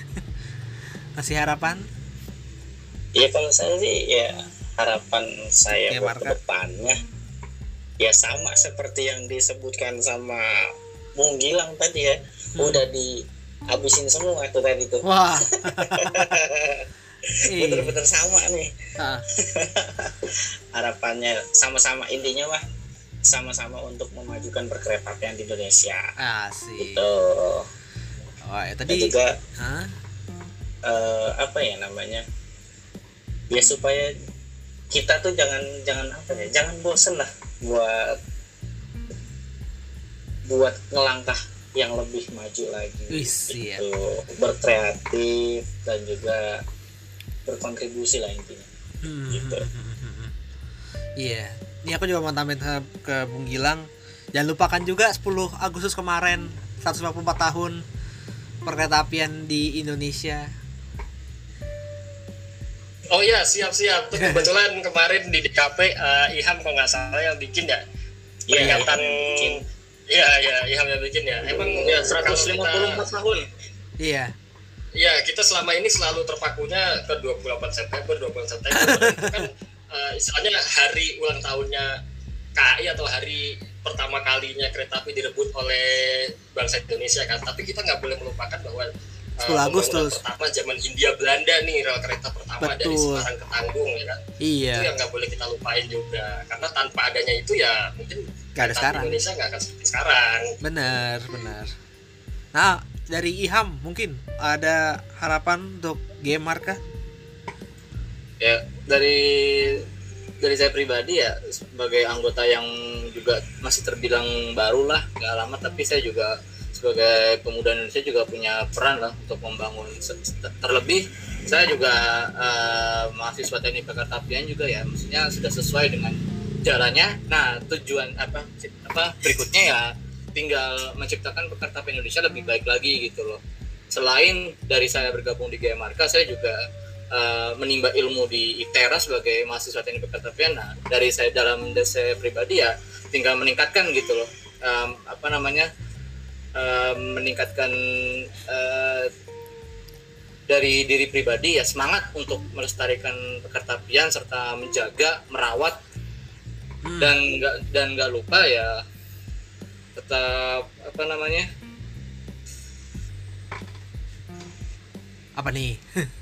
harapan. Ya kalau saya sih ya harapan saya buat kedepannya ya sama seperti yang disebutkan sama Bung Gilang tadi ya, udah dihabisin semua tuh tadi tuh. Wah. Bener-bener sama nih. Harapannya sama-sama, intinya mah sama-sama untuk memajukan perkeretaapian di Indonesia. Asik. Gitu. Oh, ya tadi dan juga apa ya namanya? Ya supaya kita tuh jangan apa ya, jangan bosen lah buat ngelangkah yang lebih maju lagi. Iya. Gitu. Berkreatif dan juga berkontribusi lah intinya. Gitu. Iya. Ini aku juga mau tambahin ke Bung Gilang. Jangan lupakan juga 10 Agustus kemarin 154 tahun perkeretaapian di Indonesia. Oh iya, siap-siap. Tuh kebetulan kemarin di DKP Iham kalau nggak salah yang bikin ya. Peringatan. Iya, Iham yang bikin ya. Emang ya 154 tahun. Iya. Iya, kita selama ini selalu terpakunya ke 28 September. Itu kan istilahnya hari ulang tahunnya KAI atau hari pertama kalinya kereta api direbut oleh bangsa Indonesia kan. Tapi kita nggak boleh melupakan bahwa 10 Agustus pertama zaman Hindia Belanda nih, rel kereta pertama dari Semarang ke Tanggung ya kan. Iya. Itu yang nggak boleh kita lupain juga, karena tanpa adanya itu ya mungkin nggak ada sekarang. Indonesia nggak akan seperti sekarang. Benar. Nah, dari Iham mungkin ada harapan untuk GMRK? Ya, dari saya pribadi ya, sebagai anggota yang juga masih terbilang baru lah, nggak lama, tapi saya juga sebagai pemuda Indonesia juga punya peran lah untuk membangun. Terlebih saya juga mahasiswa teknik perkeretaapian juga ya, maksudnya sudah sesuai dengan jalannya. Nah, tujuan apa berikutnya ya tinggal menciptakan perkeretaapian Indonesia lebih baik lagi gitu loh. Selain dari saya bergabung di GMRK, saya juga menimba ilmu di ITERA sebagai mahasiswa teknik perkeretaapian. Nah, dari saya pribadi ya tinggal meningkatkan gitu loh, meningkatkan dari diri pribadi ya, semangat untuk melestarikan perkeretaapian serta menjaga, merawat dan nggak lupa ya tetap apa nih?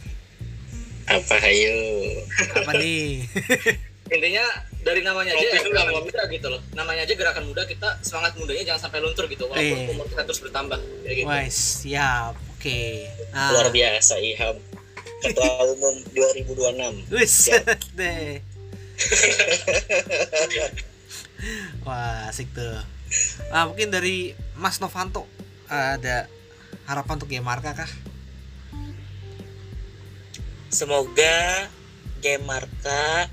Apa nih? Intinya dari namanya aja ya, gerakan muda gitu loh. Namanya aja gerakan muda, kita semangat mudanya jangan sampai luntur gitu, walaupun umur kita terus bertambah kayak gitu. Wah, siap. Oke. Nah. Luar biasa Iham. Ketua Umum 2026. Wis deh. Wah, asik tuh. Nah, mungkin dari Mas Novanto ada harapan untuk GMRK kah? Semoga GMRK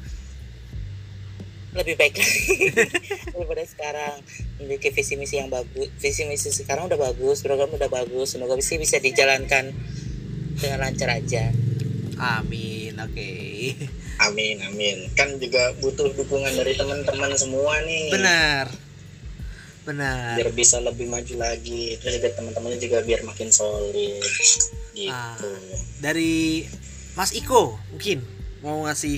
lebih baik lagi daripada sekarang, memiliki visi misi yang bagus. Visi misi sekarang udah bagus, program udah bagus, semoga bisa dijalankan dengan lancar aja. Amin. Oke. Amin. Kan juga butuh dukungan dari teman-teman semua nih. Benar. Biar bisa lebih maju lagi, terus juga teman-temannya juga biar makin solid gitu. Dari Mas Iko mungkin mau ngasih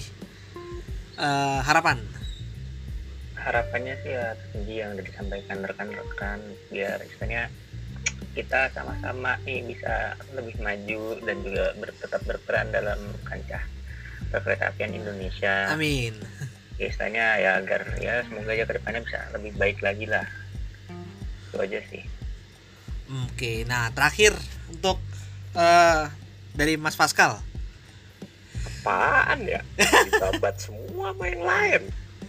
harapannya sih ya tinggi yang udah disampaikan rekan-rekan, biar istilahnya kita sama-sama nih bisa lebih maju dan juga tetap berperan dalam kancah perkeretaapian Indonesia. Amin. Ya, istilahnya ya agar ya semoga aja kedepannya bisa lebih baik lagi lah. Itu aja sih. Oke, nah terakhir untuk dari Mas Pascal. Apaan ya? Dibabat semua sama yang lain.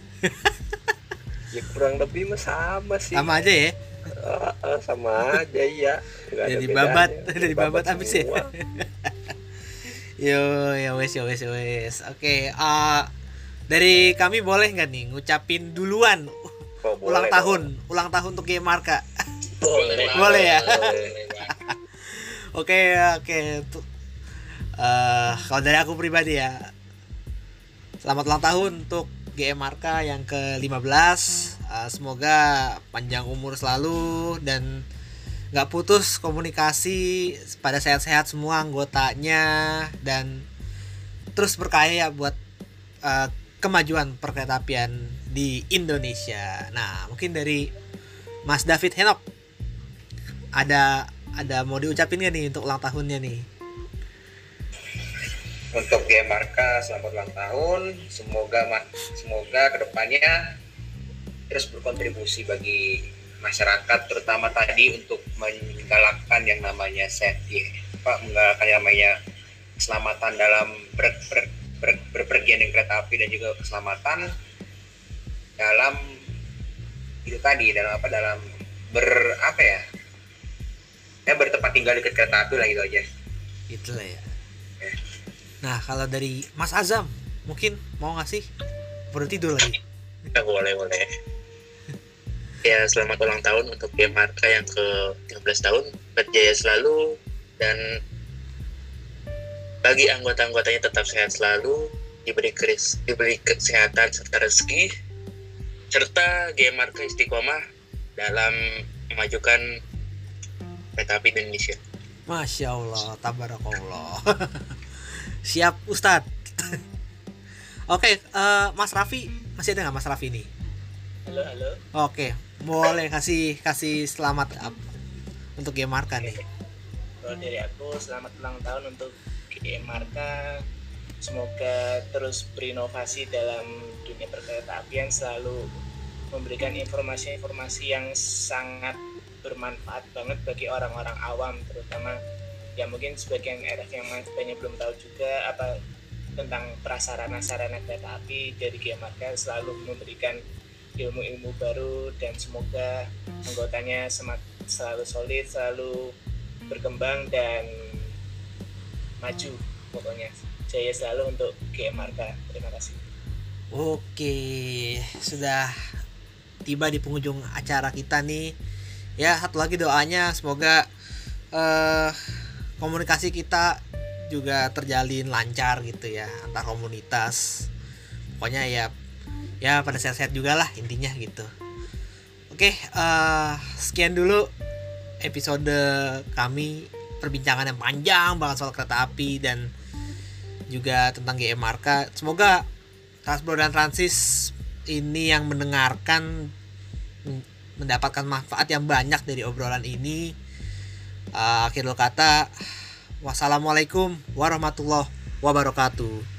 Ya kurang lebih mah sama sih. Sama aja ya? Sama aja ya. Jadi babat habis ya. Ya wes. Oke, dari kami boleh nggak nih ngucapin duluan ulang tahun untuk GMRK? Boleh ya. Oke. Kalau dari aku pribadi ya, selamat ulang tahun untuk GMRK yang ke-15. Semoga panjang umur selalu dan gak putus komunikasi, pada sehat-sehat semua anggotanya, dan terus berkarya buat kemajuan perkeretaapian di Indonesia. Nah, mungkin dari Mas David Henok ada mau diucapin gak nih untuk ulang tahunnya nih? Untuk GMRK selamat ulang tahun, semoga kedepannya terus berkontribusi bagi masyarakat, terutama tadi untuk menggalakkan yang namanya safety, menggalakkan yang namanya keselamatan dalam berpergian dengan kereta api, dan juga keselamatan dalam itu tadi dalam bertempat tinggal dekat kereta api lah gitu aja. Itulah ya. Nah, kalau dari Mas Azam, mungkin mau ngasih baru tidur lagi. Boleh. Ya, selamat ulang tahun untuk Game Marka yang ke-13 tahun. Berjaya selalu, dan bagi anggota-anggotanya tetap sehat selalu, diberi kesehatan serta rezeki, serta Game Marka istiqomah dalam memajukan kereta api Indonesia. Masya Allah, tabarakallah. Siap Ustadz. Oke, Mas Raffi, masih ada nggak Mas Raffi nih? Halo. Oke, boleh kasih selamat untuk Game Marka nih. Kalau dari aku, selamat ulang tahun untuk Game Marka. Semoga terus berinovasi dalam dunia perkereta apian, selalu memberikan informasi-informasi yang sangat bermanfaat banget bagi orang-orang awam, terutama ya mungkin sebagian RF yang banyak belum tahu juga apa tentang prasarana-sarana kereta api. Dari Game Marka selalu memberikan ilmu-ilmu baru, dan semoga anggotanya selalu solid, selalu berkembang dan maju. Pokoknya jaya selalu untuk Game Marka. Terima kasih. Oke, sudah tiba di penghujung acara kita nih. Ya, satu lagi doanya semoga komunikasi kita juga terjalin lancar gitu ya antar komunitas. Pokoknya ya pada sehat-sehat juga lah intinya gitu. Oke, sekian dulu episode kami, perbincangan yang panjang banget soal kereta api dan juga tentang GM Marka. Semoga Transbro dan Transis ini yang mendengarkan mendapatkan manfaat yang banyak dari obrolan ini. Akhirul kata, wassalamualaikum warahmatullahi wabarakatuh.